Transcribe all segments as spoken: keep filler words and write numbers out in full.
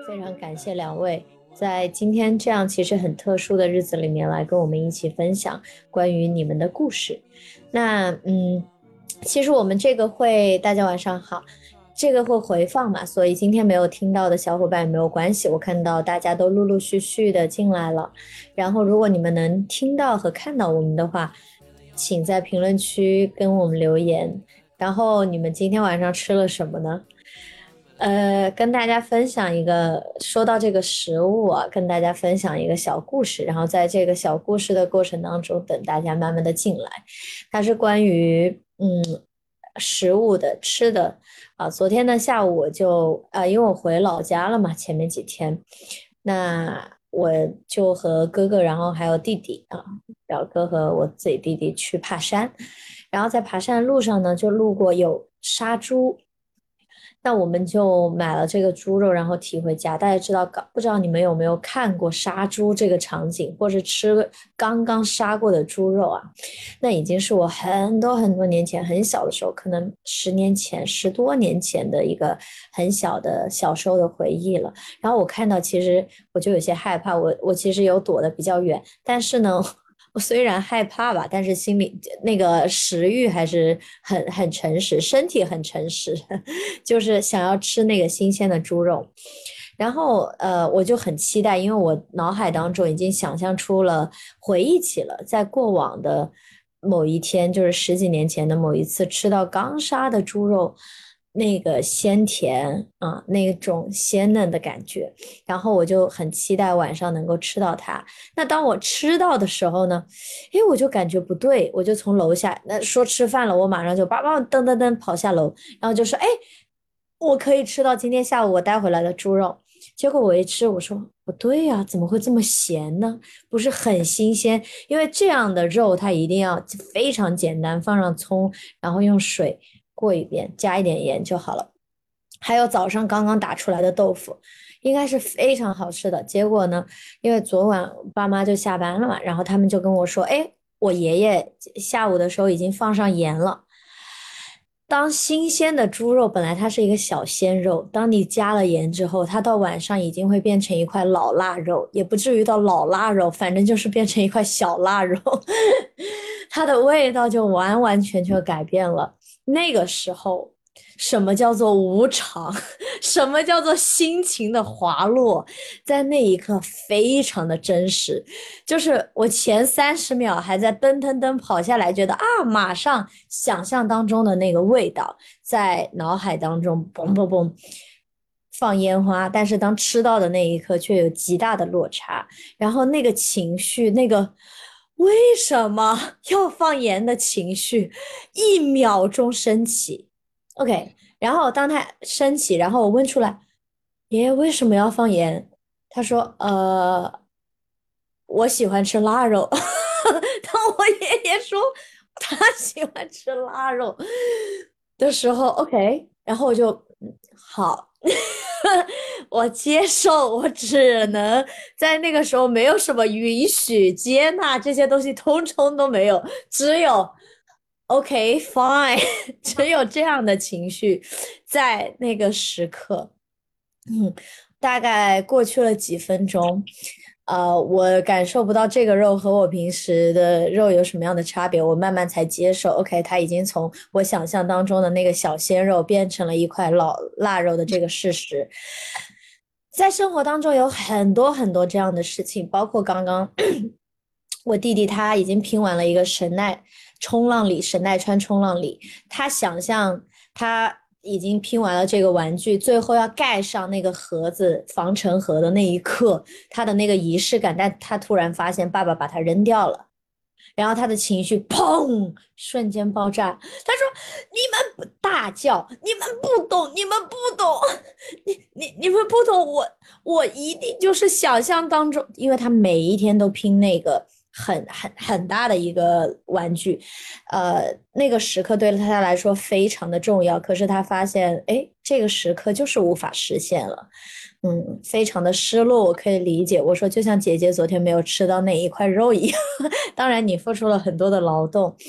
非常感谢两位在今天这样其实很特殊的日子里面来跟我们一起分享关于你们的故事。那嗯，其实我们这个会，大家晚上好，这个会回放嘛，所以今天没有听到的小伙伴也没有关系，我看到大家都陆陆续续的进来了。然后如果你们能听到和看到我们的话，请在评论区跟我们留言。然后你们今天晚上吃了什么呢？呃，跟大家分享一个，说到这个食物啊，跟大家分享一个小故事，然后在这个小故事的过程当中，等大家慢慢的进来。它是关于嗯食物的吃的啊。昨天的下午我就啊，因为我回老家了嘛，前面几天，那我就和哥哥，然后还有弟弟啊，表哥和我自己弟弟去爬山，然后在爬山的路上呢，就路过有杀猪。那我们就买了这个猪肉，然后提回家。大家知道，不知道你们有没有看过杀猪这个场景，或是吃刚刚杀过的猪肉啊？那已经是我很多很多年前很小的时候，可能十年前、十多年前的一个很小的小时候的回忆了。然后我看到，其实我就有些害怕，我我其实有躲得比较远，但是呢。我虽然害怕吧，但是心里那个食欲还是很很诚实，身体很诚实，就是想要吃那个新鲜的猪肉。然后呃，我就很期待，因为我脑海当中已经想象出了，回忆起了在过往的某一天，就是十几年前的某一次吃到刚杀的猪肉，那个鲜甜啊，那种鲜嫩的感觉。然后我就很期待晚上能够吃到它。那当我吃到的时候呢，诶，我就感觉不对，我就从楼下那说吃饭了，我马上就叭叭噔噔噔跑下楼，然后就说，诶，我可以吃到今天下午我带回来的猪肉。结果我一吃，我说不对呀，怎么会这么咸呢？不是很新鲜，因为这样的肉它一定要非常简单，放上葱，然后用水过一遍，加一点盐就好了。还有早上刚刚打出来的豆腐，应该是非常好吃的。结果呢，因为昨晚爸妈就下班了嘛，然后他们就跟我说，哎，我爷爷下午的时候已经放上盐了。当新鲜的猪肉本来它是一个小鲜肉，当你加了盐之后，它到晚上已经会变成一块老腊肉，也不至于到老腊肉，反正就是变成一块小腊肉，它的味道就完完全全改变了。那个时候，什么叫做无常？什么叫做心情的滑落？在那一刻非常的真实。就是我前三十秒还在噔噔噔跑下来，觉得啊，马上想象当中的那个味道在脑海当中嘣嘣嘣放烟花，但是当吃到的那一刻却有极大的落差，然后那个情绪，那个为什么要放盐的情绪，一秒钟升起。OK，然后当他升起，然后我问出来，爷爷为什么要放盐？他说，呃，我喜欢吃腊肉。当我爷爷说他喜欢吃腊肉的时候，OK，然后我就嗯好，我接受，我只能在那个时候没有什么允许、接纳这些东西，通通都没有，只有 OK fine，只有这样的情绪在那个时刻。嗯，大概过去了几分钟，呃，我感受不到这个肉和我平时的肉有什么样的差别，我慢慢才接受。OK，它已经从我想象当中的那个小鲜肉变成了一块老腊肉的这个事实。在生活当中有很多很多这样的事情，包括刚刚我弟弟他已经拼完了一个神奈冲浪里，神奈川冲浪里，他想象他已经拼完了这个玩具，最后要盖上那个盒子防尘盒的那一刻，他的那个仪式感，但他突然发现爸爸把它扔掉了。然后他的情绪砰瞬间爆炸，他说：“你们不大叫，你们不懂，你们不懂，你你你们不懂，我我一定就是想象当中，因为他每一天都拼那个很很很大的一个玩具，呃，那个时刻对他来说非常的重要，可是他发现，哎，这个时刻就是无法实现了。”嗯，非常的失落，我可以理解。我说，就像姐姐昨天没有吃到那一块肉一样，当然你付出了很多的劳动。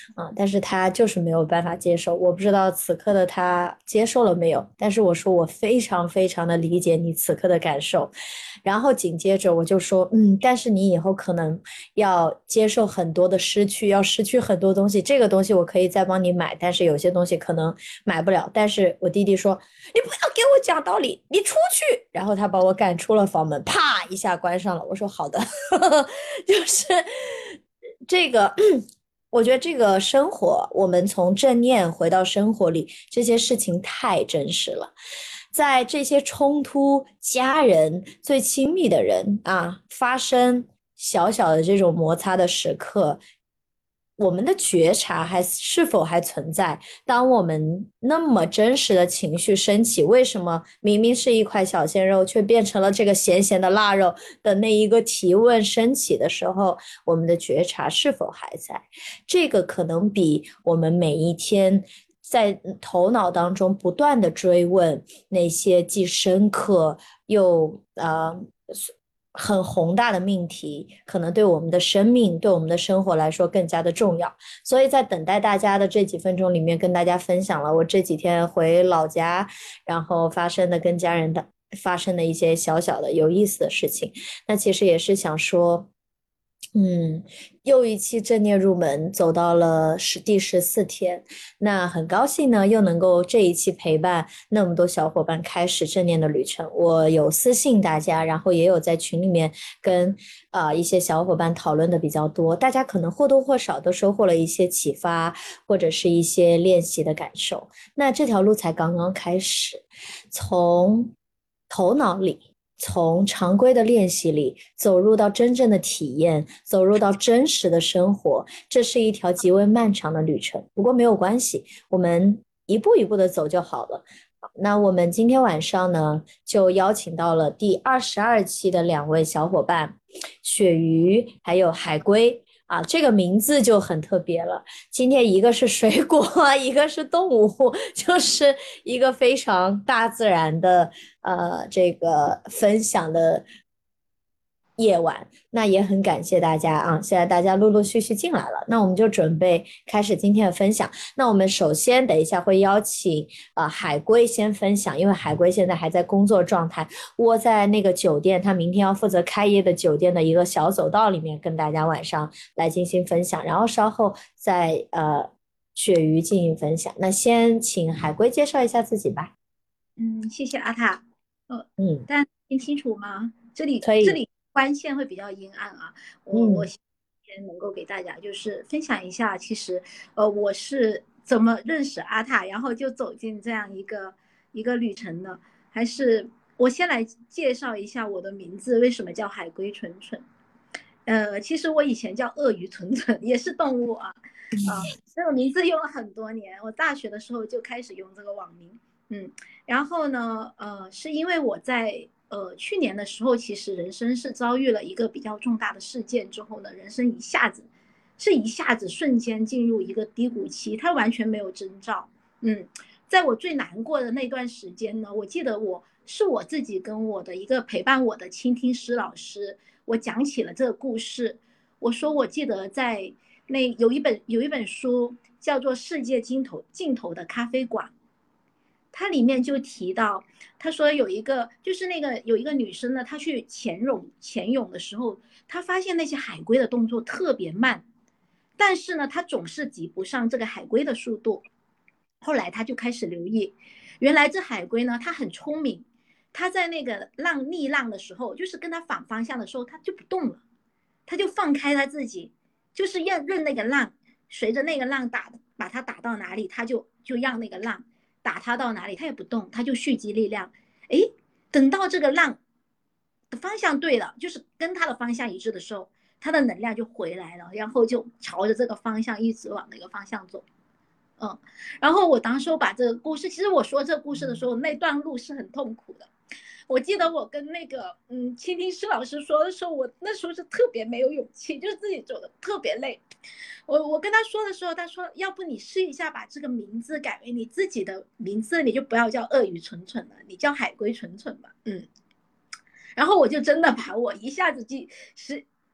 啊，但是他就是没有办法接受。我不知道此刻的他接受了没有，但是我说我非常非常的理解你此刻的感受。然后紧接着我就说，嗯，但是你以后可能要接受很多的失去，要失去很多东西。这个东西我可以再帮你买，但是有些东西可能买不了。但是我弟弟说，你不要给我讲道理，你出去。然后他把我赶出了房门，啪一下关上了。我说好的，就是这个。我觉得这个生活，我们从正念回到生活里，这些事情太真实了。在这些冲突，家人最亲密的人啊，发生小小的这种摩擦的时刻，我们的觉察还是否还存在？当我们那么真实的情绪升起，为什么明明是一块小鲜肉，却变成了这个咸咸的腊肉的那一个提问升起的时候，我们的觉察是否还在？这个可能比我们每一天在头脑当中不断的追问那些既深刻又呃很宏大的命题，可能对我们的生命、对我们的生活来说更加的重要。所以在等待大家的这几分钟里面，跟大家分享了我这几天回老家，然后发生的跟家人的发生的一些小小的有意思的事情。那其实也是想说。嗯，又一期正念入门走到了十第十四天，那很高兴呢，又能够这一期陪伴那么多小伙伴开始正念的旅程。我有私信大家，然后也有在群里面跟啊、呃一些小伙伴讨论的比较多，大家可能或多或少都收获了一些启发，或者是一些练习的感受。那这条路才刚刚开始，从头脑里。从常规的练习里走入到真正的体验，走入到真实的生活，这是一条极为漫长的旅程。不过没有关系，我们一步一步的走就好了。那我们今天晚上呢，就邀请到了第二十二期的两位小伙伴，鳕鱼还有海龟。啊，这个名字就很特别了。今天一个是水果，一个是动物，就是一个非常大自然的呃这个分享的夜晚。那也很感谢大家啊，现在大家陆陆续续进来了，那我们就准备开始今天的分享。那我们首先等一下会邀请呃海龟先分享，因为海龟现在还在工作状态，窝在那个酒店，他明天要负责开业的酒店的一个小走道里面，跟大家晚上来进行分享，然后稍后再呃鳕鱼进行分享。那先请海龟介绍一下自己吧。 嗯，谢谢阿塔。呃， 嗯， 大家听清楚吗？这里可以。 这里光线会比较阴暗啊。我我嗯希望能够给大家就是分享一下，其实呃我是怎么认识阿塔，然后就走进这样一个一个旅程的。还是我先来介绍一下我的名字，为什么叫海龟纯纯？呃，其实我以前叫鳄鱼纯纯，也是动物啊。啊，这个名字用了很多年，我大学的时候就开始用这个网名。嗯，然后呢，呃，是因为我在呃去年的时候，其实人生是遭遇了一个比较重大的事件之后呢，人生一下子是一下子瞬间进入一个低谷期，它完全没有征兆。嗯，在我最难过的那段时间呢，我记得我是我自己跟我的一个陪伴我的倾听师老师，我讲起了这个故事。我说我记得在那有一本有一本书叫做《世界尽头尽头的咖啡馆》。它里面就提到，他说有一个就是那个有一个女生呢，她去潜泳潜泳的时候，她发现那些海龟的动作特别慢，但是呢，她总是及不上这个海龟的速度。后来她就开始留意，原来这海龟呢，它很聪明，它在那个浪逆浪的时候，就是跟它反方向的时候，它就不动了，它就放开它自己，就是任任那个浪随着那个浪打把它打到哪里，它就就让那个浪。打他到哪里，他也不动，他就蓄积力量。哎，等到这个浪的方向对了，就是跟他的方向一致的时候，他的能量就回来了，然后就朝着这个方向一直往那个方向走。嗯，然后我当时把这个故事，其实我说这个故事的时候，那段路是很痛苦的。我记得我跟那个嗯倾听师老师说的时候，我那时候是特别没有勇气，就是自己走的特别累。我我跟他说的时候，他说要不你试一下把这个名字改为你自己的名字，你就不要叫鳄鱼纯纯了，你叫海龟纯纯吧。嗯，然后我就真的把我一下子记是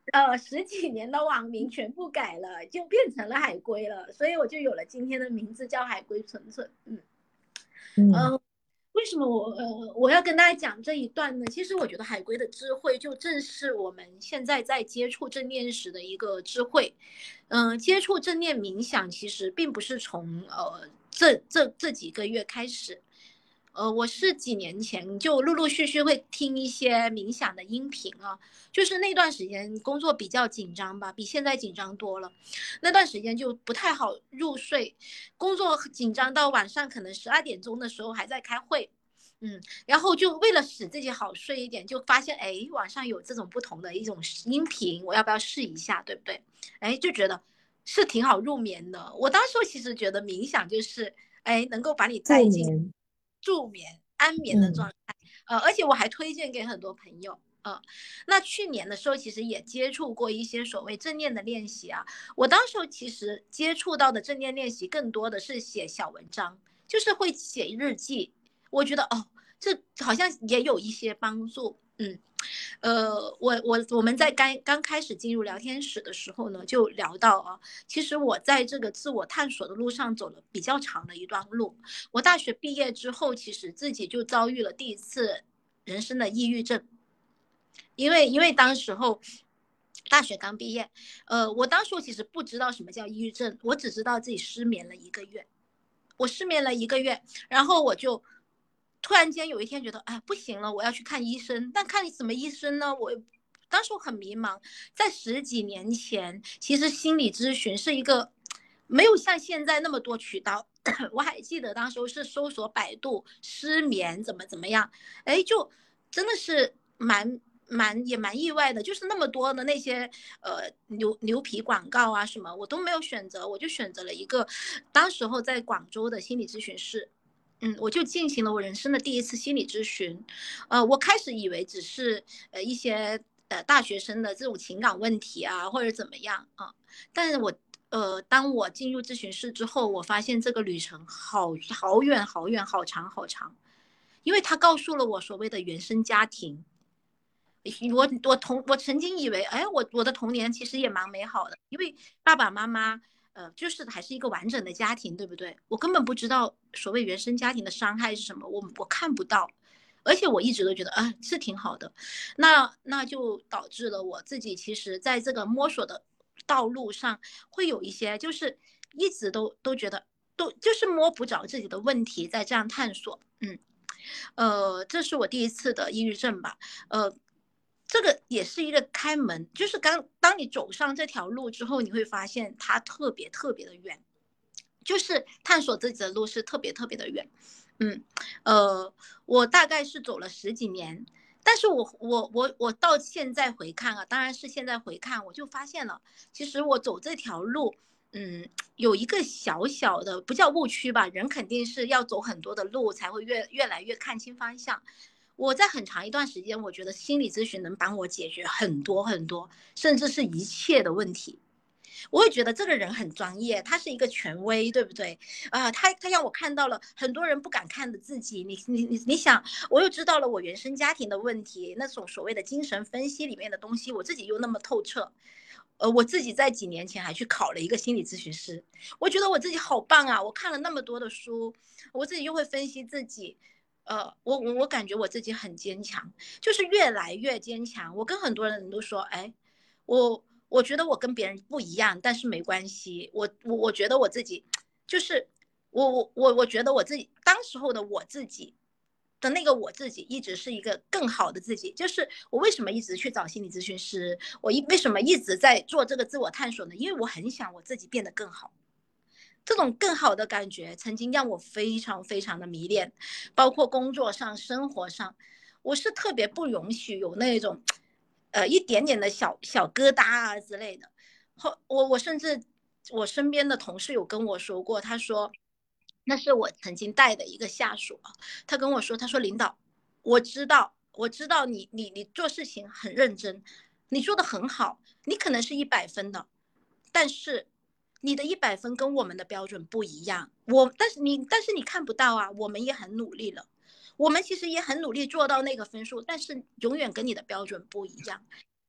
呃十几年的网名全部改了，就变成了海龟了，所以我就有了今天的名字叫海龟纯纯。嗯。 嗯呃，为什么我呃我要跟大家讲这一段呢？其实我觉得海龟的智慧就正是我们现在在接触正念时的一个智慧。嗯、呃，接触正念冥想其实并不是从呃这这这几个月开始。呃，我是几年前就陆陆续续会听一些冥想的音频啊，就是那段时间工作比较紧张吧，比现在紧张多了。那段时间就不太好入睡，工作紧张到晚上可能十二点钟的时候还在开会。嗯，然后就为了使自己好睡一点，就发现哎，网上有这种不同的一种音频，我要不要试一下，对不对？哎，就觉得是挺好入眠的。我当时其实觉得冥想就是哎，能够把你带进助眠。 助眠、安眠的状嗯态。呃，而且我还推荐给很多朋友。呃，那去年的时候其实也接触过一些所谓正念的练习啊。我当时其实接触到的正念练习更多的是写小文章，就是会写日记。我觉得哦，这好像也有一些帮助。嗯。呃，我我我们在刚刚开始进入聊天室的时候呢，就聊到啊，其实我在这个自我探索的路上走了比较长的一段路。我大学毕业之后，其实自己就遭遇了第一次人生的抑郁症。因为因为当时候大学刚毕业。呃，我当时候其实不知道什么叫抑郁症，我只知道自己失眠了一个月。我失眠了一个月，然后我就突然间有一天觉得，哎，不行了，我要去看医生。但看什么医生呢？我当时我很迷茫。在十几年前，其实心理咨询是一个没有像现在那么多渠道。我还记得当时是搜索百度失眠怎么怎么样。哎，就真的是蛮蛮也蛮意外的，就是那么多的那些呃牛牛皮广告啊什么，我都没有选择，我就选择了一个当时候在广州的心理咨询室。嗯，我就进行了我人生的第一次心理咨询。呃，我开始以为只是呃一些呃大学生的这种情感问题啊，或者怎么样啊。但是我呃，当我进入咨询室之后，我发现这个旅程好好远好远好长好长。因为他告诉了我所谓的原生家庭。我我童我曾经以为，哎，我我的童年其实也蛮美好的，因为爸爸妈妈，呃，就是还是一个完整的家庭，对不对？我根本不知道所谓原生家庭的伤害是什么，我我看不到。而且我一直都觉得，啊、是挺好的。那那就导致了我自己其实在这个摸索的道路上，会有一些就是一直都都觉得都就是摸不着自己的问题，在这样探索。嗯。呃，这是我第一次的抑郁症吧。呃，这个也是一个开门，就是刚当你走上这条路之后，你会发现它特别特别的远，就是探索自己的路是特别特别的远。嗯。呃，我大概是走了十几年。但是我我我我到现在回看啊，当然是现在回看，我就发现了，其实我走这条路，嗯，有一个小小的不叫误区吧，人肯定是要走很多的路才会越越来越看清方向。我在很长一段时间，我觉得心理咨询能帮我解决很多很多，甚至是一切的问题。我会觉得这个人很专业，他是一个权威，对不对？啊、呃，他他让我看到了很多人不敢看的自己。你你你你想，我又知道了我原生家庭的问题，那种所谓的精神分析里面的东西，我自己又那么透彻。呃，我自己在几年前还去考了一个心理咨询师。我觉得我自己好棒啊！我看了那么多的书，我自己又会分析自己。呃，我我我感觉我自己很坚强，就是越来越坚强。我跟很多人都说，哎，我我觉得我跟别人不一样，但是没关系。我我我觉得我自己，就是我我我我觉得我自己当时候的我自己的那个我自己一直是一个更好的自己。就是我为什么一直去找心理咨询师，我一为什么一直在做这个自我探索呢？因为我很想我自己变得更好。这种更好的感觉曾经让我非常非常的迷恋，包括工作上、生活上，我是特别不允许有那种，呃，一点点的小小疙瘩啊之类的。后我我甚至我身边的同事有跟我说过，他说那是我曾经带的一个下属啊。他跟我说，他说领导，我知道我知道你你你做事情很认真，你做的很好，你可能是一百分的，但是你的一百分跟我们的标准不一样。我但是你但是你看不到啊，我们也很努力了，我们其实也很努力做到那个分数，但是永远跟你的标准不一样。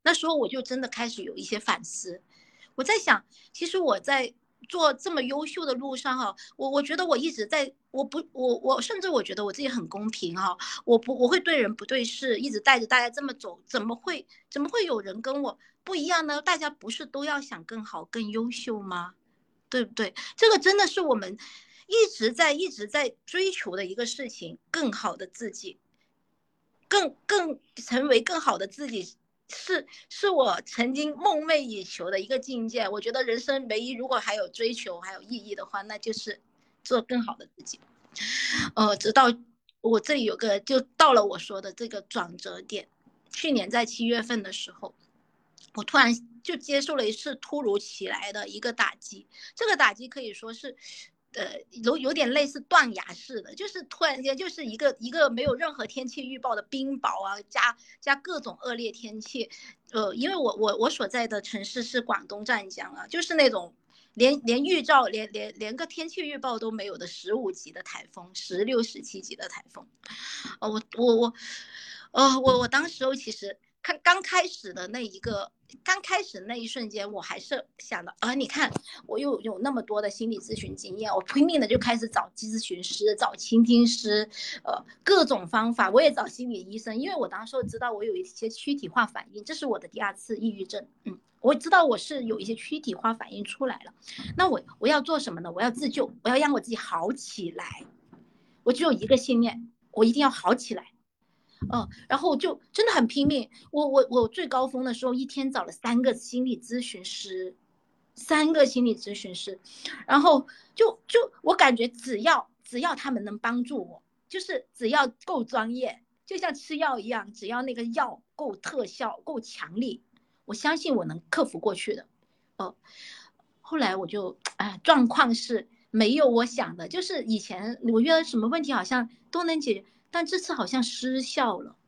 那时候我就真的开始有一些反思，我在想，其实我在做这么优秀的路上哈，我我觉得我一直在，我不我我甚至我觉得我自己很公平哈，我不我会对人不对事，一直带着大家这么走，怎么会怎么会有人跟我不一样呢？大家不是都要想更好更优秀吗？对不对？这个真的是我们一直在一直在追求的一个事情，更好的自己，更更成为更好的自己，是是我曾经梦寐以求的一个境界。我觉得人生唯一如果还有追求还有意义的话，那就是做更好的自己。呃，直到我这里有个就到了我说的这个转折点，去年在七月份的时候，我突然就接受了一次突如其来的一个打击，这个打击可以说是。呃，有有点类似断崖式的，就是突然间就是一个一个没有任何天气预报的冰雹啊，加加各种恶劣天气，呃，因为我我我所在的城市是广东湛江啊，就是那种连连预兆连连连个天气预报都没有的十五级的台风，十六十七级的台风，呃，我我我，呃，我我当时候其实看刚开始的那一个，刚开始那一瞬间，我还是想的啊，你看我又有那么多的心理咨询经验，我拼命的就开始找咨询师、找倾听师，呃，各种方法，我也找心理医生，因为我当时候知道我有一些躯体化反应，这是我的第二次抑郁症，嗯，我知道我是有一些躯体化反应出来了，那我我要做什么呢？我要自救，我要让我自己好起来，我只有一个信念，我一定要好起来。嗯，然后就真的很拼命。我我我最高峰的时候，一天找了三个心理咨询师，三个心理咨询师，然后就就我感觉只要只要他们能帮助我，就是只要够专业，就像吃药一样，只要那个药够特效、够强力，我相信我能克服过去的。哦，后来我就哎，状况是没有我想的，就是以前我遇到什么问题好像都能解决。但这次好像失效了，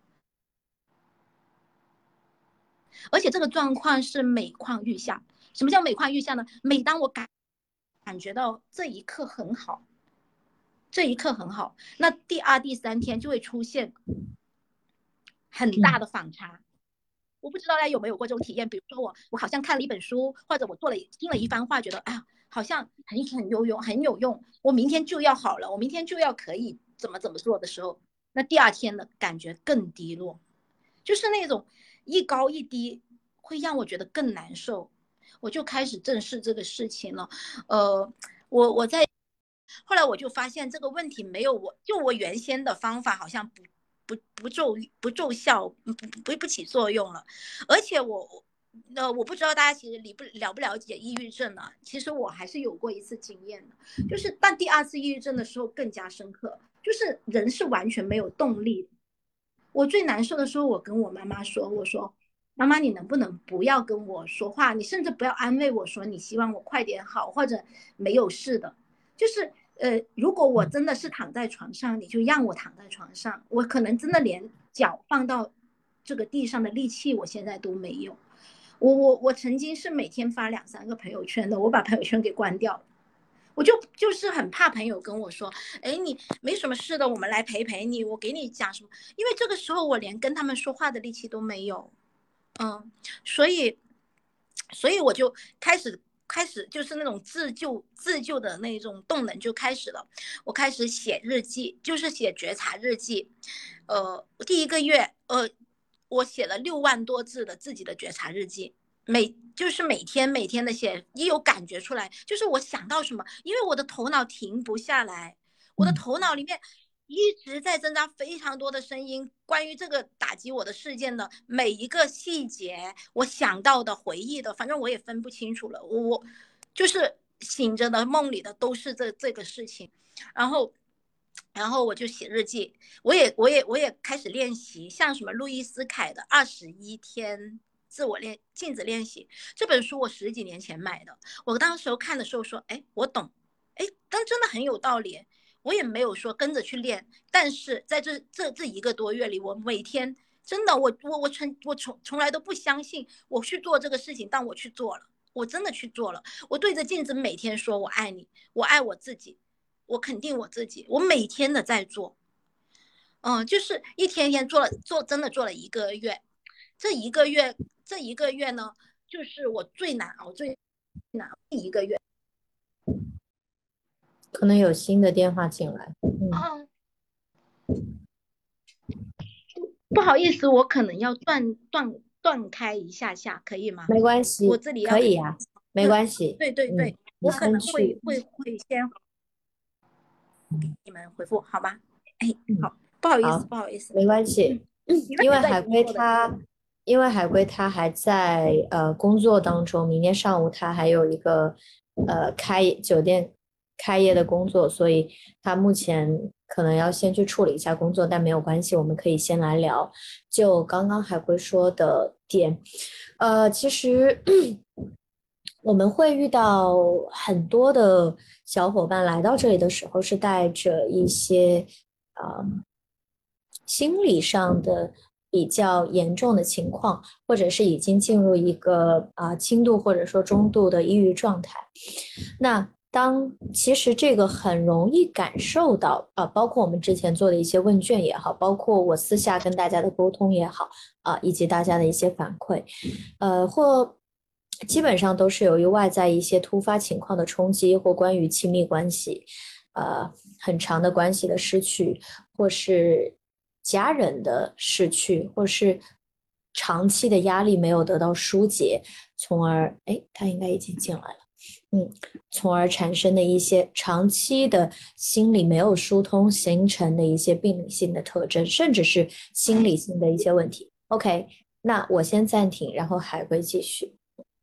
而且这个状况是每况愈下。什么叫每况愈下呢？每当我感感觉到这一刻很好，这一刻很好，那第二、第三天就会出现很大的反差。我不知道大家有没有过这种体验，比如说我我好像看了一本书，或者我做了听了一番话，觉得哎呀好像很很有用，很有用，我明天就要好了，我明天就要可以怎么怎么做的时候，那第二天的感觉更低落。就是那种一高一低，会让我觉得更难受。我就开始正视这个事情了。呃，我我在后来我就发现这个问题没有我就我原先的方法好像不不不奏不奏效，不不不起作用了。而且我呃我不知道大家其实理不了不了解抑郁症呢、啊？其实我还是有过一次经验的，就是但第二次抑郁症的时候更加深刻，就是人是完全没有动力的。我最难受的时候，我跟我妈妈说：“我说，妈妈，你能不能不要跟我说话？你甚至不要安慰我说你希望我快点好，或者没有事的。就是呃，如果我真的是躺在床上，你就让我躺在床上。我可能真的连脚放到这个地上的力气，我现在都没有。我我我曾经是每天发两三个朋友圈的，我把朋友圈给关掉了。”我就就是很怕朋友跟我说，哎，你没什么事的，我们来陪陪你，我给你讲什么？因为这个时候我连跟他们说话的力气都没有，嗯，所以，所以我就开始开始就是那种自救自救的那种动能就开始了，我开始写日记，就是写觉察日记，呃，第一个月，呃，我写了六万多字的自己的觉察日记。每就是每天每天的写，一有感觉出来，就是我想到什么，因为我的头脑停不下来，我的头脑里面一直在增加非常多的声音，关于这个打击我的事件的每一个细节，我想到的、回忆的，反正我也分不清楚了。我我就是醒着的、梦里的都是这这个事情，然后。然后我就写日记，我也我也我也开始练习，像什么路易斯凯的二十一天自我练镜子练习这本书，我十几年前买的。我当时候看的时候说，哎，我懂，哎，但真的很有道理。我也没有说跟着去练，但是在这这这一个多月里，我每天真的，我我我从我从从来都不相信我去做这个事情，但我去做了，我真的去做了。我对着镜子每天说我爱你，我爱我自己，我肯定我自己，我每天的在做。嗯，就是一天一天做了做，真的做了一个月， 这一个月这一个月呢，就是我最难熬最难熬的一个月。 可能有新的电话进来，嗯， 哦，不好意思，我可能要断断断开一下下，可以吗？ 没关我系， 这里要可以呀，没嗯， 关系，嗯， 对对对， 你我可能会先去， 会会先给你们回复，好吗？哎， 嗯， 好，不好意思， 好， 不好意思， 没关嗯， 系， 你们也在因为海工作的，对不对？ 龟它，因为海龟它还在呃工作当中，明天上午它还有一个呃开酒店开业的工作，所以它目前可能要先去处理一下工作，但没有关系，我们可以先来聊。就刚刚海龟说的点，呃，其实我们会遇到很多的小伙伴来到这里的时候，是带着一些呃心理上的比较严重的情况，或者是已经进入一个啊、呃轻度或者说中度的抑郁状态。那当其实这个很容易感受到啊、呃包括我们之前做的一些问卷也好，包括我私下跟大家的沟通也好啊、以及大家的一些反馈，呃，或基本上都是由于外在一些突发情况的冲击，或关于亲密关系，呃，很长的关系的失去，或是家人的逝去，或是长期的压力没有得到疏解，从而，哎，他应该已经进来了。嗯，从而产生的一些长期的心理没有疏通形成的一些病理性的特征，甚至是心理性的一些问题。OK，那我先暂停，然后海龟继续。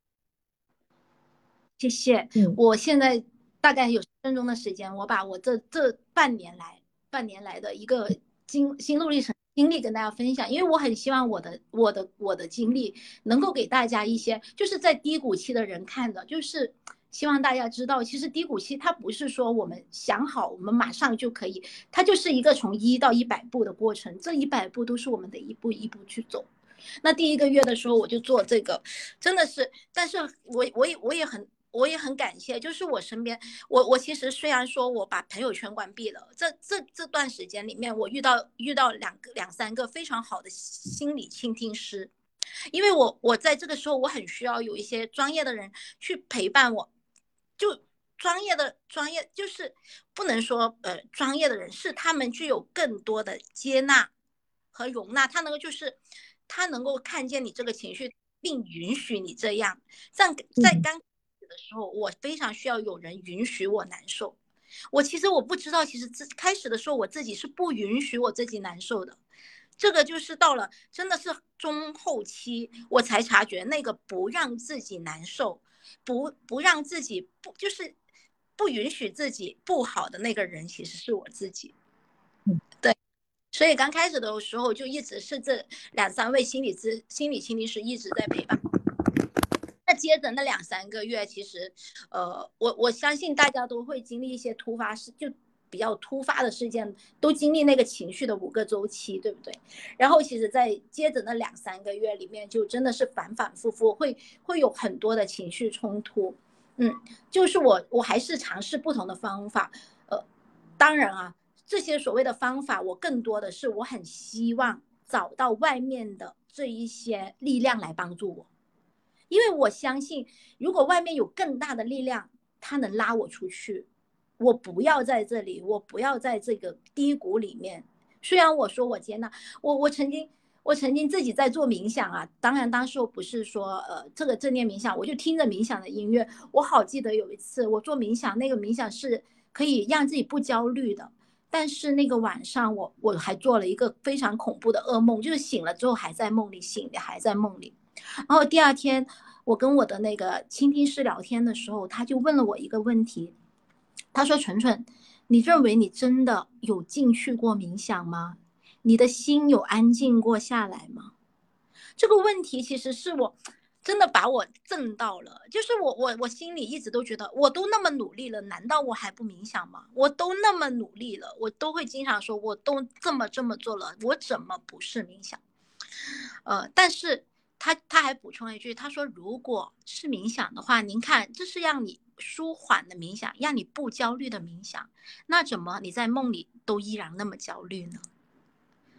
谢谢。 嗯我现在大概有十分钟的时间，我把我这这半年来半年来的一个经心路历程经历跟大家分享，因为我很希望我的我的我的经历能够给大家一些，就是在低谷期的人看的，就是希望大家知道，其实低谷期它不是说我们想好我们马上就可以，它就是一个从一到一百步的过程，这一百步都是我们得一步一步去走。那第一个月的时候我就做这个，真的是，但是我我也我也很我也很感谢，就是我身边，我我其实虽然说我把朋友圈关闭了，这这这段时间里面，我遇到遇到两个两三个非常好的心理倾听师，因为我我在这个时候我很需要有一些专业的人去陪伴我，就专业的专业就是不能说呃专业的人是他们具有更多的接纳和容纳，他能够就是他能够看见你这个情绪，并允许你这样。在在嗯刚开始的时候，我非常需要有人允许我难受。我其实我不知道，其实自开始的时候我自己是不允许我自己难受的。这个就是到了真的是中后期，我才察觉那个不让自己难受，不不让自己不就是不允许自己不好的那个人，其实是我自己。 嗯所以刚开始的时候就一直是这两三位心理咨心理倾听师一直在陪伴。那接着那两三个月，其实，呃，我我相信大家都会经历一些突发事，就比较突发的事件，都经历那个情绪的五个周期，对不对？然后其实，在接着那两三个月里面，就真的是反反复复，会会有很多的情绪冲突。嗯，就是我我还是尝试不同的方法，呃，当然啊，这些所谓的方法，我更多的是我很希望找到外面的这一些力量来帮助我。因为我相信，如果外面有更大的力量，它能拉我出去，我不要在这里，我不要在这个低谷里面。虽然我说我接纳，我我曾经我曾经自己在做冥想啊，当然当时我不是说呃这个正念冥想，我就听着冥想的音乐。我好记得有一次我做冥想，那个冥想是可以让自己不焦虑的。但是那个晚上我我还做了一个非常恐怖的噩梦，就是醒了之后还在梦里，醒的还在梦里。然后第二天，我跟我的那个倾听师聊天的时候，他就问了我一个问题，他说：“纯纯，你认为你真的有进去过冥想吗？你的心有安静过下来吗？”这个问题其实是我真的把我震到了，就是我我我心里一直都觉得，我都那么努力了，难道我还不冥想吗？我都那么努力了，我都会经常说，我都这么这么做了，我怎么不是冥想？呃，但是他他还补充了一句，他说如果是冥想的话，您看这是让你舒缓的冥想，让你不焦虑的冥想，那怎么你在梦里都依然那么焦虑呢？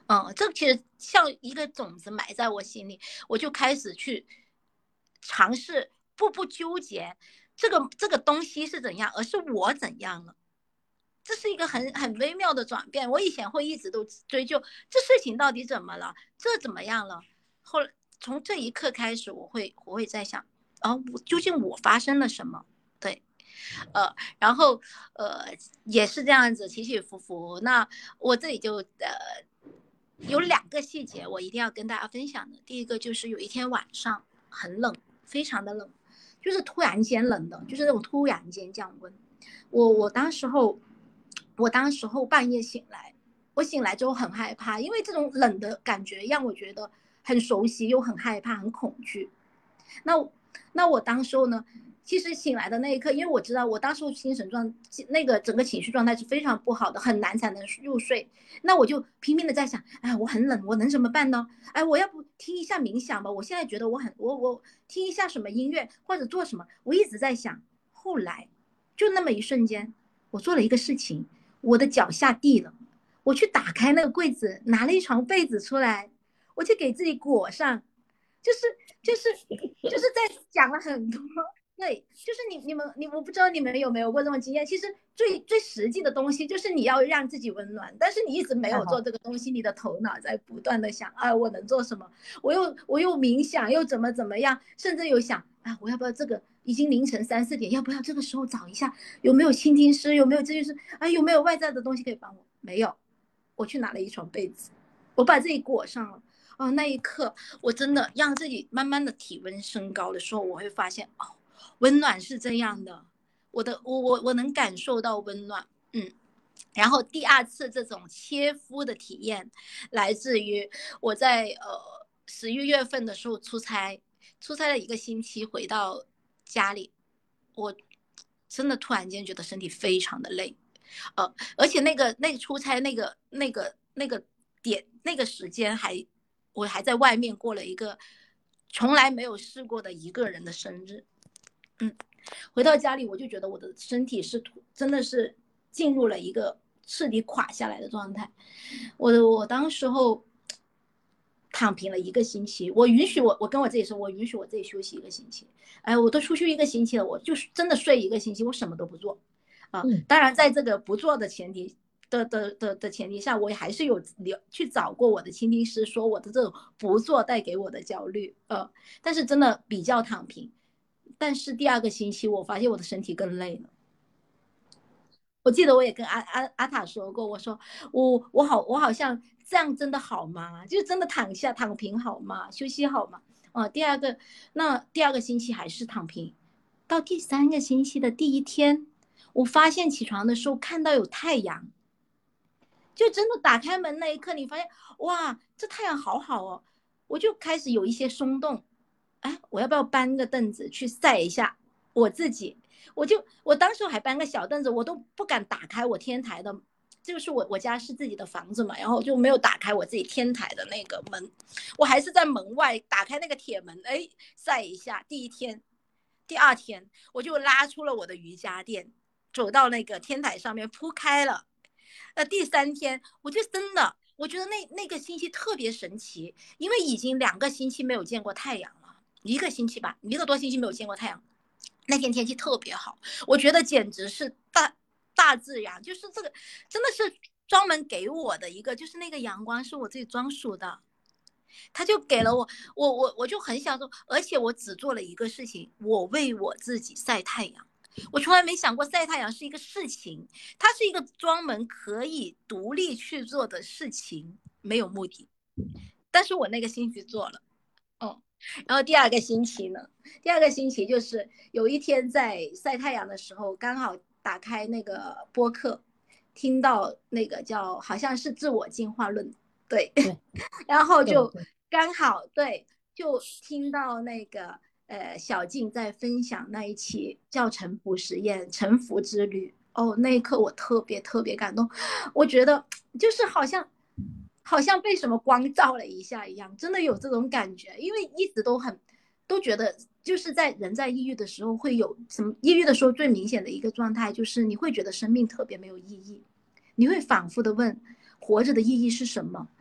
嗯，这其实像一个种子埋在我心里，我就开始去尝试，步步纠结这个这个东西是怎样，而是我怎样了。这是一个很很微妙的转变。我以前会一直都追究这事情到底怎么了，这怎么样了。后来从这一刻开始，我会我会在想，哦，究竟我发生了什么？对，呃，然后呃也是这样子起起伏伏。那我这里就呃有两个细节我一定要跟大家分享的。第一个就是有一天晚上很冷，非常的冷，就是突然间冷的，就是那种突然间降温。我我当时候，我当时候半夜醒来，我醒来之后很害怕，因为这种冷的感觉让我觉得很熟悉，又很害怕，很恐惧。那那我当时候呢，其实醒来的那一刻，因为我知道我当时候精神状那个整个情绪状态是非常不好的，很难才能入睡。那我就拼命的在想，哎，我很冷，我能怎么办呢？哎，我要不听一下冥想吧？我现在觉得我很我我听一下什么音乐或者做什么，我一直在想。后来就那么一瞬间，我做了一个事情，我的脚下地了，我去打开那个柜子，拿了一床被子出来，我去给自己裹上，就是就是就是在讲了很多。对，就是你你们你我不知道你们有没有过这种经验。其实最最实际的东西就是你要让自己温暖，但是你一直没有做这个东西，你的头脑在不断的想，啊，我能做什么？我又我又冥想又怎么怎么样，甚至有想啊，我要不要这个已经凌晨三四点，要不要这个时候找一下有没有倾听师，有没有这就是啊，有没有外在的东西可以帮我？没有，我去拿了一床被子，我把自己裹上了。哦，那一刻我真的让自己慢慢的体温升高的时候，我会发现哦，温暖是这样的，我的我我我能感受到温暖。嗯，然后第二次这种切肤的体验，来自于我在呃十一月份的时候出差，出差了一个星期，回到家里，我真的突然间觉得身体非常的累。呃，而且那个那个出差那个那个那个点那个时间还我还在外面过了一个从来没有试过的一个人的生日。嗯，回到家里我就觉得我的身体是真的是进入了一个彻底垮下来的状态。我的我当时候躺平了一个星期，我允许我我跟我自己说，我允许我自己休息一个星期。哎，我都出去一个星期了，我就是真的睡一个星期，我什么都不做啊。当然，在这个不做的前提的的的的前提下，我也还是有去找过我的倾听师，说我的这种不做带给我的焦虑，呃，但是真的比较躺平。但是第二个星期，我发现我的身体更累了。我记得我也跟阿阿阿塔说过，我说我我好我好像这样真的好吗？就真的躺下躺平好吗？休息好吗？哦，第二个那第二个星期还是躺平，到第三个星期的第一天，我发现起床的时候看到有太阳，就真的打开门那一刻，你发现哇，这太阳好好哦，我就开始有一些松动。哎，我要不要搬个凳子去晒一下我自己？我就我当时还搬个小凳子，我都不敢打开我天台的，就是我我家是自己的房子嘛，然后就没有打开我自己天台的那个门，我还是在门外打开那个铁门，哎，晒一下。第一天，第二天我就拉出了我的瑜伽垫，走到那个天台上面铺开了。呃，第三天我就真的，我觉得那那个星期特别神奇，因为已经两个星期没有见过太阳了，一个星期吧，一个多星期没有见过太阳。那天天气特别好，我觉得简直是大大自然，就是这个真的是专门给我的一个，就是那个阳光是我自己专属的，他就给了我，我我我就很享受，而且我只做了一个事情，我为我自己晒太阳。我从来没想过晒太阳是一个事情，它是一个专门可以独立去做的事情，没有目的。但是我那个星期做了。哦，然后第二个星期呢，第二个星期就是有一天在晒太阳的时候，刚好打开那个播客，听到那个叫好像是自我进化论。对， 对然后就刚好对，就听到那个呃小静在分享那一期叫臣服实验臣服之旅。哦，那一刻我特别特别感动，我觉得就是好像好像被什么光照了一下一样，真的有这种感觉。因为一直都很都觉得就是在人在抑郁的时候会有什么，抑郁的时候最明显的一个状态就是你会觉得生命特别没有意义，你会反复的问活着的意义是什么，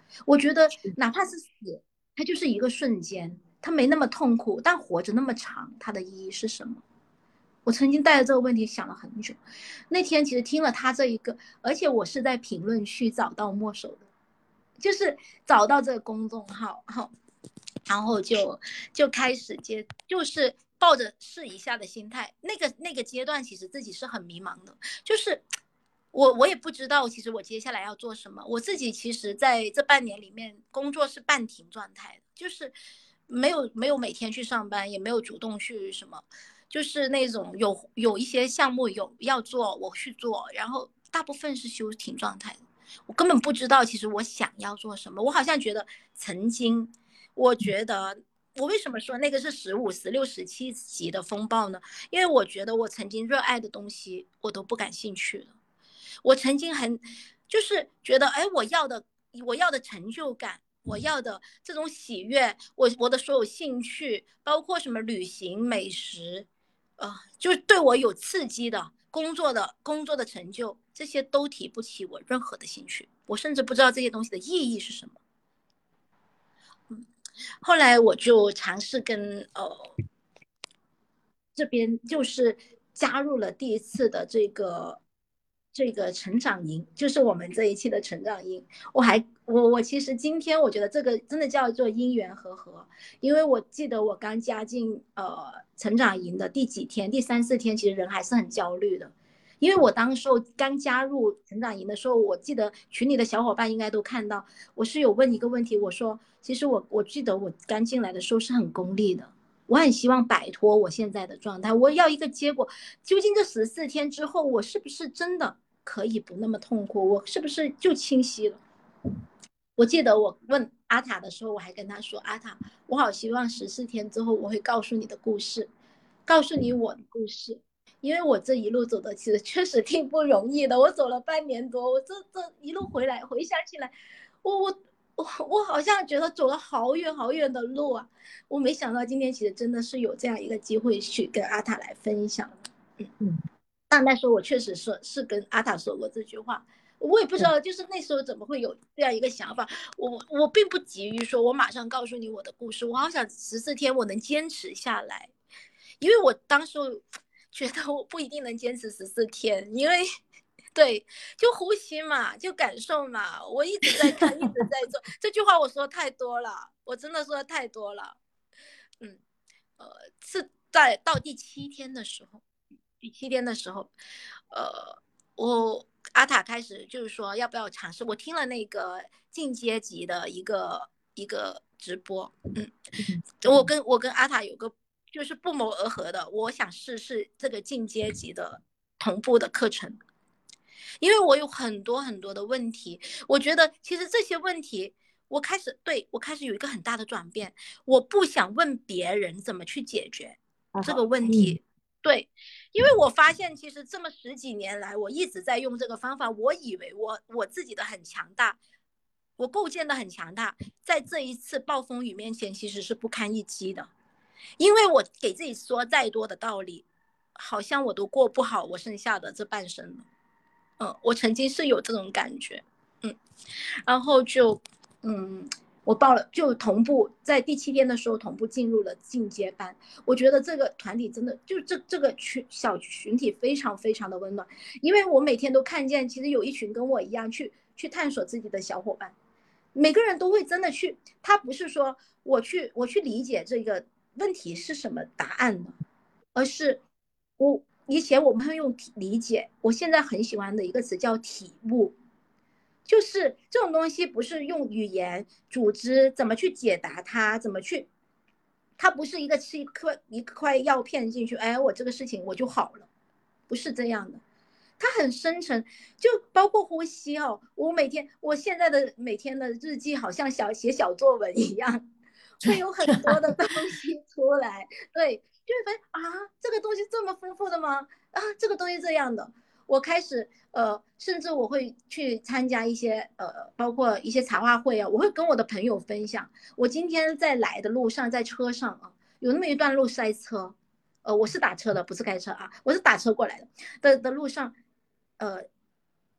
我觉得哪怕是死，它就是一个瞬间，它没那么痛苦，但活着那么长，它的意义是什么？我曾经带着这个问题想了很久。那天其实听了他这一个，而且我是在评论区找到墨守的，就是找到这个公众号，好，然后就就开始接，就是抱着试一下的心态。那个那个阶段，其实自己是很迷茫的，就是我我也不知道，其实我接下来要做什么。我自己其实在这半年里面，工作是半停状态，就是没有没有每天去上班，也没有主动去什么，就是那种有有一些项目有要做，我去做，然后大部分是休停状态的。我根本不知道，其实我想要做什么。我好像觉得曾经，我觉得我为什么说那个是十五、十六、十七级的风暴呢？因为我觉得我曾经热爱的东西，我都不感兴趣了。我曾经很，就是觉得，哎，我要的，我要的成就感，我要的这种喜悦，我我的所有兴趣，包括什么旅行、美食，呃，就是对我有刺激的工作的工作的成就，这些都提不起我任何的兴趣，我甚至不知道这些东西的意义是什么。嗯，后来我就尝试跟呃这边就是加入了第一次的这个这个成长营，就是我们这一期的成长营。我还我我其实今天我觉得这个真的叫做因缘和合，因为我记得我刚加进呃成长营的第几天，第三四天，其实人还是很焦虑的。因为我当时候刚加入成长营的时候，我记得群里的小伙伴应该都看到，我是有问一个问题，我说，其实我我记得我刚进来的时候是很功利的，我很希望摆脱我现在的状态，我要一个结果。究竟这十四天之后，我是不是真的可以不那么痛苦？我是不是就清晰了？我记得我问阿塔的时候，我还跟他说：“阿塔，我好希望十四天之后我会告诉你的故事，告诉你我的故事，因为我这一路走的其实确实挺不容易的。我走了半年多，我这这一路回来，回想起来，我我我我好像觉得走了好远好远的路啊！我没想到今天其实真的是有这样一个机会去跟阿塔来分享。嗯嗯，但那时候我确实是是跟阿塔说过这句话。”我也不知道，就是那时候怎么会有这样一个想法。我我并不急于说，我马上告诉你我的故事。我好想十四天我能坚持下来，因为我当时觉得我不一定能坚持十四天，因为对，就呼吸嘛，就感受嘛。我一直在看，一直在做。这句话我说太多了，我真的说的太多了。嗯，呃，是在到第七天的时候，第七天的时候，呃，我阿塔开始就是说要不要尝试。我听了那个进阶级的一个一个直播，嗯，我跟我跟阿塔有个就是不谋而合的，我想试试这个进阶级的同步的课程，因为我有很多很多的问题，我觉得其实这些问题。我开始对我开始有一个很大的转变，我不想问别人怎么去解决这个问题，对，因为我发现其实这么十几年来，我一直在用这个方法，我以为我我自己的很强大，我构建的很强大，在这一次暴风雨面前其实是不堪一击的，因为我给自己说再多的道理，好像我都过不好我剩下的这半生了。嗯，我曾经是有这种感觉，嗯，然后就，嗯，我报了，就同步在第七天的时候同步进入了进阶班。我觉得这个团体真的就这这个群小群体非常非常的温暖，因为我每天都看见，其实有一群跟我一样去去探索自己的小伙伴，每个人都会真的去，他不是说我去我去理解这个问题是什么答案呢，而是我以前我们会用理解，我现在很喜欢的一个词叫体悟，就是这种东西不是用语言组织怎么去解答它，怎么去，它不是一个吃一颗一块药片进去，哎，我这个事情我就好了，不是这样的。它很深沉，就包括呼吸哦。我每天，我现在的每天的日记好像小写小作文一样，会有很多的东西出来。对，就会发现啊，这个东西这么丰富的吗？啊，这个东西这样的。我开始呃，甚至我会去参加一些呃，包括一些茶话会啊，我会跟我的朋友分享。我今天在来的路上，在车上啊，有那么一段路塞车，呃，我是打车的，不是开车啊，我是打车过来的的的路上，呃，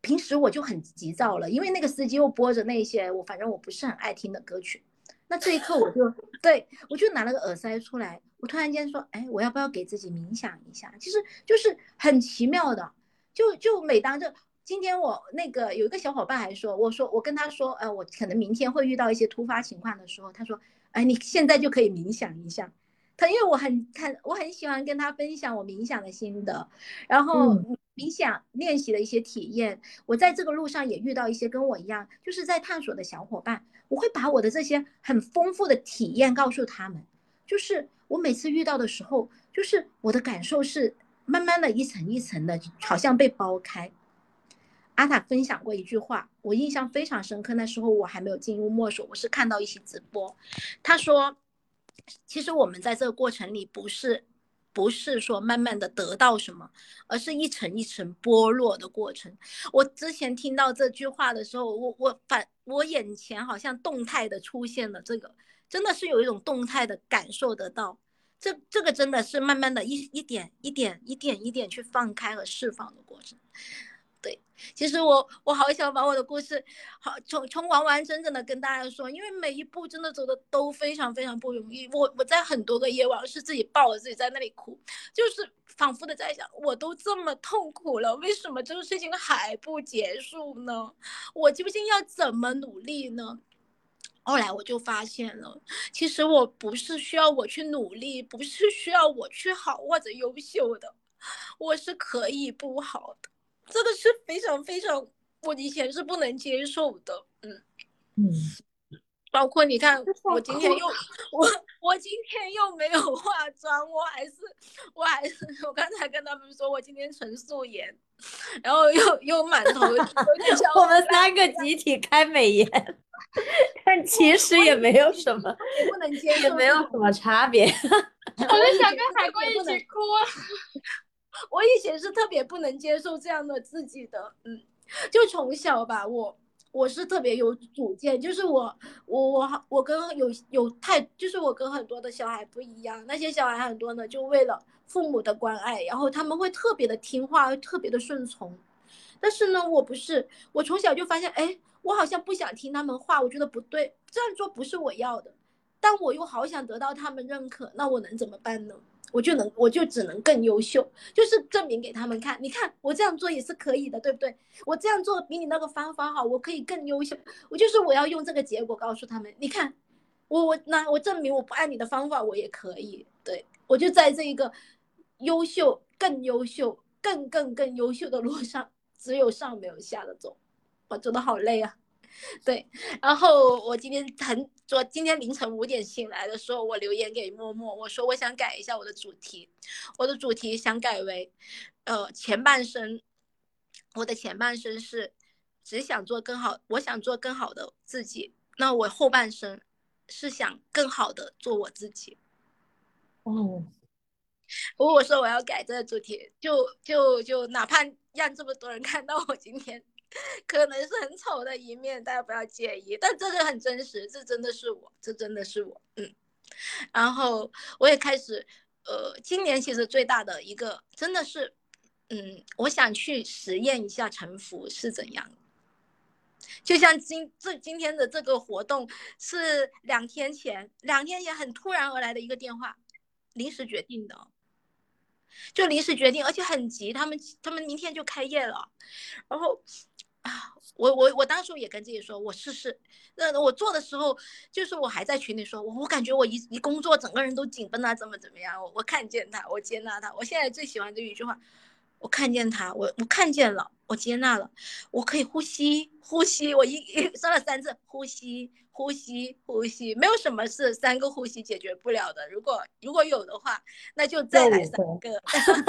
平时我就很急躁了，因为那个司机又播着那些我反正我不是很爱听的歌曲。那这一刻我就对我就拿了个耳塞出来，我突然间说，哎，我要不要给自己冥想一下？其实就是很奇妙的，就就每当这今天我那个有一个小伙伴还说，我说我跟他说，呃，我可能明天会遇到一些突发情况的时候，他说，哎，你现在就可以冥想一下。他因为我很看我很喜欢跟他分享我冥想的心得，然后嗯冥想练习的一些体验。我在这个路上也遇到一些跟我一样就是在探索的小伙伴，我会把我的这些很丰富的体验告诉他们。就是我每次遇到的时候，就是我的感受是慢慢的一层一层的，好像被剥开。阿塔分享过一句话，我印象非常深刻。那时候我还没有进入墨所，我是看到一期直播，他说，其实我们在这个过程里不是不是说慢慢的得到什么，而是一层一层剥落的过程。我之前听到这句话的时候，我我反我眼前好像动态的出现了这个，真的是有一种动态的感受得到。这这个真的是慢慢的一一点一点一点一点去放开和释放的过程。对，其实我我好想把我的故事好从从完完整整的跟大家说，因为每一步真的走的都非常非常不容易。我我在很多个夜晚是自己抱着自己在那里哭，就是仿佛的在想，我都这么痛苦了，为什么这个事情还不结束呢？我究竟要怎么努力呢？后来我就发现了，其实我不是需要我去努力，不是需要我去好或者优秀的，我是可以不好的。这个是非常非常我以前是不能接受的。嗯嗯， 包括你看，我今天又我我今天又没有化妆，我还是我还是我刚才跟他们说我今天纯素颜，然后又又满头有点像我们三个集体开美颜，但其实也没有什么， 也不能接也受这种。 没有什么差别。 我就想跟海龟一起哭啊！ 我以前是特别不能接受这样的自己的，嗯，就从小吧，我我是特别有主见，就是我我我我跟有有太，就是我跟很多的小孩不一样，那些小孩很多呢，就为了父母的关爱，然后他们会特别的听话，特别的顺从，但是呢，我不是，我从小就发现，哎，我好像不想听他们话，我觉得不对，这样做不是我要的，但我又好想得到他们认可，那我能怎么办呢？我就能，我就只能更优秀，就是证明给他们看，你看我这样做也是可以的，对不对？我这样做比你那个方法好，我可以更优秀。我就是我要用这个结果告诉他们，你看，我我那我证明我不按你的方法，我也可以。对，我就在这一个优秀、更优秀、更更更优秀的路上，只有上没有下的走，我真的好累啊。对，然后我今天很昨今天凌晨五点醒来的时候，我留言给默默，我说我想改一下我的主题，我的主题想改为，呃，前半生，我的前半生是只想做更好，我想做更好的自己，那我后半生是想更好的做我自己。 哦， 如果说我要改这个主题，就就就哪怕让这么多人看到我今天可能是很丑的一面，大家不要介意，但这个很真实，这真的是我，这真的是我，嗯。然后我也开始，呃，今年其实最大的一个真的是，嗯，我想去实验一下臣服是怎样的。就像今这今天的这个活动是两天前，两天前很突然而来的一个电话，临时决定的，就临时决定，而且很急，他们他们明天就开业了，然后啊，我我我当时也跟自己说，我试试。那我做的时候，就是我还在群里说，我我感觉我一一工作，整个人都紧绷啊，怎么怎么样。我我看见他，我接纳他。我现在最喜欢这一句话，我看见他，我我看见了，我接纳了，我可以呼吸呼吸。我一一说了三次，呼吸呼吸呼吸，没有什么是三个呼吸解决不了的。如果如果有的话，那就再来三个。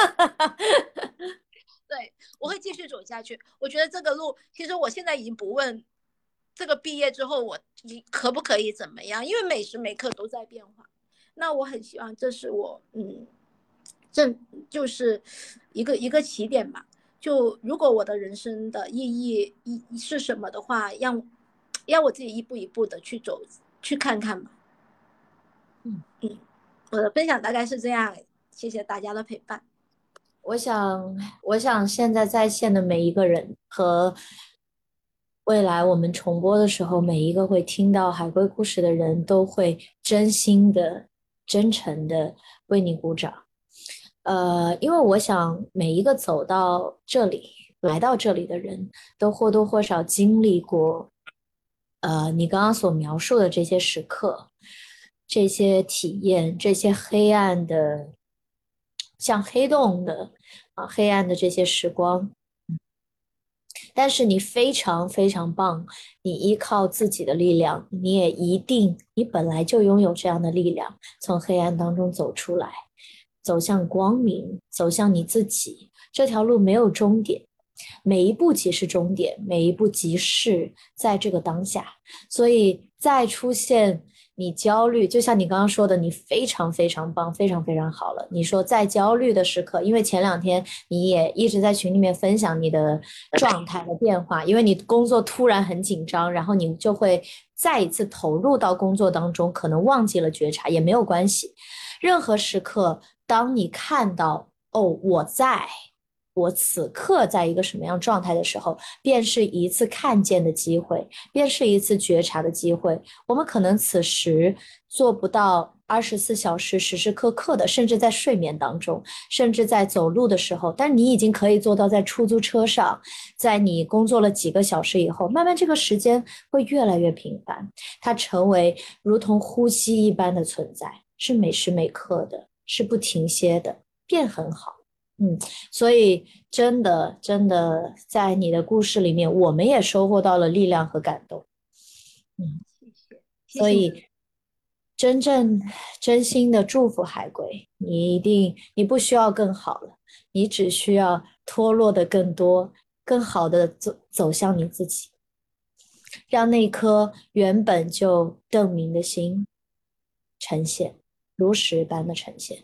对，我会继续走下去。我觉得这个路，其实我现在已经不问这个毕业之后我可不可以怎么样，因为每时每刻都在变化。那我很希望这是我，嗯，这就是一个一个起点吧。就如果我的人生的意义一是什么的话，让让我自己一步一步的去走，去看看吧。 嗯嗯，我的分享大概是这样，谢谢大家的陪伴。 我想，我想现在在线的每一个人和未来我们重播的时候，每一个会听到海龟故事的人都会真心的、真诚的为你鼓掌。呃，因为我想每一个走到这里、来到这里的人都或多或少经历过，呃，你刚刚所描述的这些时刻、这些体验、这些黑暗的，像黑洞的啊，黑暗的这些时光。但是你非常非常棒，你依靠自己的力量，你也一定，你本来就拥有这样的力量，从黑暗当中走出来，走向光明，走向你自己。这条路没有终点，每一步即是终点，每一步即是在这个当下。所以再出现你焦虑，就像你刚刚说的，你非常非常棒，非常非常好了。你说在焦虑的时刻，因为前两天你也一直在群里面分享你的状态的变化，因为你工作突然很紧张，然后你就会再一次投入到工作当中，可能忘记了觉察也没有关系。任何时刻，当你看到哦，我在。我此刻在一个什么样状态的时候，便是一次看见的机会，便是一次觉察的机会。我们可能此时做不到二十四小时时时刻刻的，甚至在睡眠当中，甚至在走路的时候，但你已经可以做到在出租车上，在你工作了几个小时以后，慢慢这个时间会越来越频繁，它成为如同呼吸一般的存在，是每时每刻的，是不停歇的，便很好。嗯，所以真的真的在你的故事里面，我们也收获到了力量和感动。嗯， 谢谢， 所以真正真心的祝福海龟，你一定你不需要更好了，你只需要脱落的更多，更好的走走向你自己，让那颗原本就澄明的心呈现，如实般的呈现。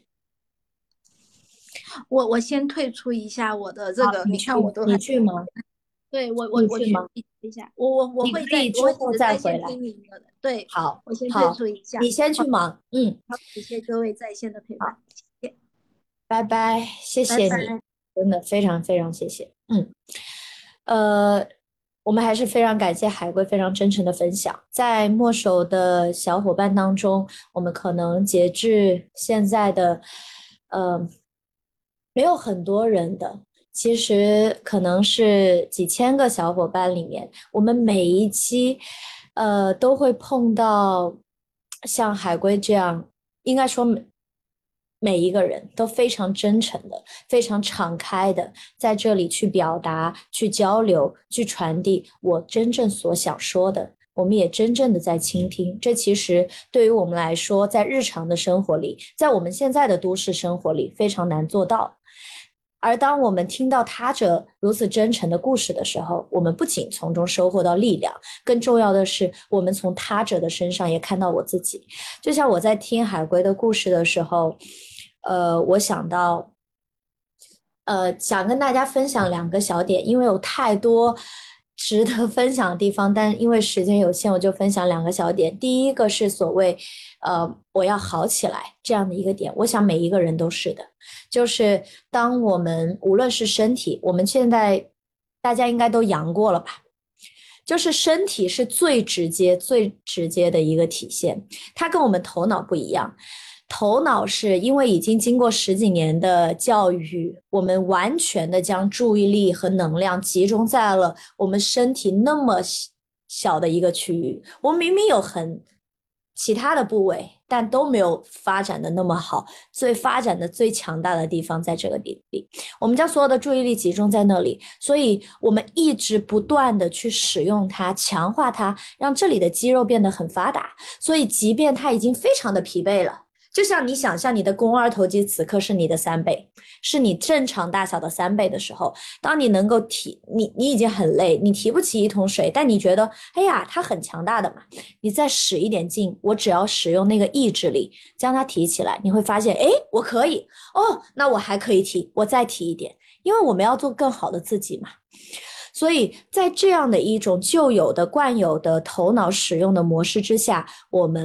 我我先退出一下我的这好， 个， 你去， 你看我都还， 你去忙， 对我我我去你去忙。 一下，我我我你可会在， 以之后我会一直再回来。 在线听你的，对， 好， 我先退好， 出一下， 你先去忙。嗯， 好，谢谢各位在线的陪伴， 好， 谢谢， 拜拜，谢拜谢你， 拜。 真的非常非常谢谢。嗯，呃，我们还是非常感谢海龟非常真诚的分享。在墨守的小伙伴当中，我们可能截至现在的，呃，没有很多人的。其实可能是几千个小伙伴里面，我们每一期，呃，都会碰到像海龟这样，应该说每每一个人都非常真诚的、非常敞开的，在这里去表达、去交流、去传递我真正所想说的。我们也真正的在倾听，这其实对于我们来说，在日常的生活里，在我们现在的都市生活里非常难做到。而当我们听到他者如此真诚的故事的时候，我们不仅从中收获到力量，更重要的是，我们从他者的身上也看到我自己。就像我在听海龟的故事的时候，呃，我想到，呃，想跟大家分享两个小点，因为有太多值得分享的地方，但因为时间有限，我就分享两个小点。第一个是所谓，呃，我要好起来这样的一个点，我想每一个人都是的。就是当我们无论是身体，我们现在大家应该都阳过了吧？就是身体是最直接、最直接的一个体现，它跟我们头脑不一样。头脑是因为已经经过十几年的教育，我们完全的将注意力和能量集中在了我们身体那么小的一个区域。我们明明有很其他的部位，但都没有发展的那么好，最发展的最强大的地方在这个地里，我们将所有的注意力集中在那里，所以我们一直不断的去使用它，强化它，让这里的肌肉变得很发达，所以即便它已经非常的疲惫了，就像你想象你的肱二头肌此刻是你的三倍，是你正常大小的三倍的时候，当你能够提你你已经很累，你提不起一桶水，但你觉得哎呀它很强大的嘛，你再使一点劲，我只要使用那个意志力将它提起来，你会发现哎我可以哦，那我还可以提，我再提一点，因为我们要做更好的自己嘛。所以在这样的一种旧有的惯有的头脑使用的模式之下，我们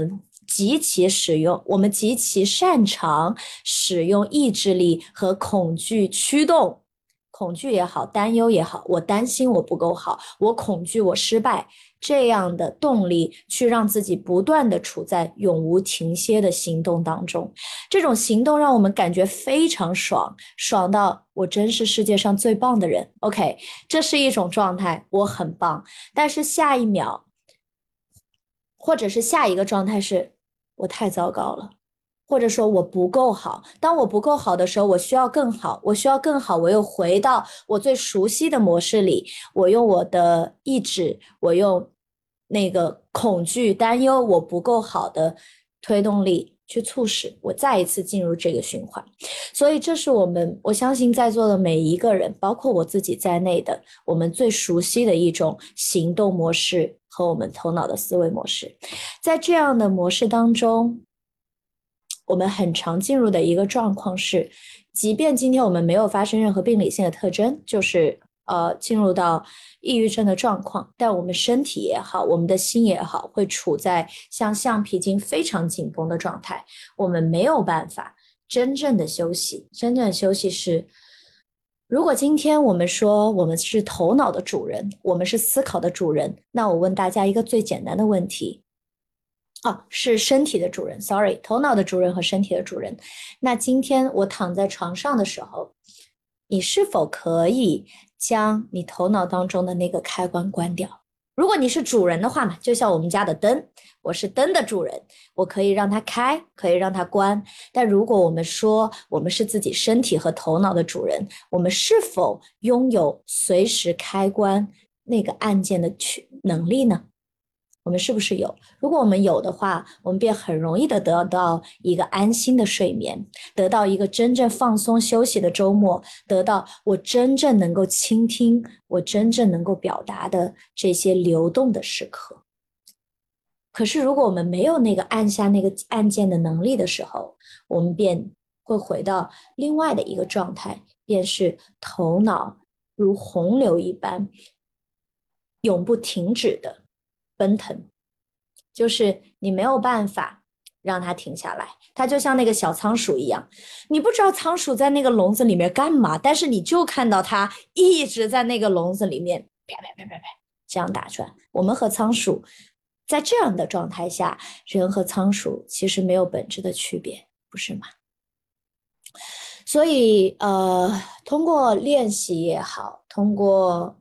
极其使用，我们极其擅长使用意志力和恐惧驱动，恐惧也好，担忧也好，我担心我不够好，我恐惧我失败，这样的动力去让自己不断的处在永无停歇的行动当中。这种行动让我们感觉非常爽，爽到我真是世界上最棒的人。 OK， 这是一种状态，我很棒。但是下一秒或者是下一个状态是我太糟糕了，或者说我不够好。当我不够好的时候，我需要更好，我需要更好，我又回到我最熟悉的模式里，我用我的意志，我用那个恐惧担忧我不够好的推动力去促使我再一次进入这个循环。所以这是我们，我相信在座的每一个人，包括我自己在内的，我们最熟悉的一种行动模式和我们头脑的思维模式。在这样的模式当中，我们很常进入的一个状况是，即便今天我们没有发生任何病理性的特征，就是呃进入到抑郁症的状况，但我们身体也好，我们的心也好，会处在像橡皮筋非常紧绷的状态，我们没有办法真正的休息。真正的休息是，如果今天我们说我们是头脑的主人，我们是思考的主人，那我问大家一个最简单的问题，哦，是身体的主人 ，sorry， 头脑的主人和身体的主人。那今天我躺在床上的时候，你是否可以将你头脑当中的那个开关关掉？如果你是主人的话嘛，就像我们家的灯，我是灯的主人，我可以让它开，可以让它关。但如果我们说我们是自己身体和头脑的主人，我们是否拥有随时开关那个按键的能力呢？我们是不是有？如果我们有的话，我们便很容易的得到一个安心的睡眠，得到一个真正放松休息的周末，得到我真正能够倾听，我真正能够表达的这些流动的时刻。可是如果我们没有那个按下那个按键的能力的时候，我们便会回到另外的一个状态，便是头脑如洪流一般永不停止的奔腾，就是你没有办法让它停下来。它就像那个小仓鼠一样，你不知道仓鼠在那个笼子里面干嘛，但是你就看到它一直在那个笼子里面啪啪啪啪啪这样打转。我们和仓鼠在这样的状态下，人和仓鼠其实没有本质的区别，不是吗？所以呃，通过练习也好，通过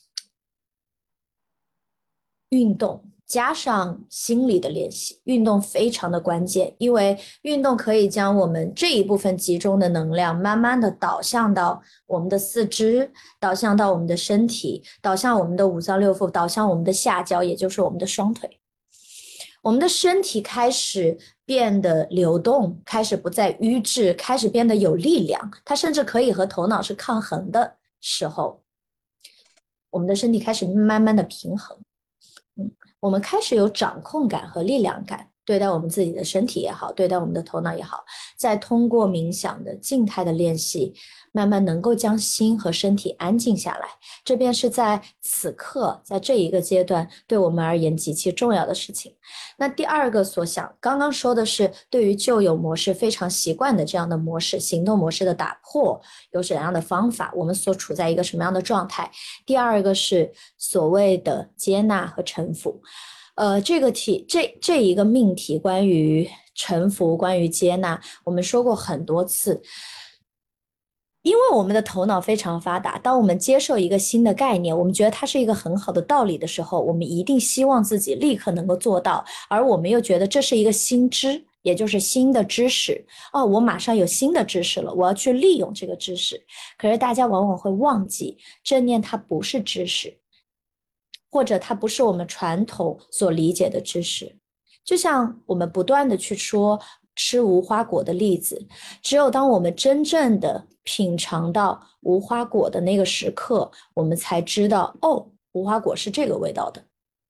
运动加上心理的练习，运动非常的关键，因为运动可以将我们这一部分集中的能量慢慢的导向到我们的四肢，导向到我们的身体，导向我们的五脏六腑，导向我们的下焦，也就是我们的双腿。我们的身体开始变得流动，开始不再瘀滞，开始变得有力量，它甚至可以和头脑是抗衡的时候，我们的身体开始慢慢的平衡。嗯，我们开始有掌控感和力量感，对待我们自己的身体也好，对待我们的头脑也好，再通过冥想的静态的练习，慢慢能够将心和身体安静下来，这便是在此刻，在这一个阶段对我们而言极其重要的事情。那第二个所想，刚刚说的是对于旧有模式非常习惯的这样的模式，行动模式的打破有怎样的方法，我们所处在一个什么样的状态。第二个是所谓的接纳和臣服。呃，这个题，这这一个命题，关于臣服，关于接纳，我们说过很多次。因为我们的头脑非常发达，当我们接受一个新的概念，我们觉得它是一个很好的道理的时候，我们一定希望自己立刻能够做到，而我们又觉得这是一个新知，也就是新的知识。哦，我马上有新的知识了，我要去利用这个知识。可是大家往往会忘记，正念它不是知识，或者它不是我们传统所理解的知识。就像我们不断的去说吃无花果的例子，只有当我们真正的品尝到无花果的那个时刻，我们才知道，哦，无花果是这个味道的。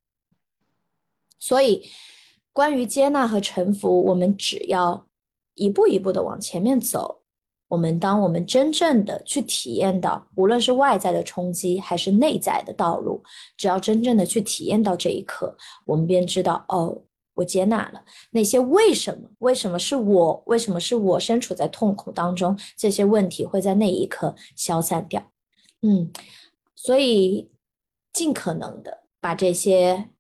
所以关于接纳和臣服，我们只要一步一步的往前面走，我们当我们真正的去体验到，无论是外在的冲击还是内在的道路，只要真正的去体验到这一刻，我们便知道，哦， 我接纳了。那些为什么，为什么是我，为什么是我身处在痛苦当中，这些问题会在那一刻消散掉。嗯，所以尽可能的把这些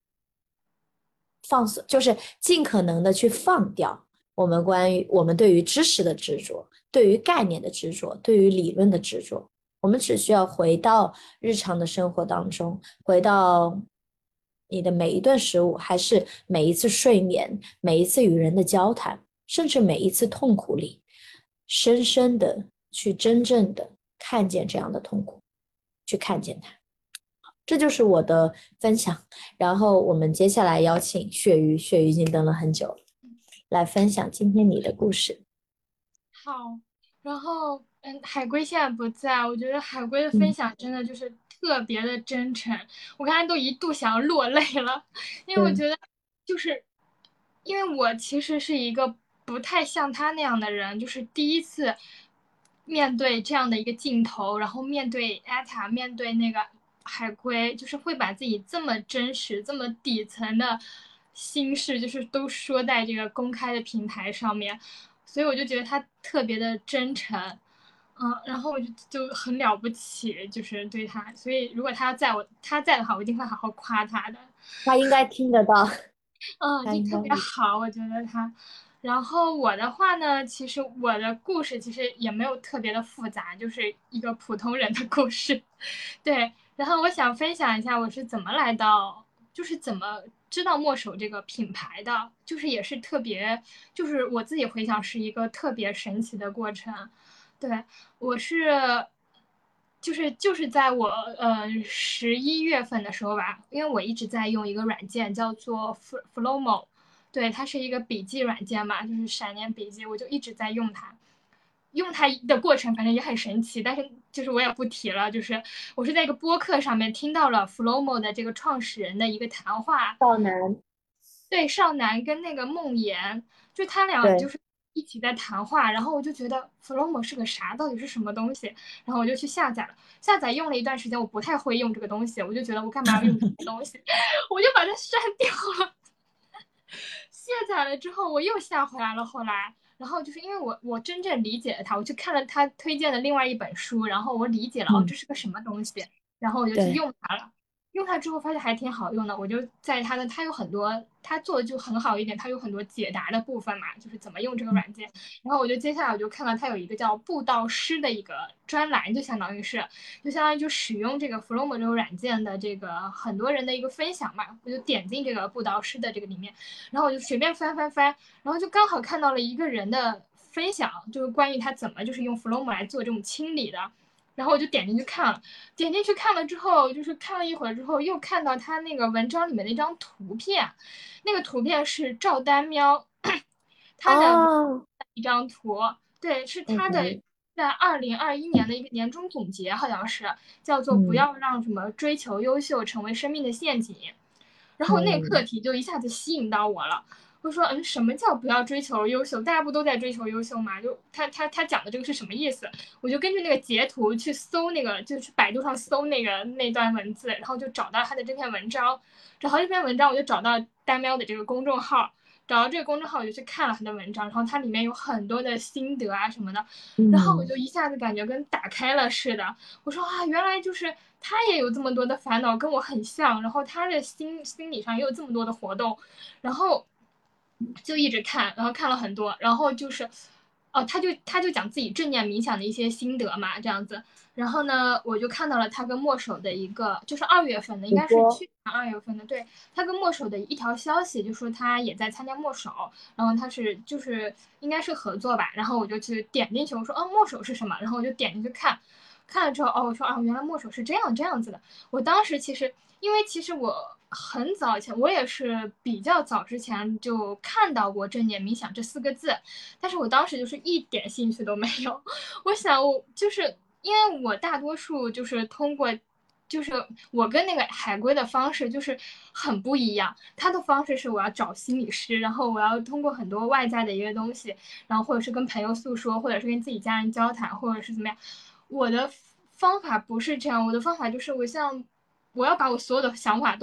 放松，就是尽可能的去放掉我们关于我们对于知识的执着，对于概念的执着，对于理论的执着。我们只需要回到日常的生活当中，回到你的每一顿食物，还是每一次睡眠，每一次与人的交谈，甚至每一次痛苦里，深深的去真正的看见这样的痛苦，去看见它。这就是我的分享。然后我们接下来邀请血鱼，血鱼已经等了很久了，来分享今天你的故事。 好，然后嗯，海龟现在不在，我觉得海龟的分嗯享真的就是特别的真诚，我刚才都一度想要落泪了，因为我嗯觉得就是因为我其实是一个不太像他那样的人，就是第一次面对这样的一个镜头，然后面对艾塔，面对那个海龟，就是会把自己这么真实、这么底层的心事，就是都说在这个公开的平台上面，所以我就觉得他特别的真诚。嗯，然后我就就很了不起，就是对他，所以如果他在我他在的话，我一定会好好夸他的。 他应该听得到。 嗯，就特他应该别好，我觉得他。然后我的话呢，其实我的故事其实也没有特别的复杂，就是一个普通人的故事。对，然后我想分享一下我是怎么来到，就是怎么知道墨守这个品牌的，就是也是特别，就是我自己回想是一个特别神奇的过程。对，我是。就是就是在我呃十一月份的时候吧，因为我一直在用一个软件叫做 Flomo，对，它是一个笔记软件嘛，就是闪念笔记，我就一直在用它。用它的过程反正也很神奇，但是就是我也不提了。就是我是在一个播客上面听到了 Flomo 的这个创始人的一个谈话， 少男。 对，少男跟那个梦妍，就他俩就对。 是一起在谈话，然后我就觉得 Flomo 是个啥，到底是什么东西？然后我就去下载了，下载用了一段时间，我不太会用这个东西，我就觉得我干嘛要用这个东西，我就把它删掉了。卸载了之后，我又下回来了。后来，然后就是因为我我真正理解了它，我去看了他推荐的另外一本书，然后我理解了哦， 嗯， 这是个什么东西，然后我就去对。 用它了。用它之后发现还挺好用的，我就在它的它有很多，它做的就很好一点，它有很多解答的部分嘛，就是怎么用这个嗯软件。然后我就接下来我就看到它有一个叫布道师的一个专栏，就相当于是就相当于就使用这个 Flomo 这个软件的这个很多人的一个分享嘛，我就点进这个布道师的这个里面，然后我就随便翻翻翻，然后就刚好看到了一个人的分享，就是关于他怎么就是用 Flomo 来做这种清理的。然后我就点进去看了，点进去看了之后，就是看了一会儿之后，又看到他那个文章里面的一张图片，那个图片是赵丹喵他的哦一张图，对，是他的 ，OK。 在二零二一年的一个年终总结，好像是叫做“不嗯要让什么追求优秀成为生命的陷阱”。然后那个课嗯题就一下子吸引到我了。我说，嗯，什么叫不要追求优秀？大家不都在追求优秀吗？就他他他讲的这个是什么意思？我就根据那个截图去搜那个，就去百度上搜那个那段文字，然后就找到他的这篇文章。找到这篇文章，我就找到丹喵的这个公众号，找到这个公众号，我就去看了他的文章，然后它里面有很多的心得啊什么的，然后我嗯就一下子感觉跟打开了似的。我说啊，原来就是他也有这么多的烦恼，跟我很像，然后他的心心理上也有这么多的活动，然后就一直看，然后看了很多，然后就是，哦，他就他就讲自己正念冥想的一些心得嘛，这样子。然后呢，我就看到了他跟墨守的一个，就是二月份的，应该是直播。 去年二月份的，对，他跟墨守的一条消息，就说他也在参加墨守，然后他是就是应该是合作吧，然后我就去点进去，我说哦，墨守是什么？然后我就点进去看，看了之后，哦，我说啊，原来墨守是这样这样子的。我当时其实，因为其实我很早以前，我也是比较早之前就看到过正念冥想这四个字，但是我当时就是一点兴趣都没有。我想，我就是因为我大多数就是通过。就是我跟那个海龟的方式就是很不一样，他的方式是我要找心理师，然后我要通过很多外在的一个东西，然后或者是跟朋友诉说，或者是跟自己家人交谈，或者是怎么样。我的方法不是这样，我的方法就是我像我要把我所有的想法都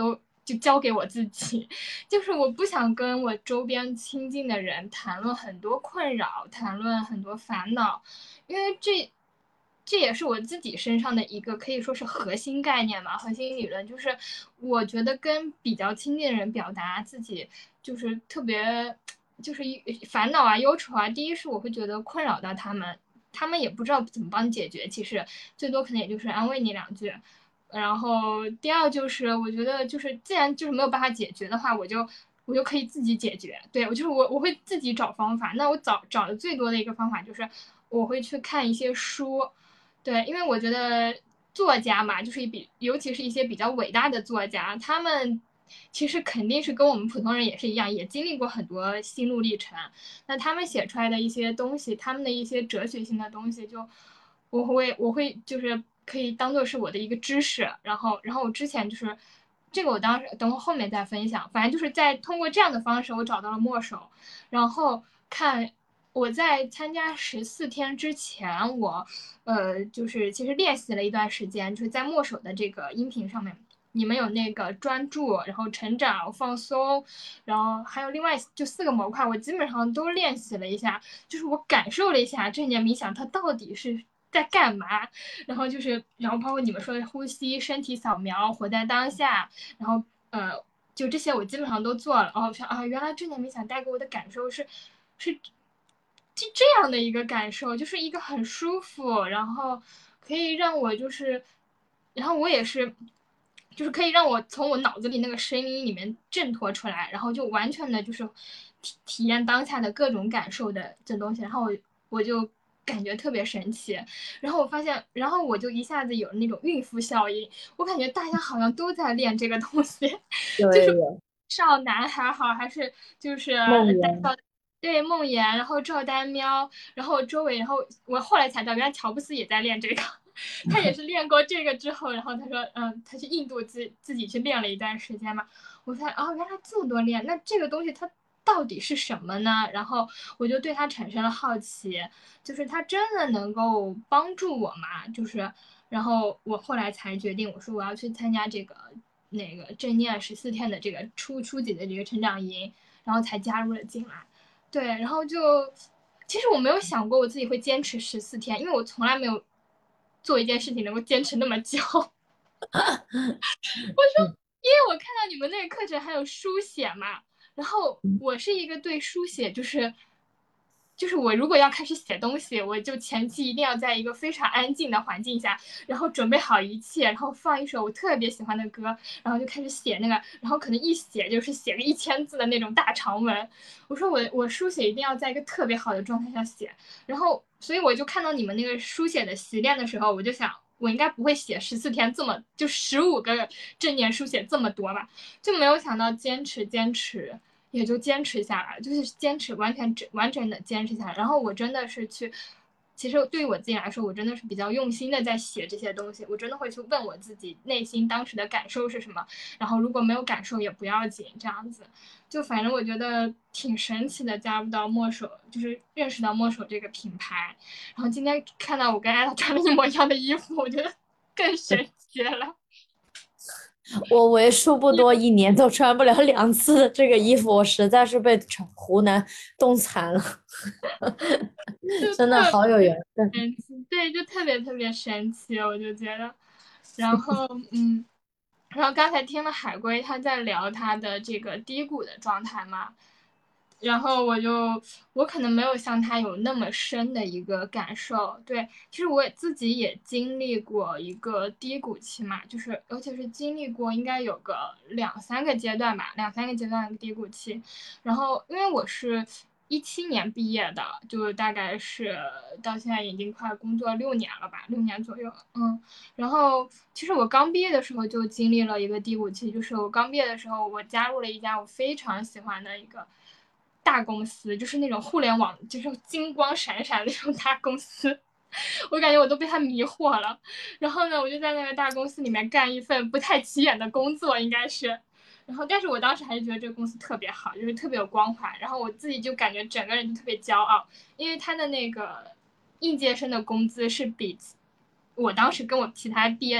就交给我自己，就是我不想跟我周边亲近的人谈论很多困扰，谈论很多烦恼，因为这这也是我自己身上的一个可以说是核心概念嘛，核心理论就是我觉得跟比较亲近的人表达自己就是特别就是烦恼啊、忧愁啊，第一是我会觉得困扰到他们。他们也不知道怎么帮你解决，其实最多可能也就是安慰你两句，然后第二就是，我觉得就是既然就是没有办法解决的话，我就我就可以自己解决。对，我就是我我会自己找方法。那我找找的最多的一个方法就是我会去看一些书。对，因为我觉得作家嘛，就是比尤其是一些比较伟大的作家，他们其实肯定是跟我们普通人也是一样，也经历过很多心路历程。那他们写出来的一些东西，他们的一些哲学性的东西，就我会我会就是可以当做是我的一个知识。然后然后我之前就是这个，我当时等我后面再分享。反正就是在通过这样的方式，我找到了墨手，然后看。我在参加十四天之前，我呃就是其实练习了一段时间，就是在墨手的这个音频上面，你们有那个专注，然后成长、放松，然后还有另外就四个模块，我基本上都练习了一下，就是我感受了一下正念冥想它到底是在干嘛，然后就是然后包括你们说的呼吸、身体扫描、活在当下，然后呃就这些我基本上都做了。然后我想啊，原来正念冥想带给我的感受是是是这样的一个感受，就是一个很舒服，然后可以让我就是，然后我也是，就是可以让我从我脑子里那个声音里面挣脱出来，然后就完全的就是体体验当下的各种感受的这东西，然后我我就感觉特别神奇。然后我发现，然后我就一下子有那种孕妇效应，我感觉大家好像都在练这个东西，就是有有有， 少男还好，还是就是梦魇。 对梦魇，然后赵丹喵，然后周围，然后我后来才知道，原来乔布斯也在练这个，他也是练过这个之后，然后他说，嗯，他去印度自自己去练了一段时间嘛，我发现啊，原来这么多练，那这个东西它到底是什么呢？然后我就对它产生了好奇，就是它真的能够帮助我吗？就是，然后我后来才决定，我说我要去参加这个那个正念十四天的这个初初级的这个成长营，然后才加入了进来。对，然后就其实我没有想过我自己会坚持十四天，因为我从来没有做一件事情能够坚持那么久。因为我看到你们那个课程还有书写嘛，然后我是一个对书写就是就是我如果要开始写东西，我就前期一定要在一个非常安静的环境下，然后准备好一切，然后放一首我特别喜欢的歌，然后就开始写那个，然后可能一写就是写个一千字的那种大长文。我说我我书写一定要在一个特别好的状态下写，然后所以我就看到你们那个书写的习练的时候，我就想我应该不会写十四天这么就十五个正念书写这么多吧，就没有想到坚持坚持。也就坚持下来，就是坚持完全完整的坚持下来。然后我真的是去，其实对于我自己来说，我真的是比较用心的在写这些东西。我真的会去问我自己内心当时的感受是什么，然后如果没有感受也不要紧，这样子。就反正我觉得挺神奇的，加入到墨手，就是认识到墨手这个品牌。然后今天看到我跟艾拉穿了一模一样的衣服，我觉得更神奇了。 我为数不多一年都穿不了两次这个衣服，我实在是被湖南冻惨了，真的好有缘分。 神奇，对，就特别特别神奇，我就觉得。然后，嗯，然后刚才听了海龟他在聊他的这个低谷的状态嘛，然后我就我可能没有像他有那么深的一个感受。对，其实我也自己也经历过一个低谷期嘛，就是而且是经历过应该有个两三个阶段吧，两三个阶段的低谷期。然后因为我是一七年毕业的，就大概是到现在已经快工作六年了吧，六年左右。嗯，然后其实我刚毕业的时候就经历了一个低谷期，就是我刚毕业的时候，我加入了一家我非常喜欢的一个大公司，就是那种互联网就是金光闪闪的那种大公司。我感觉我都被他迷惑了。然后呢，我就在那个大公司里面干一份不太起眼的工作，应该是。然后，但是我当时还是觉得这个公司特别好，就是特别有光环。然后我自己就感觉整个人就特别骄傲，因为他的那个应届生的工资是比我当时跟我其他毕业的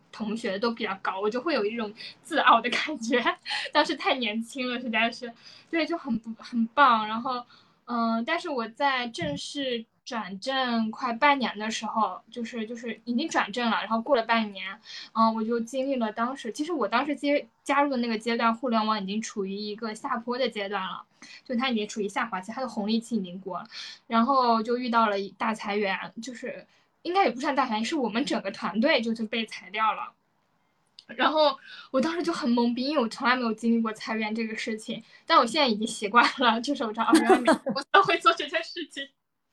同学都比较高，我就会有一种自傲的感觉，当时太年轻了，实在是，对，就很不很棒。然后，嗯、呃，但是我在正式转正快半年的时候，就是就是已经转正了，然后过了半年，嗯、呃，我就经历了当时，其实我当时接加入的那个阶段，互联网已经处于一个下坡的阶段了，就它已经处于下滑期，它的红利期已经过了，然后就遇到了大裁员，就是应该也不算大裁员，是我们整个团队就是被裁掉了。然后我当时就很懵逼，因为我从来没有经历过裁员这个事情，但我现在已经习惯了，就是我知道哦，原来每个公司都会做这件事情。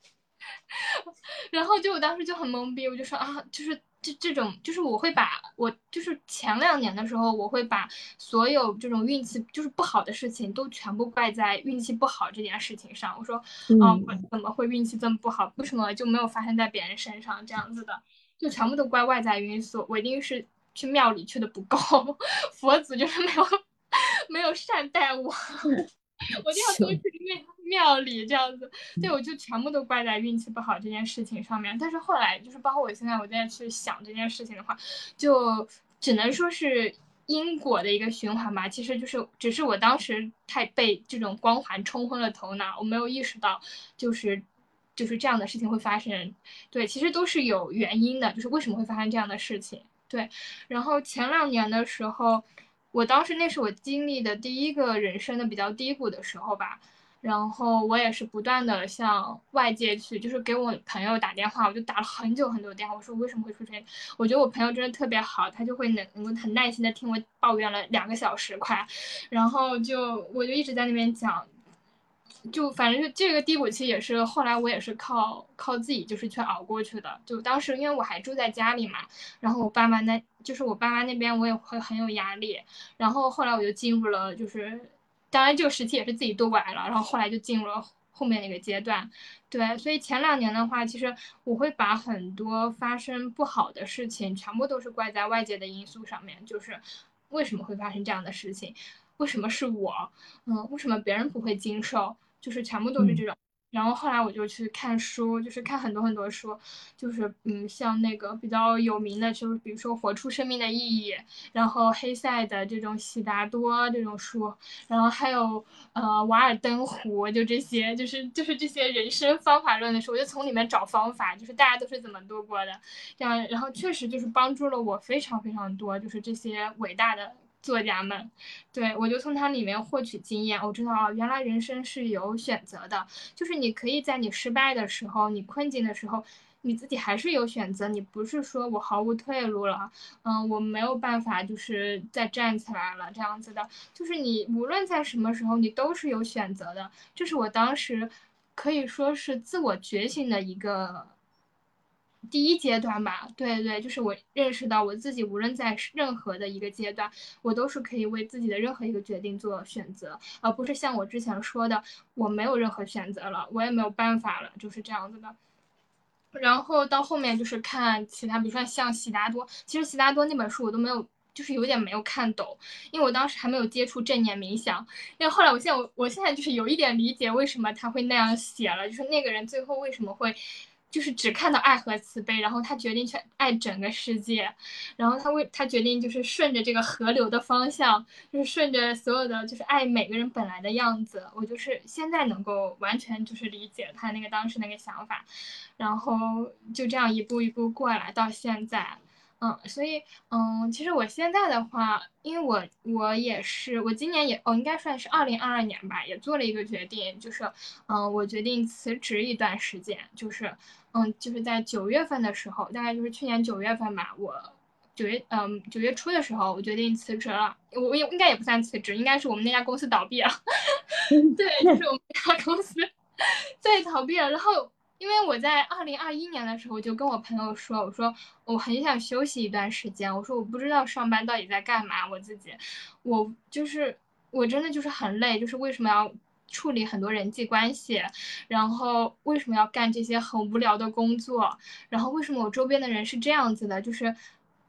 然后就我当时就很懵逼，我就说啊，就是这这种，就是我会把我就是前两年的时候，我会把所有这种运气就是不好的事情都全部怪在运气不好这件事情上。我说，哦、我怎么会运气这么不好？为什么就没有发生在别人身上这样子的？就全部都怪外在因素，我一定是去庙里去的不够，佛祖就是没有没有善待我。我就要多去庙庙里这样子，对，我就全部都怪在运气不好这件事情上面。但是后来就是包括我现在我再去想这件事情的话，就只能说是因果的一个循环吧。其实就是只是我当时太被这种光环冲昏了头脑，我没有意识到就是就是这样的事情会发生。对，其实都是有原因的，就是为什么会发生这样的事情。对，然后前两年的时候。我当时那是我经历的第一个人生的比较低谷的时候吧，然后我也是不断的向外界去，就是给我朋友打电话，我就打了很久很久电话，我说为什么会出现？我觉得我朋友真的特别好，他就会能能够很耐心的听我抱怨了两个小时快，然后就我就一直在那边讲。就反正就这个低谷期也是后来我也是靠靠自己就是去熬过去的。就当时因为我还住在家里嘛，然后我爸妈那就是我爸妈那边我也会很有压力，然后后来我就进入了就是当然这个时期也是自己多来了，然后后来就进入了后面那个阶段。对，所以前两年的话，其实我会把很多发生不好的事情全部都是怪在外界的因素上面，就是为什么会发生这样的事情，为什么是我，嗯，为什么别人不会经受。就是全部都是这种。然后后来我就去看书，就是看很多很多书，就是嗯，像那个比较有名的，就是比如说《活出生命的意义》，然后黑塞的这种悉达多这种书，然后还有呃《瓦尔登湖》，就这些，就是就是这些人生方法论的书，我就从里面找方法，就是大家都是怎么度过的，这样，然后确实就是帮助了我非常非常多，就是这些伟大的。作家们，对，我就从它里面获取经验，我知道啊，原来人生是有选择的，就是你可以在你失败的时候，你困境的时候，你自己还是有选择，你不是说我毫无退路了，嗯，我没有办法就是再站起来了这样子的，就是你无论在什么时候，你都是有选择的，这是我当时可以说是自我觉醒的一个。第一阶段吧，对对，就是我认识到我自己，无论在任何的一个阶段，我都是可以为自己的任何一个决定做选择，而不是像我之前说的，我没有任何选择了，我也没有办法了，就是这样子的。然后到后面就是看其他，比如说像悉达多，其实悉达多那本书我都没有，就是有点没有看懂，因为我当时还没有接触正念冥想。因为后来我现在我我现在就是有一点理解为什么他会那样写了，就是那个人最后为什么会。就是只看到爱和慈悲，然后他决定去爱整个世界，然后他为他决定就是顺着这个河流的方向，就是顺着所有的就是爱每个人本来的样子。我就是现在能够完全就是理解他那个当时那个想法，然后就这样一步一步过来到现在。嗯，所以嗯，其实我现在的话，因为我我也是，我今年也哦，应该算是二零二二年吧，也做了一个决定，就是嗯，我决定辞职一段时间，就是嗯，就是在九月份的时候，大概就是去年九月份吧，我九月嗯九月初的时候，我决定辞职了。我也应该也不算辞职，应该是我们那家公司倒闭了。对，就是我们那家公司在倒闭了。然后，因为我在二零二一年的时候就跟我朋友说，我说我很想休息一段时间，我说我不知道上班到底在干嘛，我自己，我就是我真的就是很累，就是为什么要处理很多人际关系，然后为什么要干这些很无聊的工作，然后为什么我周边的人是这样子的，就是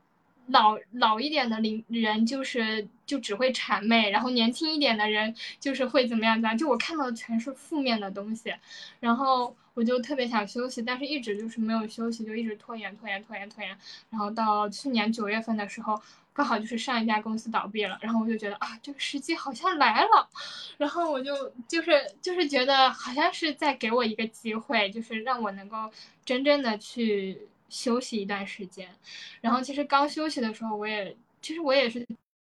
老老一点的领人就是就只会谄媚，然后年轻一点的人就是会怎么样怎么样，就我看到的全是负面的东西，然后我就特别想休息，但是一直就是没有休息，就一直拖延拖延拖延拖延，然后到去年九月份的时候，刚好就是上一家公司倒闭了，然后我就觉得啊，这个时机好像来了，然后我就就是就是觉得好像是在给我一个机会，就是让我能够真正的去休息一段时间。然后其实刚休息的时候，我也其实我也是，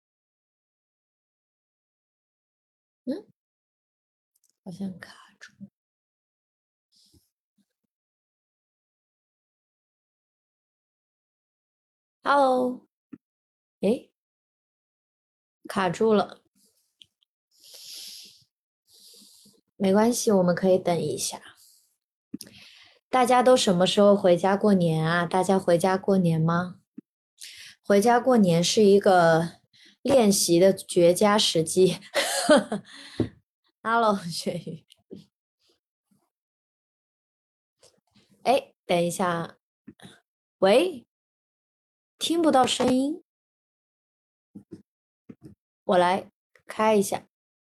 嗯，好像卡住。Hello，诶，卡住了，没关系，我们可以等一下。大家都什么时候回家过年啊？大家回家过年吗？回家过年是一个练习的绝佳时机。Hello，雪雨。哎，等一下，喂，听不到声音，我来开一下。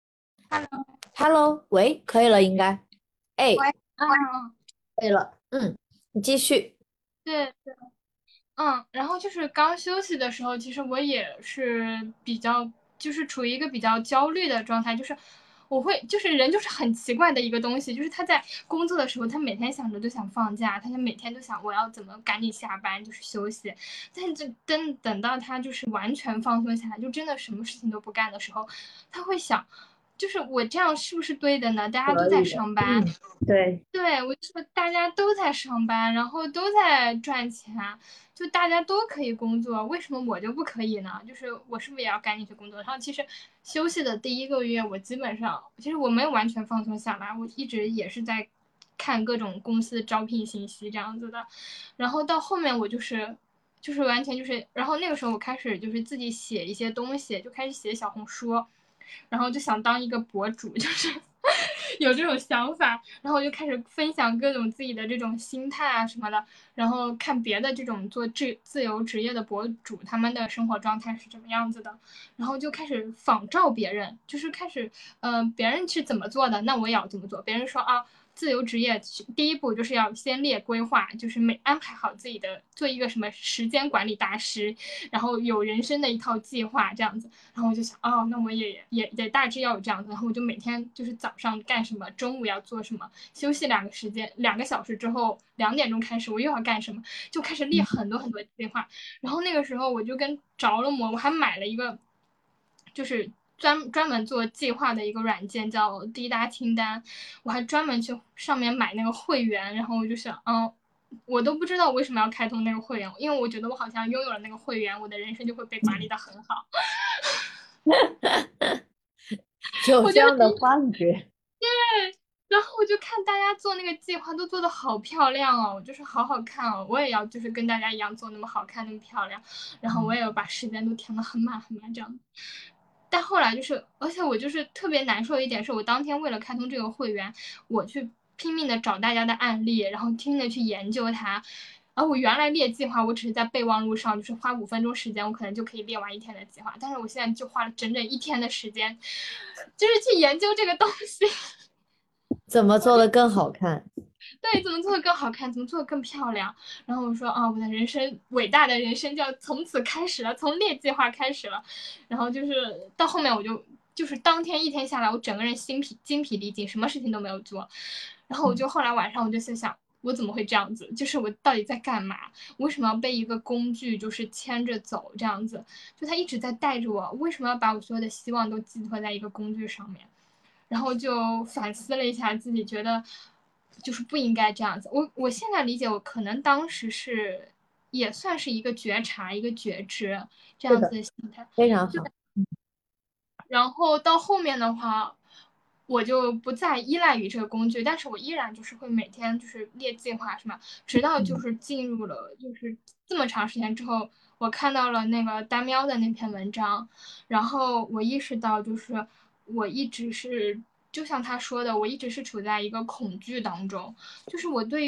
Hello， Hello，喂，可以了，应该。哎， 喂，嗯， 可以了，嗯，你继续。 对，嗯，然后就是刚休息的时候，其实我也是比较，就是处于一个比较焦虑的状态，就是我会，就是人就是很奇怪的一个东西，就是他在工作的时候，他每天想着都想放假，他就每天都想我要怎么赶紧下班，就是休息，但是等等到他就是完全放松下来，就真的什么事情都不干的时候，他会想，就是我这样是不是对的呢？大家都在可以的， 上班， 嗯，对， 对，我就说大家都在上班，然后都在赚钱，就大家都可以工作，为什么我就不可以呢？就是我是不是也要赶紧去工作？然后其实休息的第一个月，我基本上其实我没有完全放松下来，我一直也是在看各种公司招聘信息这样子的。然后到后面我就是就是完全就是，然后那个时候我开始就是自己写一些东西，就开始写小红书，然后就想当一个博主，就是有这种想法，然后我就开始分享各种自己的这种心态啊什么的，然后看别的这种做自自由职业的博主他们的生活状态是怎么样子的，然后就开始仿照别人，就是开始，嗯、呃，别人是怎么做的，那我也要这么做。别人说啊，自由职业第一步就是要先列规划，就是每安排好自己的，做一个什么时间管理大师，然后有人生的一套计划这样子。然后我就想，哦，那我也也也大致要有这样子。然后我就每天就是早上干什么，中午要做什么，休息两个时间两个小时之后，两点钟开始我又要干什么，就开始列很多很多计划。然后那个时候我就跟着了魔，我还买了一个，就是专专门做计划的一个软件，叫滴答清单。我还专门去上面买那个会员，然后我就想，嗯，我都不知道为什么要开通那个会员，因为我觉得我好像拥有了那个会员，我的人生就会被管理的很好。 有我就这样的幻觉。 然后我就看大家做那个计划都做的好漂亮哦，就是好好看哦，我也要就是跟大家一样做那么好看那么漂亮，然后我也要把时间都填的很满很满这样。但后来就是，而且我就是特别难受的一点是，我当天为了开通这个会员，我去拼命的找大家的案例，然后拼命的去研究它。而我原来列计划，我只是在备忘录上，就是花五分钟时间，我可能就可以列完一天的计划。但是我现在就花了整整一天的时间，就是去研究这个东西。 怎么做的更好看？ 对，怎么做的更好看，怎么做的更漂亮。然后我说啊，我的人生伟大的人生就要从此开始了，从列计划开始了。然后就是到后面我就就是当天一天下来，我整个人心疲精疲力尽，什么事情都没有做。然后我就后来晚上我就在想，我怎么会这样子？就是我到底在干嘛？为什么要被一个工具就是牵着走这样子？就他一直在带着我，为什么要把我所有的希望都寄托在一个工具上面？然后就反思了一下自己，觉得就是不应该这样子。我我现在理解，我可能当时是也算是一个觉察、一个觉知这样子是的， 的心态。 非常好。 然后到后面的话，我就不再依赖于这个工具，但是我依然就是会每天就是列计划，是吗？直到就嗯是进入了就是这么长时间之后，我看到了那个大喵的那篇文章，然后我意识到就是我一直是就像他说的，我一直是处在一个恐惧当中，就是我对于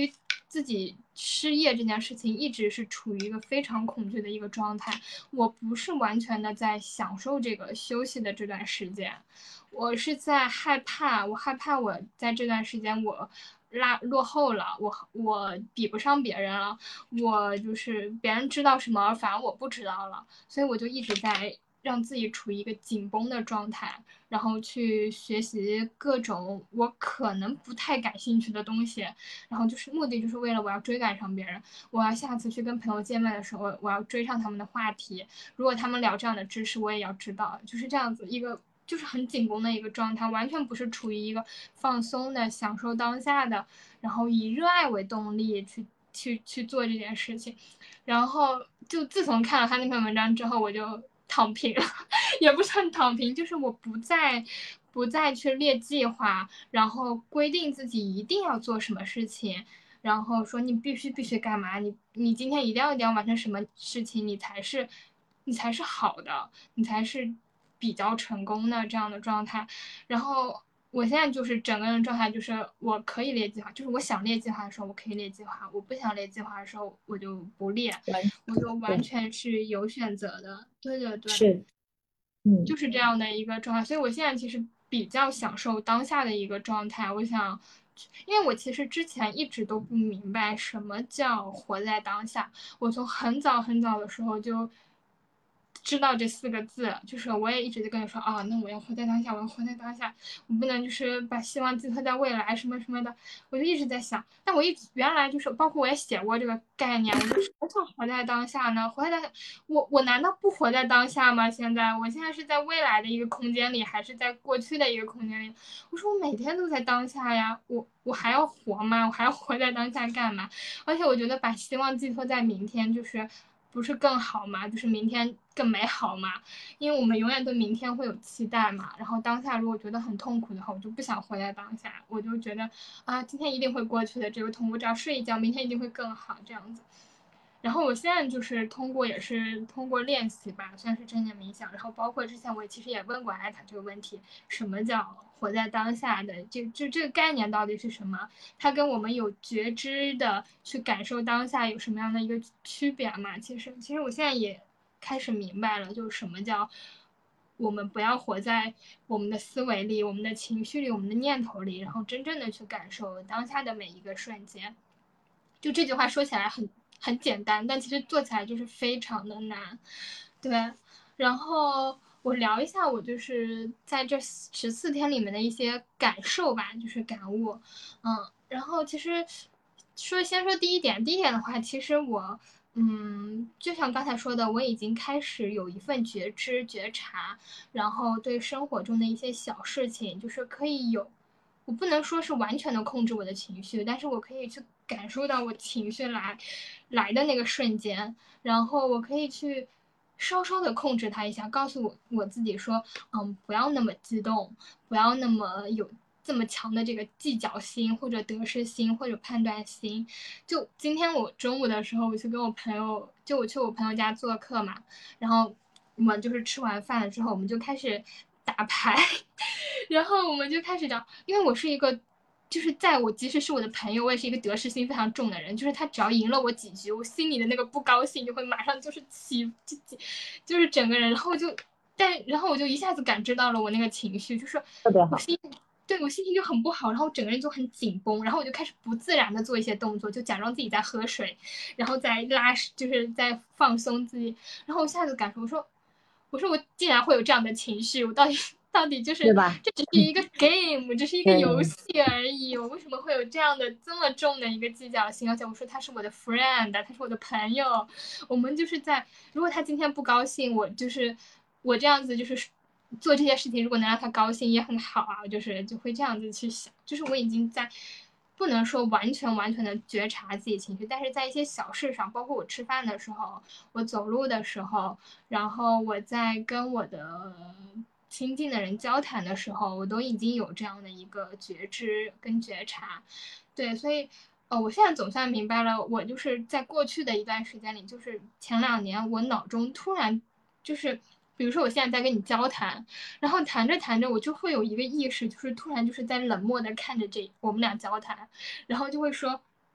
自己失业这件事情一直是处于一个非常恐惧的一个状态。我不是完全的在享受这个休息的这段时间，我是在害怕，我害怕我在这段时间我拉落后了，我我比不上别人了，我就是别人知道什么，反而我不知道了，所以我就一直在让自己处于一个紧绷的状态，然后去学习各种我可能不太感兴趣的东西，然后就是目的就是为了我要追赶上别人，我要下次去跟朋友见面的时候，我要追上他们的话题，如果他们聊这样的知识，我也要知道，就是这样子一个。就是很紧绷的一个状态，完全不是处于一个放松的、享受当下的，然后以热爱为动力去去去做这件事情。然后就自从看了他那篇文章之后，我就躺平了，也不算躺平，就是我不再不再去列计划，然后规定自己一定要做什么事情。然后说你必须必须干嘛？你你今天一定要一定要完成什么事情，你才是你才是好的，你才是比较成功的这样的状态。然后我现在就是整个人状态就是我可以列计划，就是我想列计划的时候我可以列计划，我不想列计划的时候我就不列，我就完全是有选择的。对对对， 是，嗯， 就是这样的一个状态。所以我现在其实比较享受当下的一个状态。我想。因为我其实之前一直都不明白什么叫活在当下，我从很早很早的时候就知道这四个字，就是我也一直在跟你说啊，那我要活在当下，我要活在当下，我不能就是把希望寄托在未来什么什么的，我就一直在想。但我一直原来就是包括我也写过这个概念，我就什么叫活在当下呢？活在当下，我我难道不活在当下吗？现在我现在是在未来的一个空间里，还是在过去的一个空间里？我说我每天都在当下呀，我我还要活吗？我还要活在当下干嘛？而且我觉得把希望寄托在明天，就是不是更好吗？就是明天更美好嘛。因为我们永远对明天会有期待嘛。然后当下如果觉得很痛苦的话，我就不想活在当下，我就觉得啊，今天一定会过去的，这个痛苦只要睡一觉，明天一定会更好这样子。然后我现在就是通过也是通过练习吧，算是正念冥想。然后包括之前我其实也问过艾塔这个问题，什么叫活在当下的这这这个概念到底是什么？它跟我们有觉知的去感受当下有什么样的一个区别嘛？其实其实我现在也开始明白了，就是什么叫我们不要活在我们的思维里、我们的情绪里、我们的念头里，然后真正的去感受当下的每一个瞬间。就这句话说起来很很简单，但其实做起来就是非常的难。对，然后我聊一下我就是在这十四天里面的一些感受吧，就是感悟。嗯，然后其实说先说第一点，第一点的话，其实我嗯，就像刚才说的，我已经开始有一份觉知、觉察，然后对生活中的一些小事情，就是可以有，我不能说是完全的控制我的情绪，但是我可以去感受到我情绪来来的那个瞬间，然后我可以去稍稍的控制它一下，告诉我我自己说，嗯，不要那么激动，不要那么有这么强的这个计较心或者得失心或者判断心。就今天我中午的时候，我去跟我朋友，就我去我朋友家做客嘛，然后我们就是吃完饭了之后，我们就开始打牌，然后我们就开始讲，因为我是一个。就是在我即使是我的朋友，我也是一个得失心非常重的人。就是他只要赢了我几局，我心里的那个不高兴就会马上就是起，就就是整个人，然后就，但然后我就一下子感知到了我那个情绪，就是特别好。 我心对我心情就很不好，然后整个人就很紧绷，然后我就开始不自然的做一些动作，就假装自己在喝水，然后再拉，就是在放松自己，然后我一下子感受，我说，我说我竟然会有这样的情绪，我到底到底就是对吧？ 这只是一个 game，这是一个游对， 戏而已，我为什么会有这样的这么重的一个计较心？而且我说他是我的 friend，他是我的朋友，我们就是在，如果他今天不高兴，我就是我这样子就是做这些事情，如果能让他高兴也很好啊，就是就会这样子去想，就是我已经在。不能说完全完全的觉察自己情绪，但是在一些小事上，包括我吃饭的时候，我走路的时候，然后我在跟我的亲近的人交谈的时候，我都已经有这样的一个觉知跟觉察。对，所以呃，我现在总算明白了，我就是在过去的一段时间里，就是前两年，我脑中突然就是，比如说我现在在跟你交谈，然后谈着谈着，我就会有一个意识，就是突然就是在冷漠的看着这我们俩交谈，然后就会说。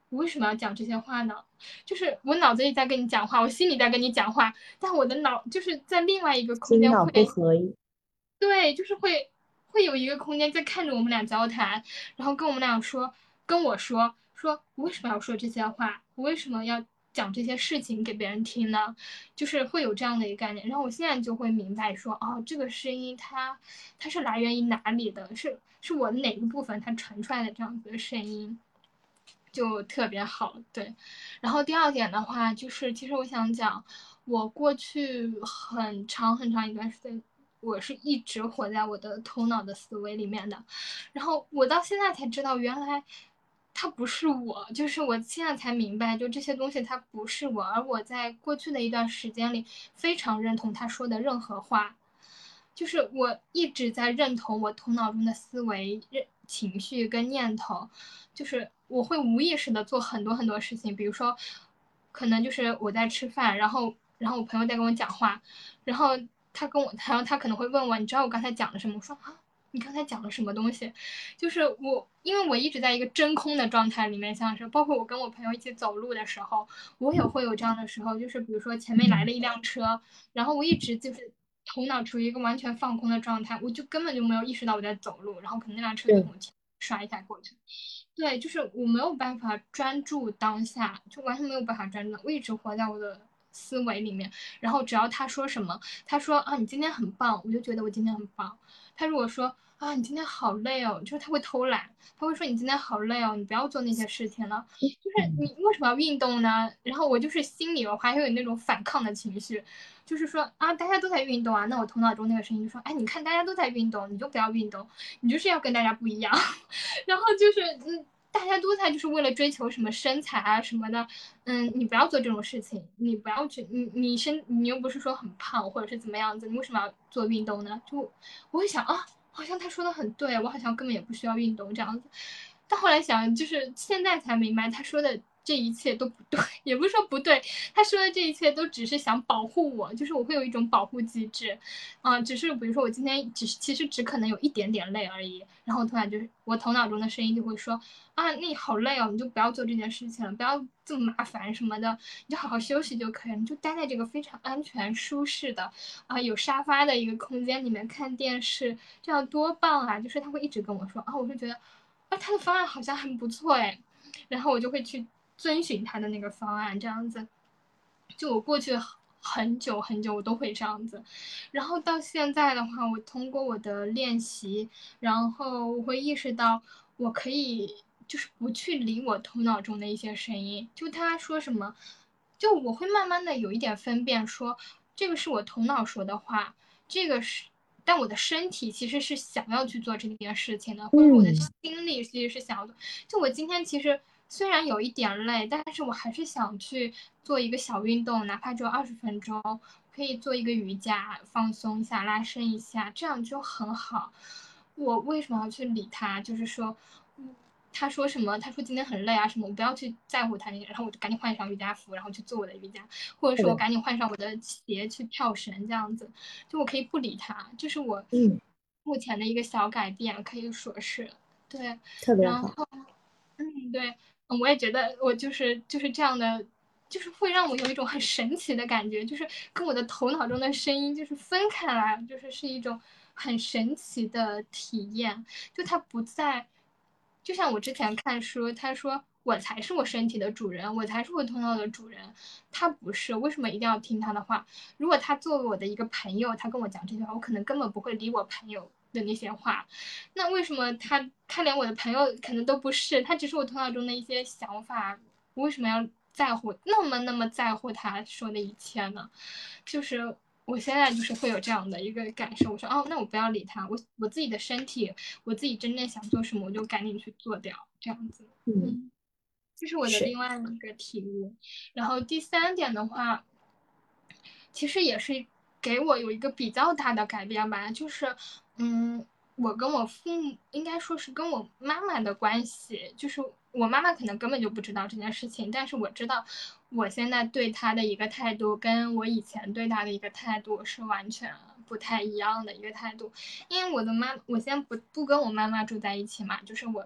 我为什么要讲这些话呢？就是我脑子里在跟你讲话，我心里在跟你讲话，但我的脑就是在另外一个空心脑不间会， 合一。 对，就是会会有一个空间在看着我们俩交谈，然后跟我们俩说，跟我说说我为什么要说这些话，我为什么要讲这些事情给别人听呢？就是会有这样的一个概念。然后我现在就会明白说，哦，这个声音它它是来源于哪里的？是是我的哪个部分它传出来的这样子的声音。就特别好，对。然后第二点的话，就是其实我想讲，我过去很长很长一段时间，我是一直活在我的头脑的思维里面的。然后我到现在才知道，原来它不是我，就是我现在才明白，就这些东西它不是我，而我在过去的一段时间里非常认同他说的任何话。就是我一直在认同我头脑中的思维、认情绪跟念头，就是我会无意识的做很多很多事情，比如说，可能就是我在吃饭，然后然后我朋友在跟我讲话，然后他跟我，然后他可能会问我，你知道我刚才讲了什么？我说啊，你刚才讲了什么东西？就是我，因为我一直在一个真空的状态里面，像是包括我跟我朋友一起走路的时候，我也会有这样的时候，就是比如说前面来了一辆车，然后我一直就是头脑处于一个完全放空的状态，我就根本就没有意识到我在走路，然后可能那辆车就对， 从我前刷一下过去。对，就是我没有办法专注当下，就完全没有办法专注，我一直活在我的思维里面。然后只要他说什么，他说啊你今天很棒，我就觉得我今天很棒。他如果说啊你今天好累哦，就是他会偷懒，他会说你今天好累哦，你不要做那些事情了。就是你为什么要运动呢？然后我就是心里我还会有那种反抗的情绪，就是说啊大家都在运动啊，那我头脑中那个声音就说，哎你看大家都在运动，你就不要运动，你就是要跟大家不一样。然后就是嗯，大家都在就是为了追求什么身材啊什么的，嗯，你不要做这种事情，你不要去，你你身你又不是说很胖或者是怎么样子，你为什么要做运动呢？就我会想啊，好像他说的很对，我好像根本也不需要运动这样子。但后来想，就是现在才明白，他说的这一切都不对，也不是说不对，他说的这一切都只是想保护我，就是我会有一种保护机制，啊、只是比如说我今天只是其实只可能有一点点累而已，然后突然就是我头脑中的声音就会说啊，你好累哦，你就不要做这件事情了，不要这么麻烦什么的，你就好好休息就可以了，你就待在这个非常安全舒适的啊有沙发的一个空间里面看电视，这样多棒啊！就是他会一直跟我说啊，我就觉得。啊，他的方案好像很不错哎，然后我就会去遵循他的那个方案，这样子。就我过去很久很久我都会这样子，然后到现在的话，我通过我的练习，然后我会意识到我可以就是不去理我头脑中的一些声音，就他说什么，就我会慢慢的有一点分辨说，这个是我头脑说的话，这个是。但我的身体其实是想要去做这件事情的，或者说我的嗯， 心里其实是想要做。就我今天其实虽然有一点累，但是我还是想去做一个小运动，哪怕只有二十分钟，可以做一个瑜伽，放松一下，拉伸一下，这样就很好。我为什么要去理他？就是说，他说什么？他说今天很累啊什么，我不要去在乎他那些，然后我就赶紧换上瑜伽服，然后去做我的瑜伽，或者是的， 说我赶紧换上我的鞋去跳绳，这样子，就我可以不理他，这是我嗯， 目前的一个小改变，可以说是对。 特别好。 然后，嗯，对，嗯我也觉得我就是就是这样的，就是会让我有一种很神奇的感觉，就是跟我的头脑中的声音就是分开来，就是是一种很神奇的体验。就它不在，就像我之前看书，他说我才是我身体的主人，我才是我头脑的主人，他不是，为什么一定要听他的话？如果他作为我的一个朋友，他跟我讲这些话，我可能根本不会理我朋友的那些话。那为什么他他连我的朋友可能都不是，他只是我头脑中的一些想法，我为什么要在乎那么那么在乎他说的一切呢？就是我现在就是会有这样的一个感受，我说哦，那我不要理他，我我自己的身体，我自己真正想做什么，我就赶紧去做掉，这样子。 嗯， 嗯，这是我的是。 另外一个体悟。然后第三点的话，其实也是给我有一个比较大的改变吧，就是嗯，我跟我父母应该说是跟我妈妈的关系，就是我妈妈可能根本就不知道这件事情，但是我知道我现在对她的一个态度，跟我以前对她的一个态度是完全不太一样的一个态度。因为我的妈，我现在不不跟我妈妈住在一起嘛，就是我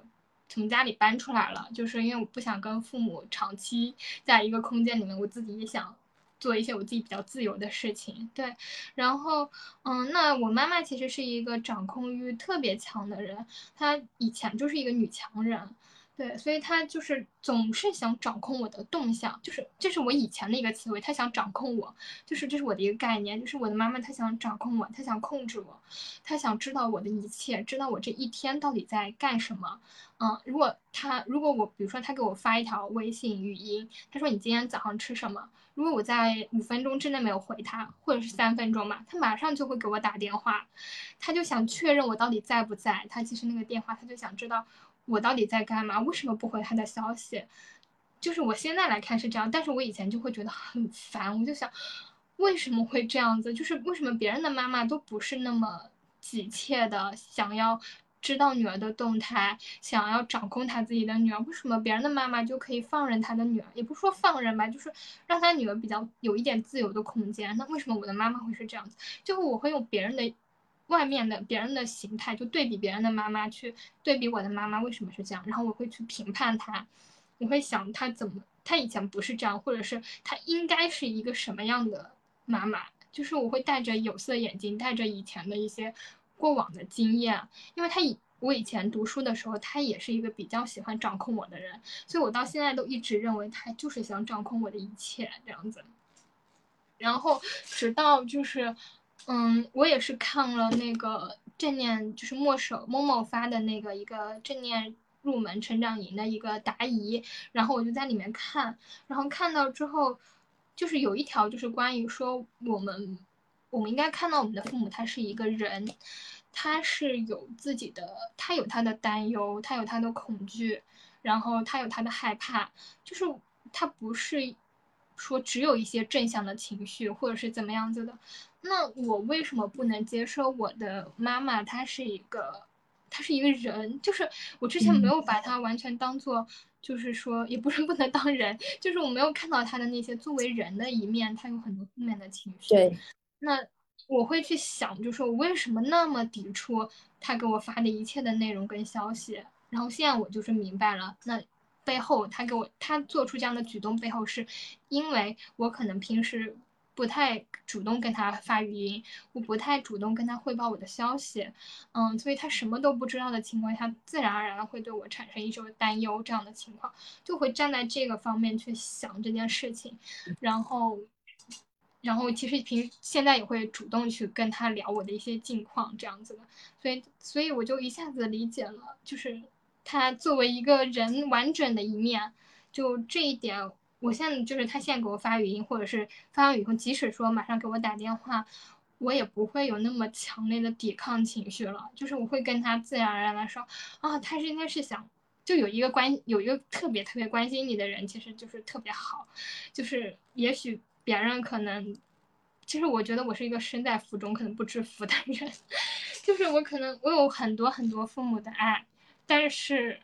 从家里搬出来了，就是因为我不想跟父母长期在一个空间里面，我自己也想做一些我自己比较自由的事情。对，然后嗯，那我妈妈其实是一个掌控欲特别强的人，她以前就是一个女强人。对，所以她就是总是想掌控我的动向，就是这是我以前的一个词汇，她想掌控我，就是这是我的一个概念，就是我的妈妈她想掌控我，她想控制我，她想知道我的一切，知道我这一天到底在干什么。嗯，如果她如果我比如说她给我发一条微信语音，她说你今天早上吃什么？如果我在五分钟之内没有回她，或者是三分钟吧，她马上就会给我打电话，她就想确认我到底在不在。她其实那个电话，她就想知道我到底在干嘛，为什么不回她的消息。就是我现在来看是这样，但是我以前就会觉得很烦，我就想为什么会这样子？就是为什么别人的妈妈都不是那么急切的想要知道女儿的动态，想要掌控她自己的女儿，为什么别人的妈妈就可以放任她的女儿？也不是说放任吧，就是让她女儿比较有一点自由的空间。那为什么我的妈妈会是这样子？就我会用别人的外面的别人的形态，就对比别人的妈妈，去对比我的妈妈为什么是这样，然后我会去评判她，我会想她怎么，她以前不是这样，或者是她应该是一个什么样的妈妈，就是我会戴着有色眼镜，带着以前的一些过往的经验，因为她以我以前读书的时候，她也是一个比较喜欢掌控我的人，所以我到现在都一直认为她就是想掌控我的一切这样子。然后直到就是，嗯，我也是看了那个正念，就是墨手某某发的那个一个正念入门成长营的一个答疑，然后我就在里面看，然后看到之后，就是有一条就是关于说我们，我们应该看到我们的父母他是一个人，他是有自己的，他有他的担忧，他有他的恐惧，然后他有他的害怕，就是他不是说只有一些正向的情绪或者是怎么样子的。那我为什么不能接受我的妈妈她是一个，她是一个人？就是我之前没有把她完全当做，就是说也不是不能当人，就是我没有看到她的那些作为人的一面，她有很多负面的情绪。 对， 那我会去想，就是我为什么那么抵触他给我发的一切的内容跟消息。然后现在我就是明白了，那背后他给我他做出这样的举动背后，是因为我可能平时不太主动跟他发语音，我不太主动跟他汇报我的消息，嗯，所以他什么都不知道的情况下，自然而然会对我产生一种担忧，这样的情况就会站在这个方面去想这件事情，然后。然后其实平现在也会主动去跟他聊我的一些近况这样子的，所以所以我就一下子理解了，就是他作为一个人完整的一面，就这一点，我现在就是他现在给我发语音，或者是发完以后，即使说马上给我打电话，我也不会有那么强烈的抵抗情绪了，就是我会跟他自然而然的说，啊，他是应该是想。就有一个关有一个特别特别关心你的人，其实就是特别好，就是也许别人可能，其实我觉得我是一个身在福中可能不知福的人，就是我可能我有很多很多父母的爱，但是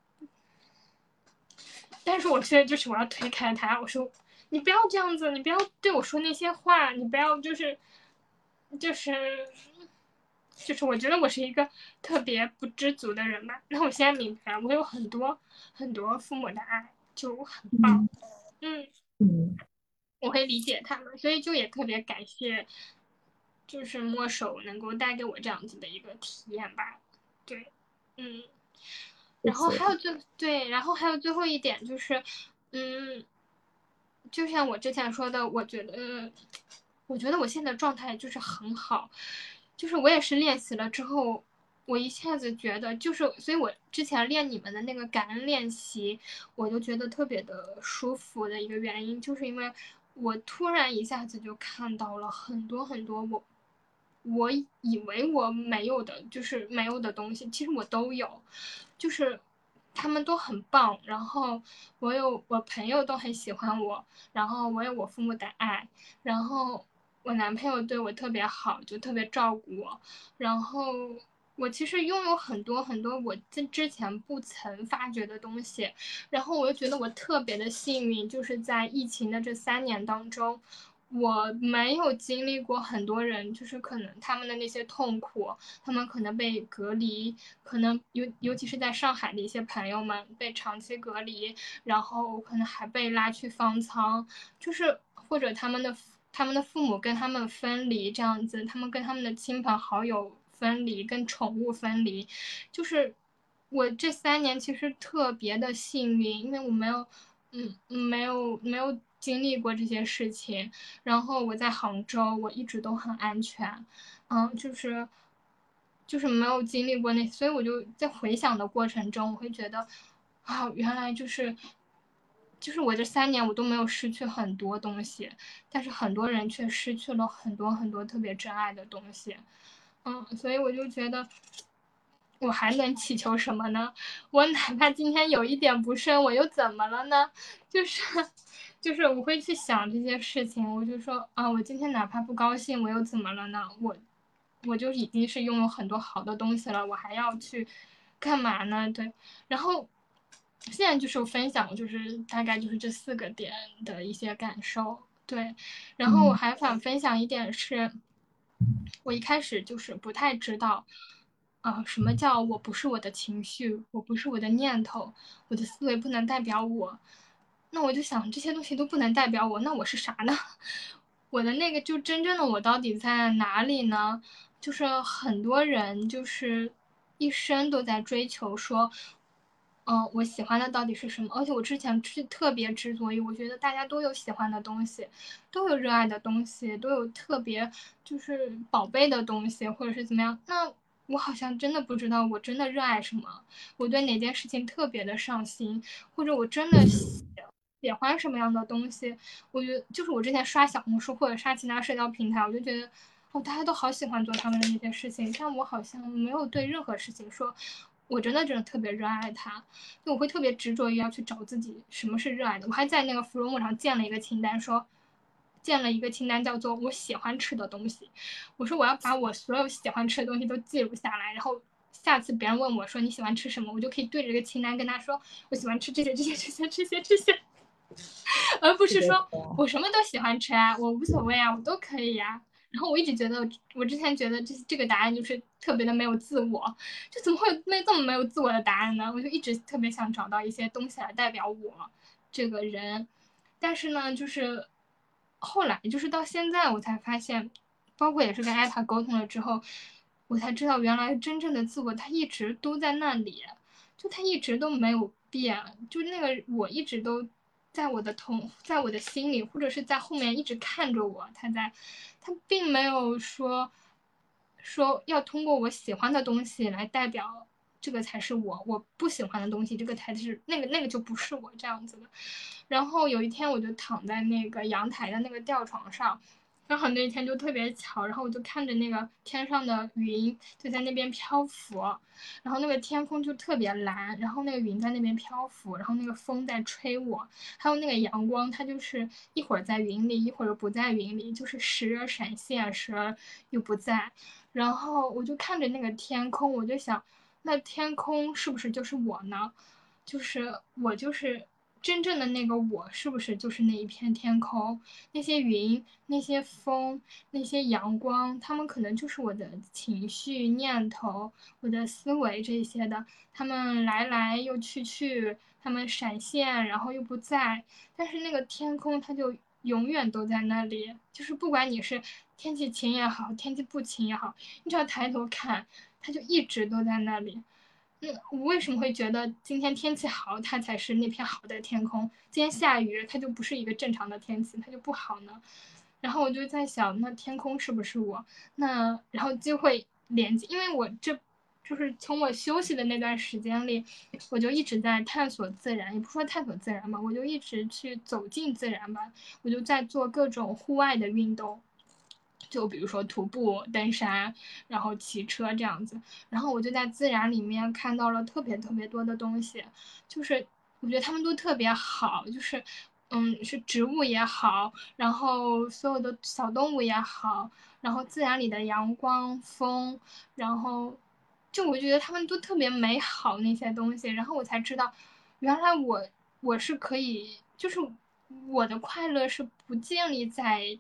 但是我现在就是我要推开他，我说你不要这样子，你不要对我说那些话，你不要就是就是就是我觉得我是一个特别不知足的人吧。然后我现在明白了，我有很多很多父母的爱，就很棒。 嗯嗯， 嗯， 我会理解他们，所以就也特别感谢，就是摸手能够带给我这样子的一个体验吧。对，嗯。然后谢谢。 还有最对，然后还有最后一点就是，嗯，就像我之前说的，我觉得，我觉得我现在状态就是很好，就是我也是练习了之后，我一下子觉得就是，所以我之前练你们的那个感恩练习，我就觉得特别的舒服的一个原因，就是因为我突然一下子就看到了很多很多我。我以为我没有的，就是没有的东西，其实我都有，就是他们都很棒。然后我有我朋友都很喜欢我，然后我有我父母的爱，然后我男朋友对我特别好，就特别照顾我。然后我其实拥有很多很多我之之前不曾发掘的东西，然后我又觉得我特别的幸运，就是在疫情的这三年当中。 我没有经历过很多人，就是可能他们的那些痛苦，他们可能被隔离，可能尤尤其是在上海的一些朋友们被长期隔离，然后可能还被拉去方舱，就是或者他们的他们的父母跟他们分离这样子，他们跟他们的亲朋好友分离，跟宠物分离，就是我这三年其实特别的幸运，因为我没有。嗯，没有没有经历过这些事情，然后我在杭州，我一直都很安全，嗯，就是就是没有经历过那，所以我就在回想的过程中，我会觉得，啊，原来就是就是我这三年我都没有失去很多东西，但是很多人却失去了很多很多特别珍爱的东西，嗯，所以我就觉得。我还能祈求什么呢？我哪怕今天有一点不顺，我又怎么了呢？就是，就是我会去想这些事情。我就说啊，我今天哪怕不高兴，我又怎么了呢？我，我就已经是拥有很多好的东西了，我还要去干嘛呢？对，然后现在就是分享，就是大概就是这四个点的一些感受。对，然后我还想分享一点是，我一开始就是不太知道。啊，什么叫我不是我的情绪，我不是我的念头，我的思维不能代表我。那我就想这些东西都不能代表我，那我是啥呢？我的那个就真正的我到底在哪里呢？就是很多人就是一生都在追求说，嗯、我喜欢的到底是什么？而且我之前是特别执着于，我觉得大家都有喜欢的东西，都有热爱的东西，都有特别就是宝贝的东西，或者是怎么样。那我好像真的不知道我真的热爱什么，我对哪件事情特别的上心，或者我真的喜喜欢什么样的东西。我觉得就是我之前刷小红书或者刷其他社交平台，我就觉得哦，大家都好喜欢做他们的那些事情，但我好像没有对任何事情说。我真的真的特别热爱它，就我会特别执着于要去找自己什么是热爱的。我还在那个 f r o m 上建了一个清单，说建了一个清单叫做我喜欢吃的东西。我说我要把我所有喜欢吃的东西都记录下来，然后下次别人问我说你喜欢吃什么，我就可以对着这个清单跟他说我喜欢吃这些这些这些这些这些，而不是说我什么都喜欢吃啊，我无所谓啊，我都可以呀、啊。然后我一直觉得，我之前觉得这这个答案就是特别的没有自我，就怎么会有没这么没有自我的答案呢？我就一直特别想找到一些东西来代表我这个人，但是呢，就是后来就是到现在我才发现，包括也是跟艾塔沟通了之后，我才知道原来真正的自我它一直都在那里，就它一直都没有变，就那个我一直都在我的同，在我的心里，或者是在后面一直看着我，他在，他并没有说说要通过我喜欢的东西来代表这个才是我，我不喜欢的东西这个才是那个那个就不是我这样子的。然后有一天我就躺在那个阳台的那个吊床上，刚好那一天就特别巧，然后我就看着那个天上的云就在那边漂浮，然后那个天空就特别蓝，然后那个云在那边漂浮，然后那个风在吹我，还有那个阳光，它就是一会儿在云里，一会儿不在云里，就是时而闪现，时而又不在。然后我就看着那个天空，我就想，那天空是不是就是我呢？就是我就是真正的那个我，是不是就是那一片天空？那些云、那些风、那些阳光，他们可能就是我的情绪、念头、我的思维这些的。他们来来又去去，他们闪现，然后又不在。但是那个天空，它就永远都在那里。就是不管你是天气晴也好，天气不晴也好，你只要抬头看，它就一直都在那里。嗯，我为什么会觉得今天天气好，它才是那片好的天空？今天下雨，它就不是一个正常的天气，它就不好呢？然后我就在想，那天空是不是我？那然后就会连接，因为我这就是从我休息的那段时间里，我就一直在探索自然，也不说探索自然吧，我就一直去走进自然吧，我就在做各种户外的运动。就比如说徒步、登山，然后骑车这样子，然后我就在自然里面看到了特别特别多的东西，就是我觉得他们都特别好，就是嗯，是植物也好，然后所有的小动物也好，然后自然里的阳光、风，然后就我觉得他们都特别美好那些东西，然后我才知道，原来我我是可以，就是我的快乐是不建立在。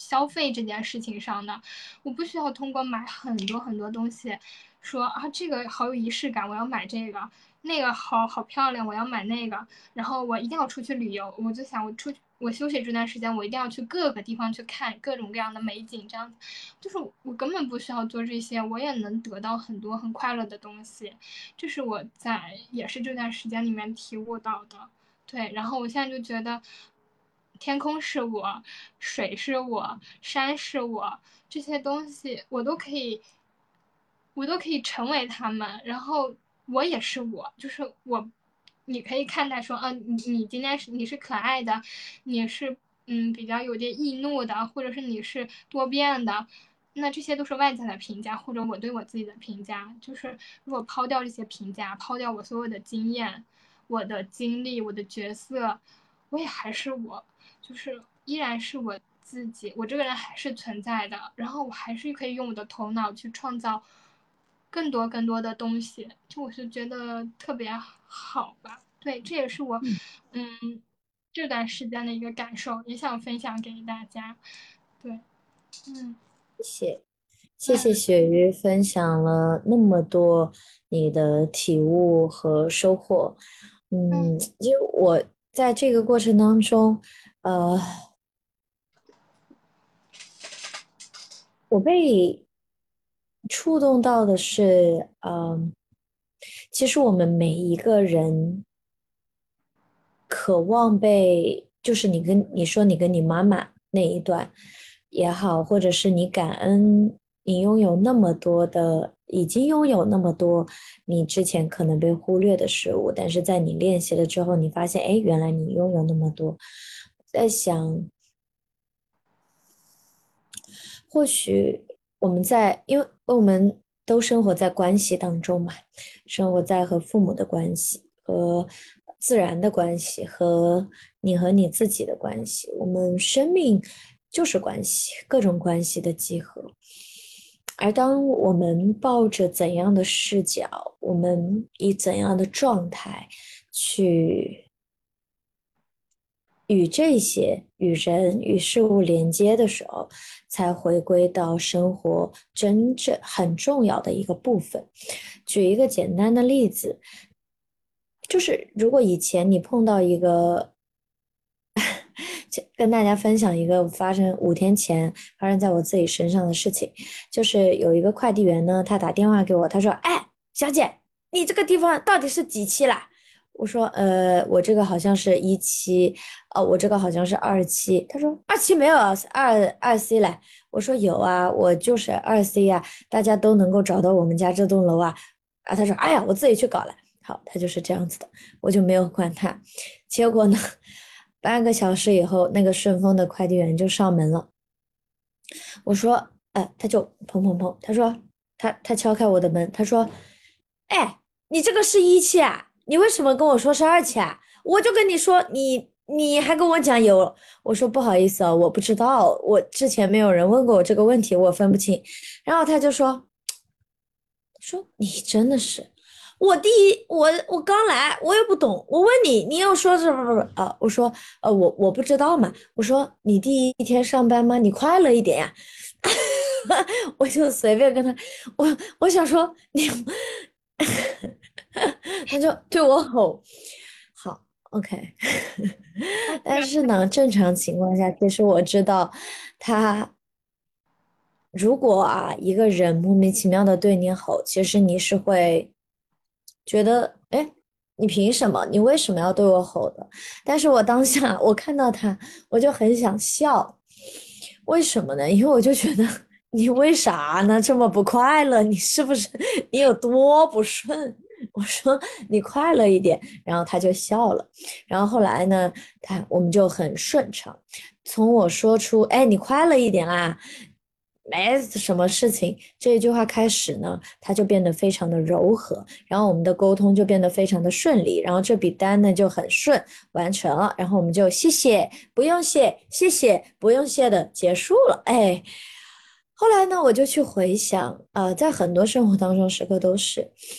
消费这件事情上的。我不需要通过买很多很多东西，说啊这个好有仪式感，我要买这个，那个好好漂亮，我要买那个，然后我一定要出去旅游，我就想我出去。我休息这段时间，我一定要去各个地方去看各种各样的美景，这样就是我根本不需要做这些，我也能得到很多很快乐的东西。这是我在也是这段时间里面体悟到的。对，然后我现在就觉得，天空是我，水是我，山是我，这些东西我都可以，我都可以成为他们，然后我也是我，就是我，你可以看待说，啊，你你今天是你是可爱的，你是嗯比较有点易怒的，或者是你是多变的，那这些都是外在的评价，或者我对我自己的评价，就是如果抛掉这些评价，抛掉我所有的经验。我的经历，我的角色，我也还是我，就是依然是我自己，我这个人还是存在的，然后我还是可以用我的头脑去创造更多更多的东西，就我是觉得特别好吧。对，这也是我嗯这段时间的一个感受，也想分享给大家。对，嗯， 谢谢谢雪鱼分享了那么多你的体悟和收获。嗯，因为我在这个过程当中，呃，我被触动到的是，嗯，其实我们每一个人渴望被，就是你跟你说你跟你妈妈那一段也好，或者是你感恩你拥有那么多的，已经拥有那么多你之前可能被忽略的事物，但是在你练习了之后，你发现，哎，原来你拥有那么多。在想，或许我们在，因为我们都生活在关系当中嘛，生活在和父母的关系、和自然的关系、和你和你自己的关系。我们生命就是关系，各种关系的集合。而当我们抱着怎样的视角，我们以怎样的状态去与这些与人与事物连接的时候，才回归到生活真正很重要的一个部分。举一个简单的例子，就是如果以前你碰到一个，跟大家分享一个发生五天前发生在我自己身上的事情，就是有一个快递员呢，他打电话给我，他说：“哎，小姐，你这个地方到底是几期啦？”我说，呃，我这个好像是一期，哦，我这个好像是二期。他说二期没有啊，二二 C 嘞。我说有啊，我就是二 C 呀，大家都能够找到我们家这栋楼啊。啊，他说，哎呀，我自己去搞了。好，他就是这样子的，我就没有管他。结果呢，半个小时以后，那个顺丰的快递员就上门了。我说，呃，他就砰砰砰，他说，他他敲开我的门，他说，哎，你这个是一期啊？你为什么跟我说是二期啊？我就跟你说，你你还跟我讲有，我说不好意思啊，我不知道，我之前没有人问过我这个问题，我分不清。然后他就说，说你真的是，我第一我我刚来，我也不懂，我问你，你又说是不不不啊？我说呃我我不知道嘛，我说你第一天上班吗？你快乐一点呀。我就随便跟他，我我想说你，他就对我吼，好，OK。但是呢，正常情况下，其实我知道他。如果啊，一个人莫名其妙的对你吼，其实你是会觉得，哎，你凭什么？你为什么要对我吼的？但是我当下我看到他，我就很想笑，为什么呢？因为我就觉得你为啥呢？这么不快乐？你是不是你有多不顺？我说你快乐一点，然后他就笑了，然后后来呢，他我们就很顺畅。从我说出，哎，你快乐一点啦。没什么事情，这一句话开始呢，它就变得非常的柔和，然后我们的沟通就变得非常的顺利，然后这笔单呢就很顺完成了，然后我们就谢谢，不用谢，谢谢，不用谢的结束了。哎，后来呢，我就去回想，呃，在很多生活当中时刻都是，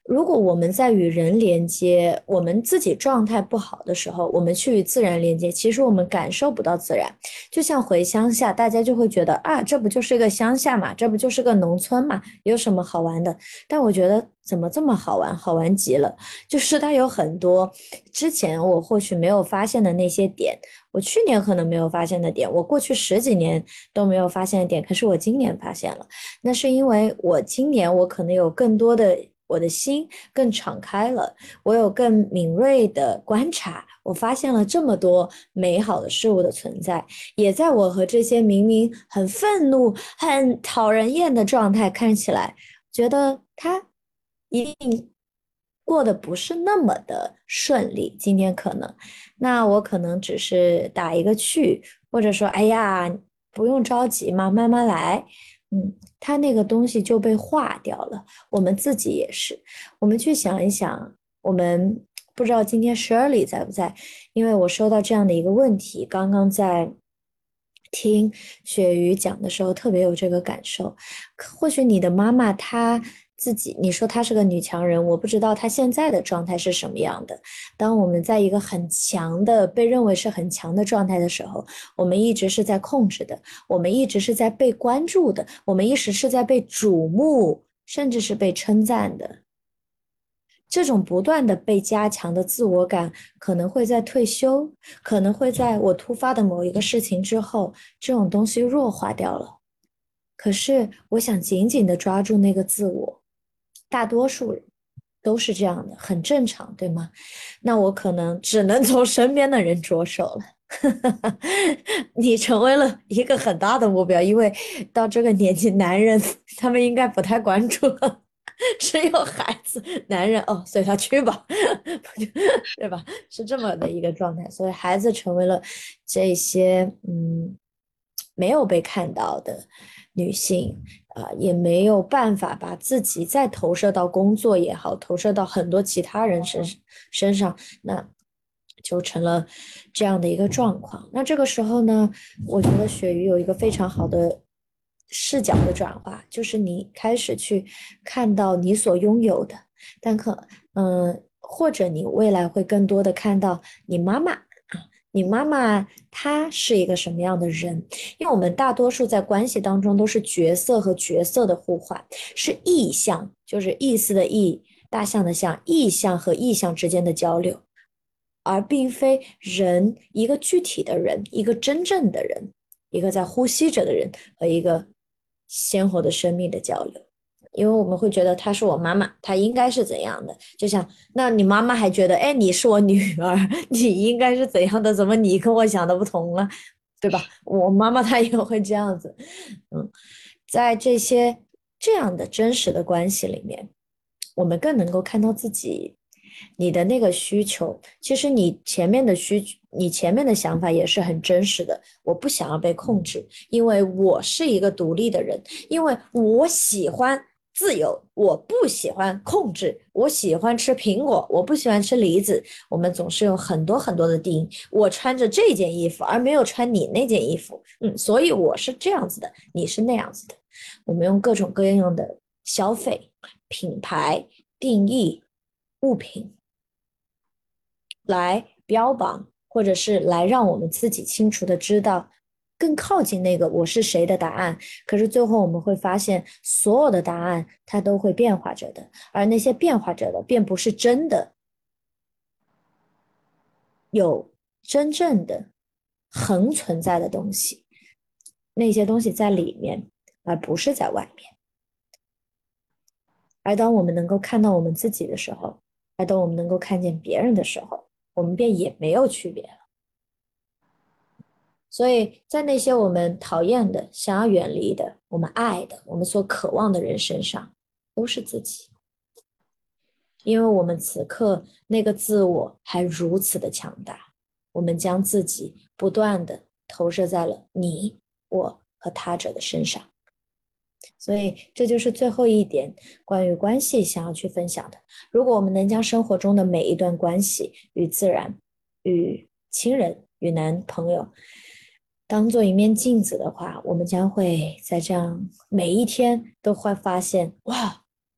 如果我们在与人连接，我们自己状态不好的时候，我们去与自然连接，其实我们感受不到自然。就像回乡下，大家就会觉得啊，这不就是个乡下嘛，这不就是个农村嘛，有什么好玩的？但我觉得怎么这么好玩，好玩极了。就是它有很多之前我或许没有发现的那些点，我去年可能没有发现的点，我过去十几年都没有发现的点，可是我今年发现了。那是因为我今年我可能有更多的，我的心更敞开了，我有更敏锐的观察，我发现了这么多美好的事物的存在，也在我和这些明明很愤怒、很讨人厌的状态看起来，觉得他一定过得不是那么的顺利。今天可能，那我可能只是打一个趣，或者说，哎呀，不用着急嘛，慢慢来。嗯，他那个东西就被化掉了。我们自己也是，我们去想一想，我们不知道今天 Shirley 在不在，因为我收到这样的一个问题，刚刚在听雪鱼讲的时候，特别有这个感受。或许你的妈妈她自己，你说她是个女强人，我不知道她现在的状态是什么样的。当我们在一个很强的，被认为是很强的状态的时候，我们一直是在控制的，我们一直是在被关注的，我们一直是在被瞩目，甚至是被称赞的。这种不断的被加强的自我感，可能会在退休，可能会在我突发的某一个事情之后，这种东西弱化掉了。可是我想紧紧的抓住那个自我，大多数人都是这样的，很正常，对吗？那我可能只能从身边的人着手了。你成为了一个很大的目标，因为到这个年纪，男人他们应该不太关注了。只有孩子，男人哦，随他去吧，对吧？是这么的一个状态，所以孩子成为了这些嗯没有被看到的女性啊、呃，也没有办法把自己再投射到工作也好，投射到很多其他人身身上，那就成了这样的一个状况。那这个时候呢，我觉得雪鱼有一个非常好的视角的转化，就是你开始去看到你所拥有的，但可嗯、呃，或者你未来会更多的看到你妈妈啊，你妈妈她是一个什么样的人？因为我们大多数在关系当中都是角色和角色的互换，是意象，就是意思的意，大象的象，意象和意象之间的交流，而并非人一个具体的人，一个真正的人，一个在呼吸着的人和一个鲜活的生命的交流。因为我们会觉得她是我妈妈，她应该是怎样的？就像那你妈妈还觉得，哎，你是我女儿，你应该是怎样的？怎么你跟我想的不同了？对吧？我妈妈她也会这样子。嗯，在这些这样的真实的关系里面，我们更能够看到自己，你的那个需求，其实你前面的需，你前面的想法也是很真实的。我不想要被控制，因为我是一个独立的人，因为我喜欢自由，我不喜欢控制，我喜欢吃苹果，我不喜欢吃梨子。我们总是有很多很多的定义，我穿着这件衣服，而没有穿你那件衣服，嗯，所以我是这样子的，你是那样子的。我们用各种各样的消费、品牌、定义、物品来标榜，或者是来让我们自己清楚的知道更靠近那个我是谁的答案。可是最后我们会发现，所有的答案它都会变化着的，而那些变化着的便不是真的，有真正的恒存在的东西，那些东西在里面，而不是在外面。而当我们能够看到我们自己的时候，而当我们能够看见别人的时候，我们便也没有区别了。所以在那些我们讨厌的、想要远离的、我们爱的、我们所渴望的人身上，都是自己。因为我们此刻那个自我还如此的强大，我们将自己不断的投射在了你、我和他者的身上。所以这就是最后一点关于关系想要去分享的。如果我们能将生活中的每一段关系与自然、与亲人、与男朋友当做一面镜子的话，我们将会在这样每一天都会发现，哇，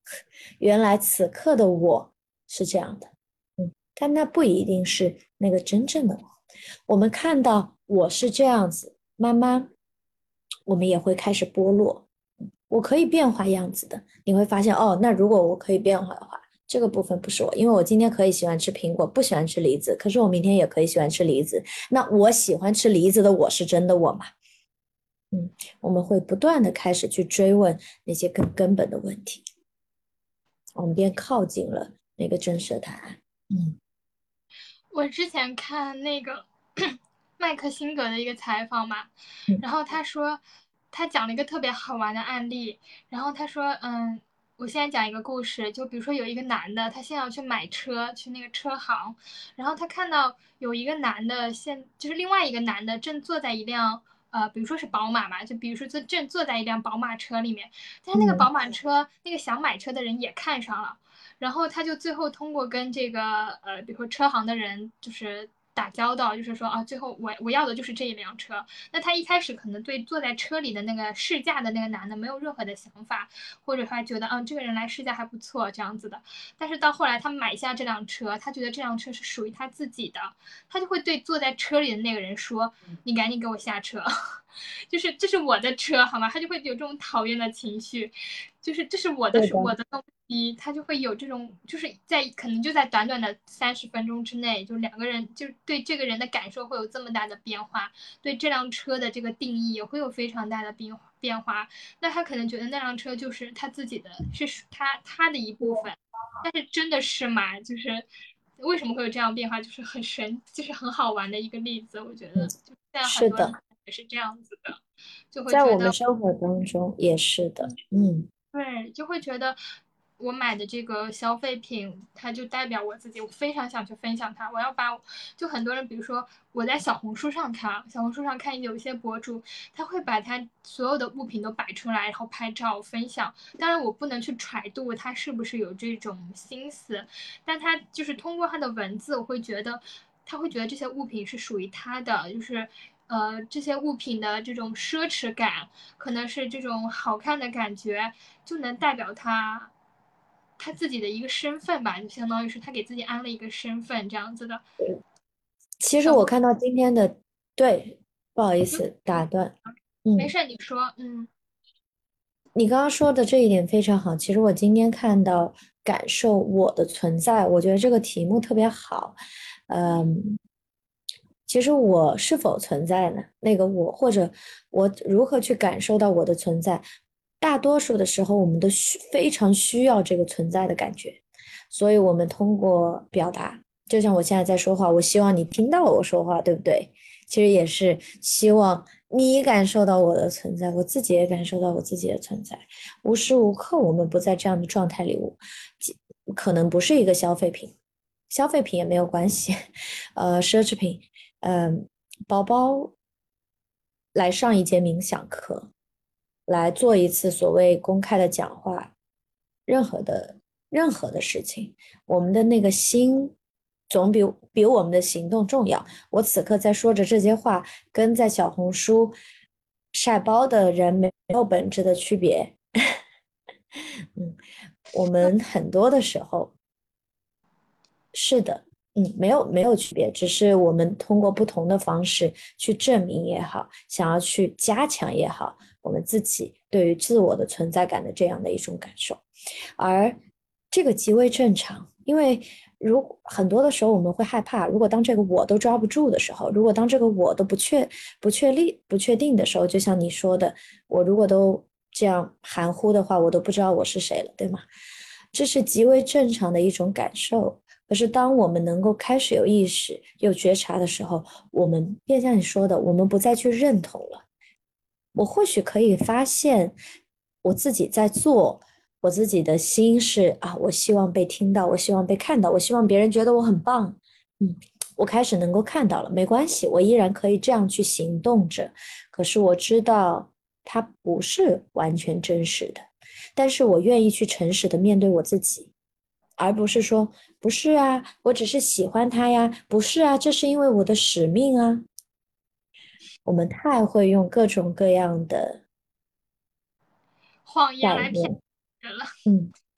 原来此刻的我是这样的，嗯，但那不一定是那个真正的我。我们看到我是这样子，慢慢我们也会开始剥落。我可以变化样子的，你会发现哦，那如果我可以变化的话，这个部分不是我，因为我今天可以喜欢吃苹果，不喜欢吃梨子，可是我明天也可以喜欢吃梨子。那我喜欢吃梨子的我是真的我吗？嗯，我们会不断的开始去追问那些更根本的问题，我们便靠近了那个真实的答案。嗯， 我之前看那个麦克辛格的一个采访嘛， 嗯然后他说他讲了一个特别好玩的案例，然后他说，嗯，我现在讲一个故事，就比如说有一个男的，他现在要去买车，去那个车行，然后他看到有一个男的现就是另外一个男的正坐在一辆呃，比如说是宝马嘛，就比如说正正坐在一辆宝马车里面，但是那个宝嗯马车那个想买车的人也看上了。然后他就最后通过跟这个呃，比如说车行的人就是打交道，就是说啊，最后我我要的就是这一辆车。那他一开始可能对坐在车里的那个试驾的那个男的没有任何的想法，或者他觉得啊，这个人来试驾还不错这样子的。但是到后来他买下这辆车，他觉得这辆车是属于他自己的，他就会对坐在车里的那个人说：“你赶紧给我下车。”就是这是我的车，好吗？他就会有这种讨厌的情绪，就是这是我的， 对的， 是我的东西，他就会有这种，就是在可能就在短短的三十分钟之内，就两个人就对这个人的感受会有这么大的变化，对这辆车的这个定义也会有非常大的变变化。那他可能觉得那辆车就是他自己的，是他他的一部分，但是真的是吗？就是为什么会有这样变化？就是很神，就是很好玩的一个例子，我觉得， 嗯， 就现在很多人是的， 也是这样子的，就会在我们觉得。 生活当中也是的，嗯。 对，就会觉得我买的这个消费品，它就代表我自己，我非常想去分享它。我要把，就很多人，比如说我在小红书上看啊，小红书上看有一些博主，他会把他所有的物品都摆出来，然后拍照分享。当然，我不能去揣度他是不是有这种心思，但他就是通过他的文字，我会觉得他会觉得这些物品是属于他的，就是呃这些物品的这种奢侈感。可能是这种好看的感觉，就能代表他他自己的一个身份吧，就相当于是他给自己安了一个身份这样子的。 其实小红我看到今天的，对，不好意就思打断，嗯， 没事，你说，嗯你刚刚说的这一点非常好。其实我今天看到感受我的存在，我觉得这个题目特别好。嗯，其实我是否存在呢？那个我，或者我如何去感受到我的存在？大多数的时候，我们都需非常需要这个存在的感觉，所以我们通过表达，就像我现在在说话，我希望你听到我说话，对不对？其实也是希望你感受到我的存在，我自己也感受到我自己的存在。无时无刻我们不在这样的状态里，可能不是一个消费品，消费品也没有关系，呃，奢侈品，嗯、包包，来上一节冥想课，来做一次所谓公开的讲话，任何的任何的事情，我们的那个心总比比我们的行动重要。我此刻在说着这些话，跟在小红书晒包的人没没有本质的区别。嗯，我们很多的时候是的，嗯，没有没有区别，只是我们通过不同的方式去证明也好，想要去加强也好，我们自己对于自我的存在感的这样的一种感受，而这个极为正常，因为如很多的时候我们会害怕，如果当这个我都抓不住的时候，如果当这个我都不确不确立不确定的时候，就像你说的，我如果都这样含糊的话，我都不知道我是谁了，对吗？这是极为正常的一种感受。可是，当我们能够开始有意识、有觉察的时候，我们便像你说的，我们不再去认同了。我或许可以发现，我自己在做，我自己的心是啊，我希望被听到，我希望被看到，我希望别人觉得我很棒。嗯，我开始能够看到了，没关系，我依然可以这样去行动着。可是我知道它不是完全真实的，但是我愿意去诚实的面对我自己。而不是说不是啊，我只是喜欢他呀，不是啊，这是因为我的使命啊。我们太会用各种各样的谎言来骗概念， 人了。 嗯，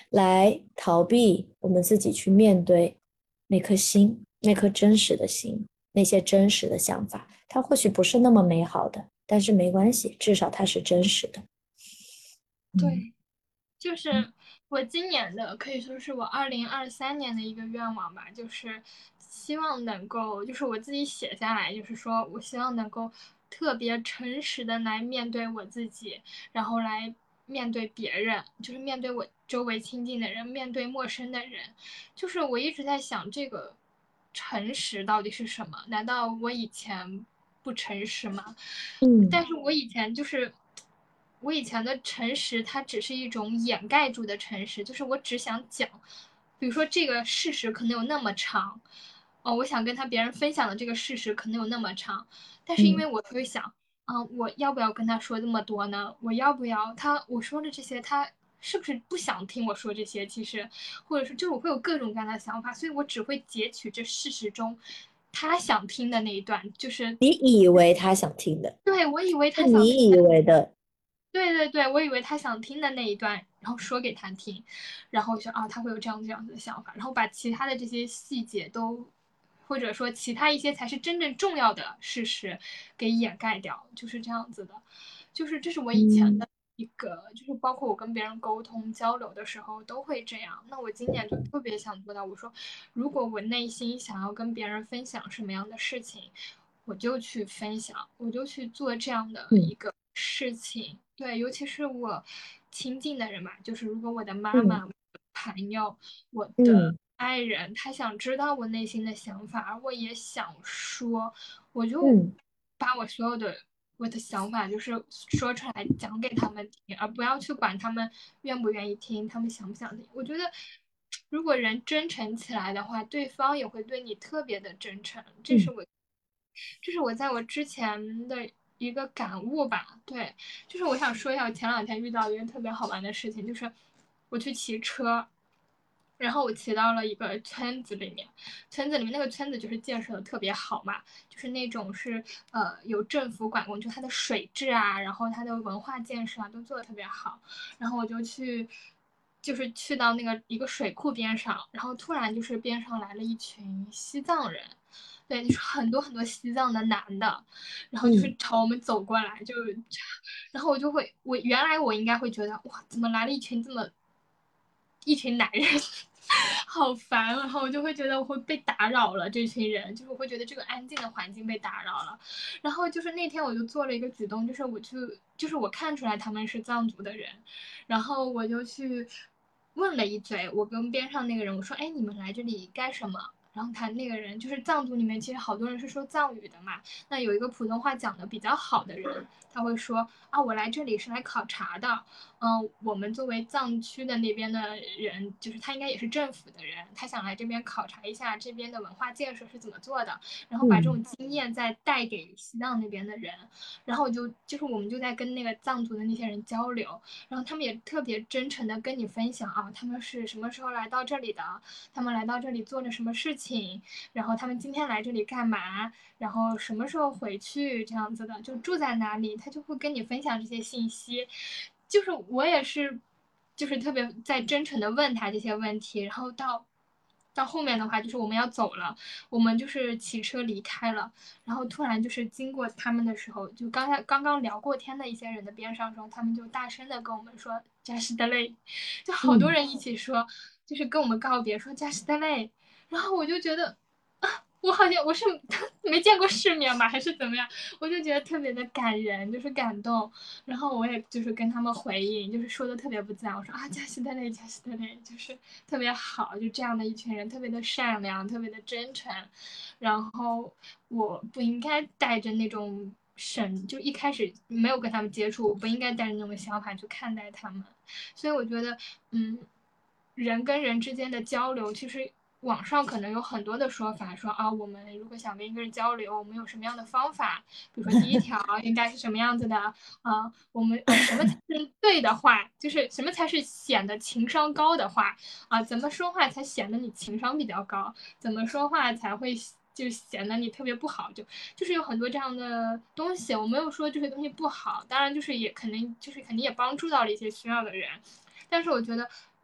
来逃避我们自己去面对那颗心，那颗真实的心，那些真实的想法。它或许不是那么美好的，但是没关系，至少它是真实的。嗯对，就是我今年的可以说是我二零二三年的一个愿望吧，就是希望能够，就是我自己写下来，就是说我希望能够特别诚实的来面对我自己，然后来面对别人，就是面对我周围亲近的人，面对陌生的人。就是我一直在想，这个诚实到底是什么？难道我以前不诚实吗？ 嗯但是我以前就是我以前的诚实，它只是一种掩盖住的诚实，就是我只想讲，比如说这个事实可能有那么长，哦，我想跟他别人分享的这个事实可能有那么长，但是因为嗯我会想，嗯，我要不要跟他说这么多呢？我要不要他我说的这些，他是不是不想听我说这些？其实，或者是就是我会有各种各样的想法，所以我只会截取这事实中他想听的那一段，就是你以为他想听的， 对我以为是他想听的。 你以为的。 对对对，我以为他想听的那一段，然后说给他听，然后说啊，他会有这样这样子的想法，然后把其他的这些细节都，或者说其他一些才是真正重要的事实给掩盖掉，就是这样子的，就是这是我以前嗯的一个，就是包括我跟别人沟通交流的时候都会这样。那我今年就特别想做到，我说如果我内心想要跟别人分享什么样的事情，我就去分享，我就去做这样的一嗯个事情。对，尤其是我亲近的人嘛，就是如果我的妈嗯妈、我的朋友、我的嗯爱人，他想知道我内心的想法，而我也想说，我就嗯把我所有的我的想法就是说出来讲给他们听，而不要去管他们愿不愿意听，他们想不想听。我觉得，如果人真诚起来的话，对方也会对你特别的真诚。这是嗯我，这是我在我之前的一个感悟吧。对，就是我想说一下，我前两天遇到一个特别好玩的事情，就是我去骑车。然后我骑到了一个村子里面，村子里面那个村子就是建设的特别好嘛，就是那种是呃有政府管控，就它的水质啊，然后它的文化建设啊都做的特别好。然后我就去，就是去到那个一个水库边上，然后突然就是边上来了一群西藏人，对，就是很多很多西藏的男的，然后就是嗯朝我们走过来，就，然后我就会，我原来我应该会觉得哇，怎么来了一群这么一群男人，好烦，然后我就会觉得我会被打扰了，这群人就是我会觉得这个安静的环境被打扰了。然后就是那天我就做了一个举动，就是我去，就是我看出来他们是藏族的人，然后我就去问了一嘴，我跟边上那个人我说，哎，你们来这里干什么？然后他那个人就是藏族里面，其实好多人是说藏语的嘛。那有一个普通话讲的比较好的人，他会说啊，我来这里是来考察的。嗯，我们作为藏区的那边的人，就是他应该也是政府的人，他想来这边考察一下这边的文化建设是怎么做的，然后把这嗯种经验再带给西藏那边的人。然后我就就是我们就在跟那个藏族的那些人交流，然后他们也特别真诚的跟你分享啊，他们是什么时候来到这里的，他们来到这里做了什么事情，然后他们今天来这里干嘛，然后什么时候回去这样子的，就住在哪里，他就会跟你分享这些信息。就是我也是，就是特别在真诚的问他这些问题，然后到到后面的话，就是我们要走了，我们就是骑车离开了，然后突然就是经过他们的时候，就刚才刚刚聊过天的一些人的边上时候，他们就大声的跟我们说加时德勒，就好多嗯人一起说，就是跟我们告别说加时德勒，然后我就觉得。我好像我是没见过世面嘛，还是怎么样？我就觉得特别的感人，就是感动。然后我也就是跟他们回应，就是说的特别不自然。我说啊，加西德勒，加西德勒，就是特别好，就这样的一群人，特别的善良，特别的真诚。然后我不应该带着那种审，就一开始没有跟他们接触，我不应该带着那种想法去看待他们。所以我觉得，嗯，人跟人之间的交流，其实网上可能有很多的说法，说啊，我们如果想跟一个人交流，我们有什么样的方法？比如说第一条应该是什么样子的啊？我们啊什么才是对的话？就是什么才是显得情商高的话啊？怎么说话才显得你情商比较高？怎么说话才会就显得你特别不好？就就是有很多这样的东西。我没有说这些东西不好，当然就是也肯定就是肯定也帮助到了一些需要的人。但是我觉得，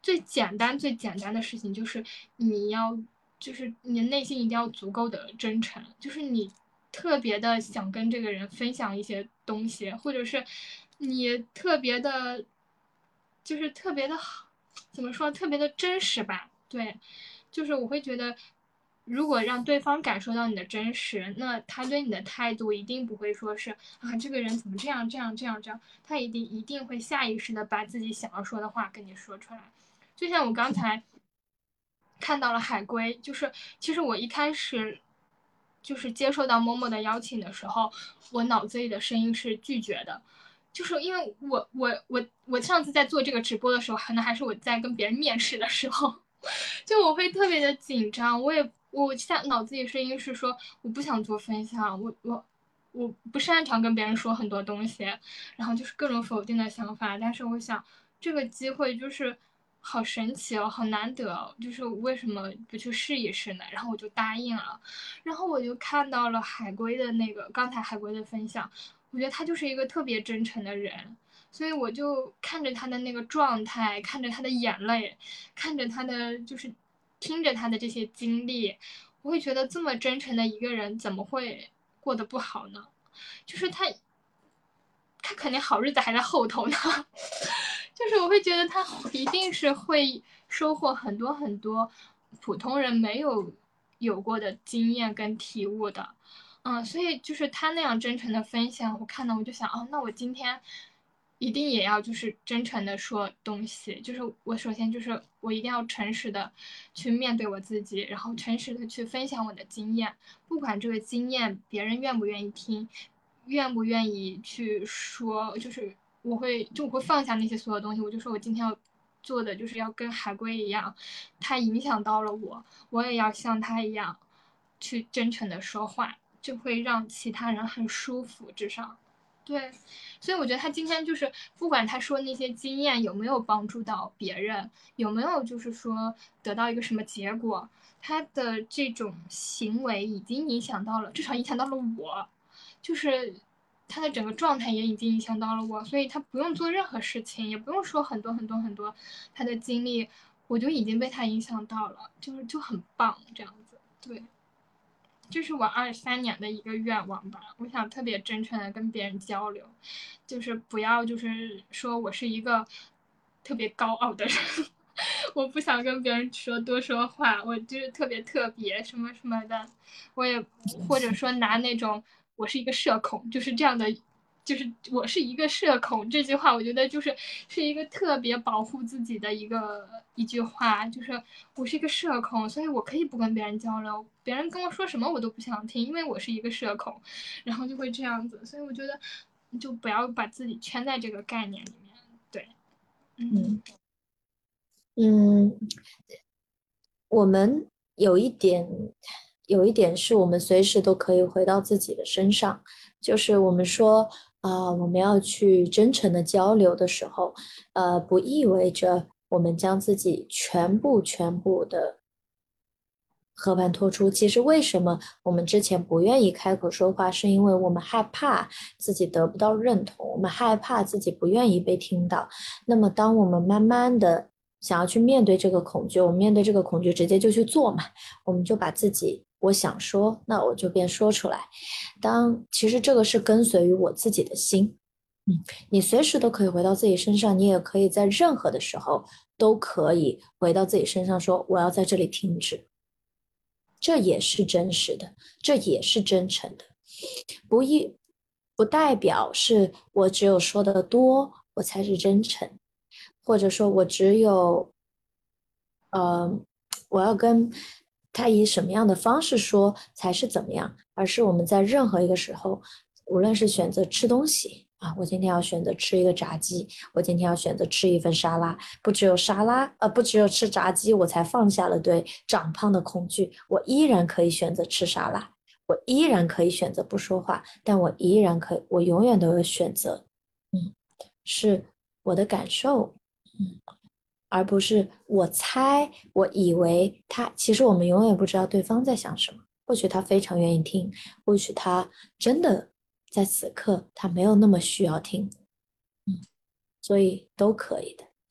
最简单最简单的事情就是你要，就是你内心一定要足够的真诚，就是你特别的想跟这个人分享一些东西，或者是你特别的，就是特别的好，怎么说，特别的真实吧？对，就是我会觉得，如果让对方感受到你的真实，那他对你的态度一定不会说是啊，这个人怎么这样这样这样这样，他一定一定会下意识的把自己想要说的话跟你说出来。就像我刚才看到了海龟，就是其实我一开始就是接受到某某的邀请的时候，我脑子里的声音是拒绝的，就是因为我我我我上次在做这个直播的时候，可能还是我在跟别人面试的时候，就我会特别的紧张，我也我下脑子里声音是说我不想做分享，我我我不擅长跟别人说很多东西，然后就是各种否定的想法，但是我想这个机会就是好神奇哦，好难得哦，就是为什么不去试一试呢？然后我就答应了，然后我就看到了海龟的那个刚才海龟的分享，我觉得他就是一个特别真诚的人，所以我就看着他的那个状态，看着他的眼泪，看着他的就是听着他的这些经历，我会觉得这么真诚的一个人怎么会过得不好呢？就是他，他肯定好日子还在后头呢。就是我会觉得他一定是会收获很多很多普通人没有有过的经验跟体悟的。嗯，所以就是他那样真诚的分享，我看到我就想，哦，那我今天一定也要就是真诚的说东西，就是我首先就是我一定要诚实的去面对我自己，然后诚实的去分享我的经验，不管这个经验别人愿不愿意听，愿不愿意去说，就是我会就我会放下那些所有东西，我就说我今天要做的就是要跟海龟一样，他影响到了我，我也要像他一样去真诚的说话，就会让其他人很舒服，至少。对，所以我觉得他今天就是不管他说那些经验有没有帮助到别人，有没有就是说得到一个什么结果，他的这种行为已经影响到了，至少影响到了我，就是他的整个状态也已经影响到了我，所以他不用做任何事情，也不用说很多很多很多他的经历，我就已经被他影响到了，就是就很棒这样子。对，这是我二三年的一个愿望吧，我想特别真诚的跟别人交流，就是不要就是说我是一个特别高傲的人，我不想跟别人说多说话，我就是特别特别什么什么的，我也或者说拿那种我是一个社恐，就是这样的。就是我是一个社恐这句话，我觉得就是是一个特别保护自己的一个一句话，就是我是一个社恐，所以我可以不跟别人交流，别人跟我说什么我都不想听，因为我是一个社恐，然后就会这样子，所以我觉得就不要把自己圈在这个概念里面，对，嗯嗯，我们有一点，有一点是我们随时都可以回到自己的身上，就是我们说，啊、我们要去真诚的交流的时候，呃，不意味着我们将自己全部全部的和盘托出。其实为什么我们之前不愿意开口说话，是因为我们害怕自己得不到认同，我们害怕自己不愿意被听到。那么当我们慢慢的想要去面对这个恐惧，我们面对这个恐惧直接就去做嘛，我们就把自己我想说，那我就便说出来。当其实这个是跟随于我自己的心。嗯，你随时都可以回到自己身上，你也可以在任何的时候都可以回到自己身上说，我要在这里停止。这也是真实的，这也是真诚的，不一不代表是我只有说的多，我才是真诚，或者说我只有，呃，我要跟他以什么样的方式说才是怎么样，而是我们在任何一个时候，无论是选择吃东西啊，我今天要选择吃一个炸鸡，我今天要选择吃一份沙拉，不只有沙拉，呃，不只有吃炸鸡，我才放下了对长胖的恐惧，我依然可以选择吃沙拉，我依然可以选择不说话，但我依然可以，我永远都有选择，嗯，是我的感受，嗯。而不是我猜，我以为他，其实我们永远不知道对方在想什么。或许他非常愿意听，或许他真的在此刻他没有那么需要听，嗯，所以都可以的。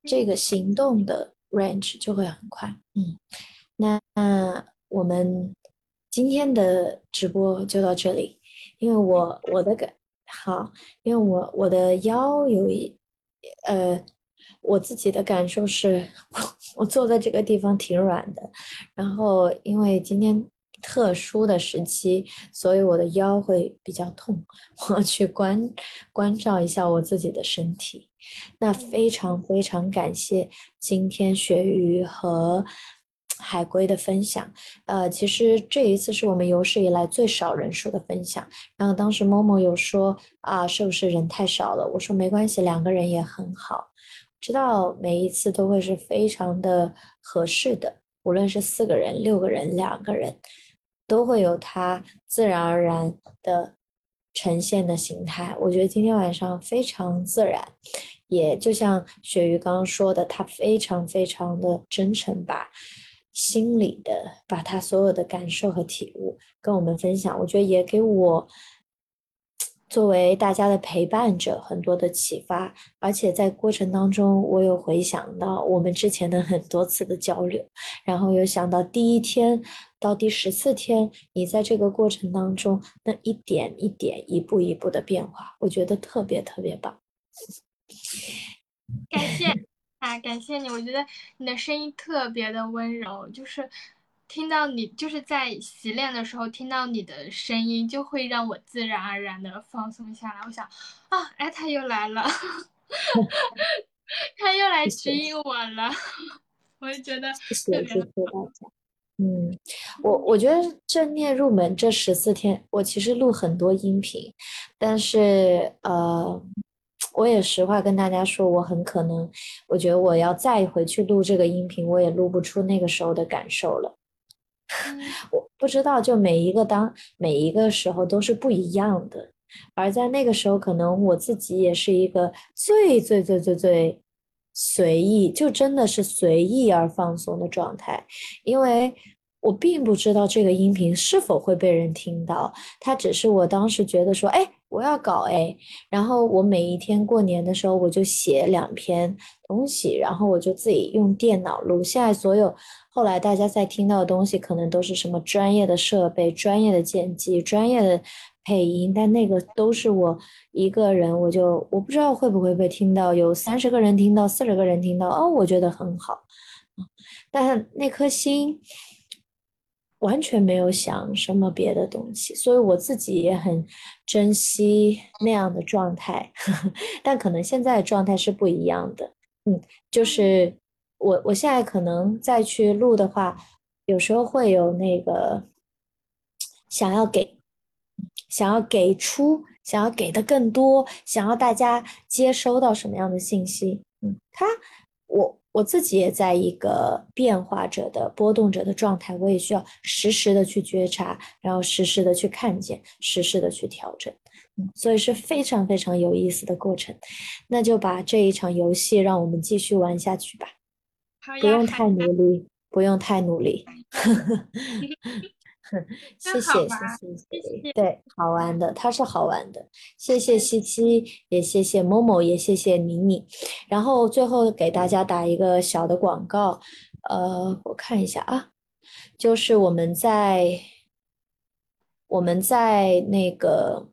这个行动的 range 就会很快。嗯，那那我们今天的直播就到这里，因为我我的感好，因为我我的腰有一呃，我自己的感受是，我坐在这个地方挺软的，然后因为今天特殊的时期，所以我的腰会比较痛，我去关关照一下我自己的身体。那非常非常感谢今天雪鱼和海龟的分享，呃，其实这一次是我们有史以来最少人数的分享。然后当时某某有说啊，是不是人太少了？我说没关系，两个人也很好。知道每一次都会是非常的合适的，无论是四个人、六个人、两个人，都会有它自然而然的呈现的形态。我觉得今天晚上非常自然，也就像雪鱼刚刚说的，他非常非常的真诚，把心里的把他所有的感受和体悟跟我们分享。我觉得也给我作为大家的陪伴者很多的启发，而且在过程当中，我有回想到我们之前的很多次的交流，然后有想到第一天到第十四天，你在这个过程当中那一点一点、一步一步的变化，我觉得特别特别棒。 感谢啊，感谢你！我觉得你的声音特别的温柔，就是听到你就是在洗脸的时候听到你的声音，就会让我自然而然的放松下来。我想啊，哎，他又来了，他又来指引我了，我就觉得谢谢， 特别的。 谢谢大家。嗯，我我觉得正念入门这十四天，我其实录很多音频，但是呃，我也实话跟大家说，我很可能，我觉得我要再回去录这个音频，我也录不出那个时候的感受了。 嗯我不知道，就每一个当每一个时候都是不一样的，而在那个时候，可能我自己也是一个最最最最最随意，就真的是随意而放松的状态，因为我并不知道这个音频是否会被人听到，它只是我当时觉得说，哎，我要搞哎，然后我每一天过年的时候，我就写两篇东西，然后我就自己用电脑录。现在所有后来大家在听到的东西，可能都是什么专业的设备、专业的剪辑、专业的配音，但那个都是我一个人，我就我不知道会不会被听到，有三十个人听到，四十个人听到，哦，我觉得很好。但那颗心完全没有想什么别的东西，所以我自己也很珍惜那样的状态，但可能现在的状态是不一样的。嗯，就是我我现在可能再去录的话，有时候会有那个想要给，想要给出，想要给的更多，想要大家接收到什么样的信息。嗯，他我我自己也在一个变化者的波动者的状态，我也需要实时的去觉察，然后实时的去看见，实时的去调整。嗯，所以是非常非常有意思的过程。那就把这一场游戏让我们继续玩下去吧， 好呀， 不用太好呀， 努力，不用太努力。谢真好谢，谢玩， 谢，谢谢谢， 谢。 对，好玩的，它是好玩的。谢谢西七，也谢谢某某，也谢谢妮妮。然后最后给大家打一个小的广告，呃，我看一下啊，就是我们在我们在那个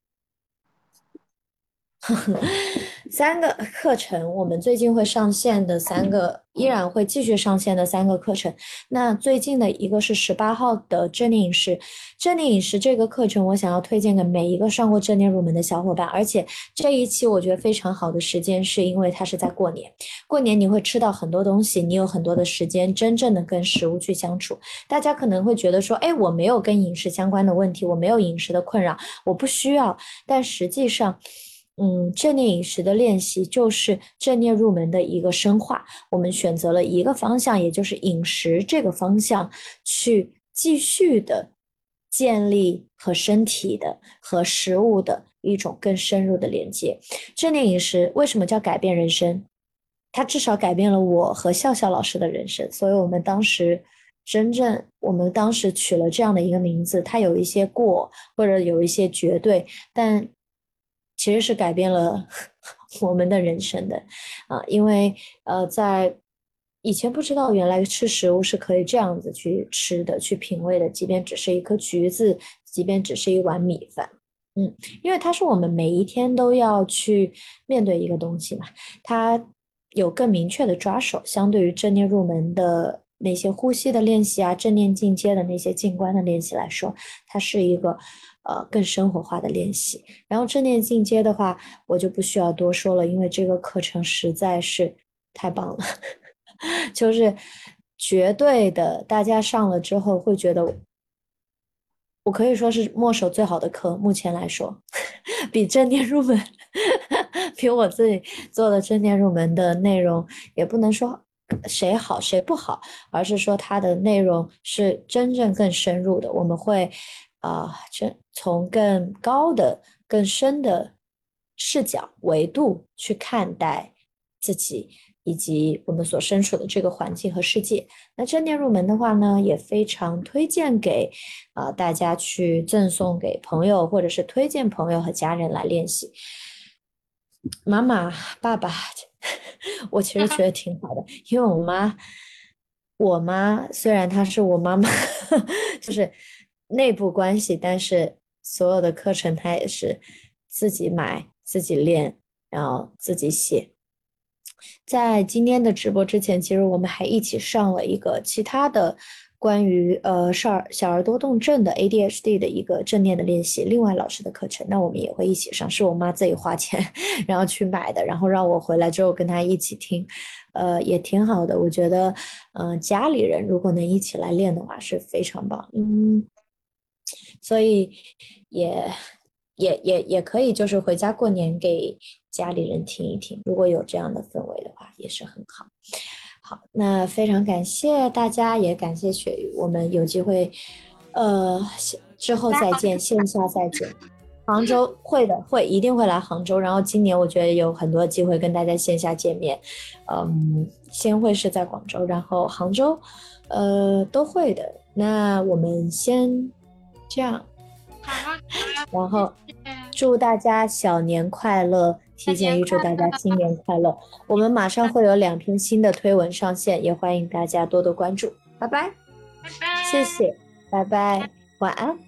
三个课程，我们最近会上线的三个，依然会继续上线的三个课程。那最近的一个是十八号的正念饮食，正念饮食这个课程，我想要推荐给每一个上过正念入门的小伙伴。而且这一期我觉得非常好的时间，是因为它是在过年。过年你会吃到很多东西，你有很多的时间真正的跟食物去相处。大家可能会觉得说，哎，我没有跟饮食相关的问题，我没有饮食的困扰，我不需要。但实际上，嗯，正念饮食的练习就是正念入门的一个深化。我们选择了一个方向，也就是饮食这个方向，去继续的建立和身体的和食物的一种更深入的连接。正念饮食为什么叫改变人生？它至少改变了我和笑笑老师的人生，所以我们当时真正，我们当时取了这样的一个名字，它有一些过或者有一些绝对，但其实是改变了我们的人生的啊、因为呃在以前不知道原来吃食物是可以这样子去吃的，去品味的，即便只是一颗橘子，即便只是一碗米饭。嗯，因为它是我们每一天都要去面对一个东西嘛，它有更明确的抓手，相对于正念入门的那些呼吸的练习啊，正念进阶的那些静观的练习来说，它是一个呃更生活化的练习。然后正念进阶的话，我就不需要多说了，因为这个课程实在是太棒了，就是绝对的，大家上了之后会觉得。我可以说是墨守最好的课，目前来说，比正念入门，比我自己做的正念入门的内容，也不能说谁好谁不好，而是说它的内容是真正更深入的。我们会啊，这、从更高的、更深的视角维度去看待自己。以及我们所身处的这个环境和世界。那正念入门的话呢，也非常推荐给啊、呃、大家去赠送给朋友，或者是推荐朋友和家人来练习。妈妈、爸爸，我其实觉得挺好的，因为我妈，我妈虽然她是我妈妈，就是内部关系，但是所有的课程她也是自己买、自己练，然后自己写。在今天的直播之前，其实我们还一起上了一个其他的关于呃少儿小儿多动症的 A D H D 的一个正念的练习，另外老师的课程，那我们也会一起上，是我妈自己花钱然后去买的，然后让我回来之后跟她一起听，呃也挺好的，我觉得嗯、呃、家里人如果能一起来练的话是非常棒，嗯，所以也也也也可以就是回家过年给家里人听一听，如果有这样的氛围的话，也是很好。好，那非常感谢大家，也感谢雪雨，我们有机会，呃，之后再见，线下再见。杭州会的，会一定会来杭州。然后今年我觉得有很多机会跟大家线下见面，嗯，先会是在广州，然后杭州，呃，都会的。那我们先这样， 好， 然后祝大家小年快乐，提前预祝大家新年快乐。我们马上会有两篇新的推文上线，也欢迎大家多多关注。拜拜， 拜拜， 谢谢，拜拜，晚安。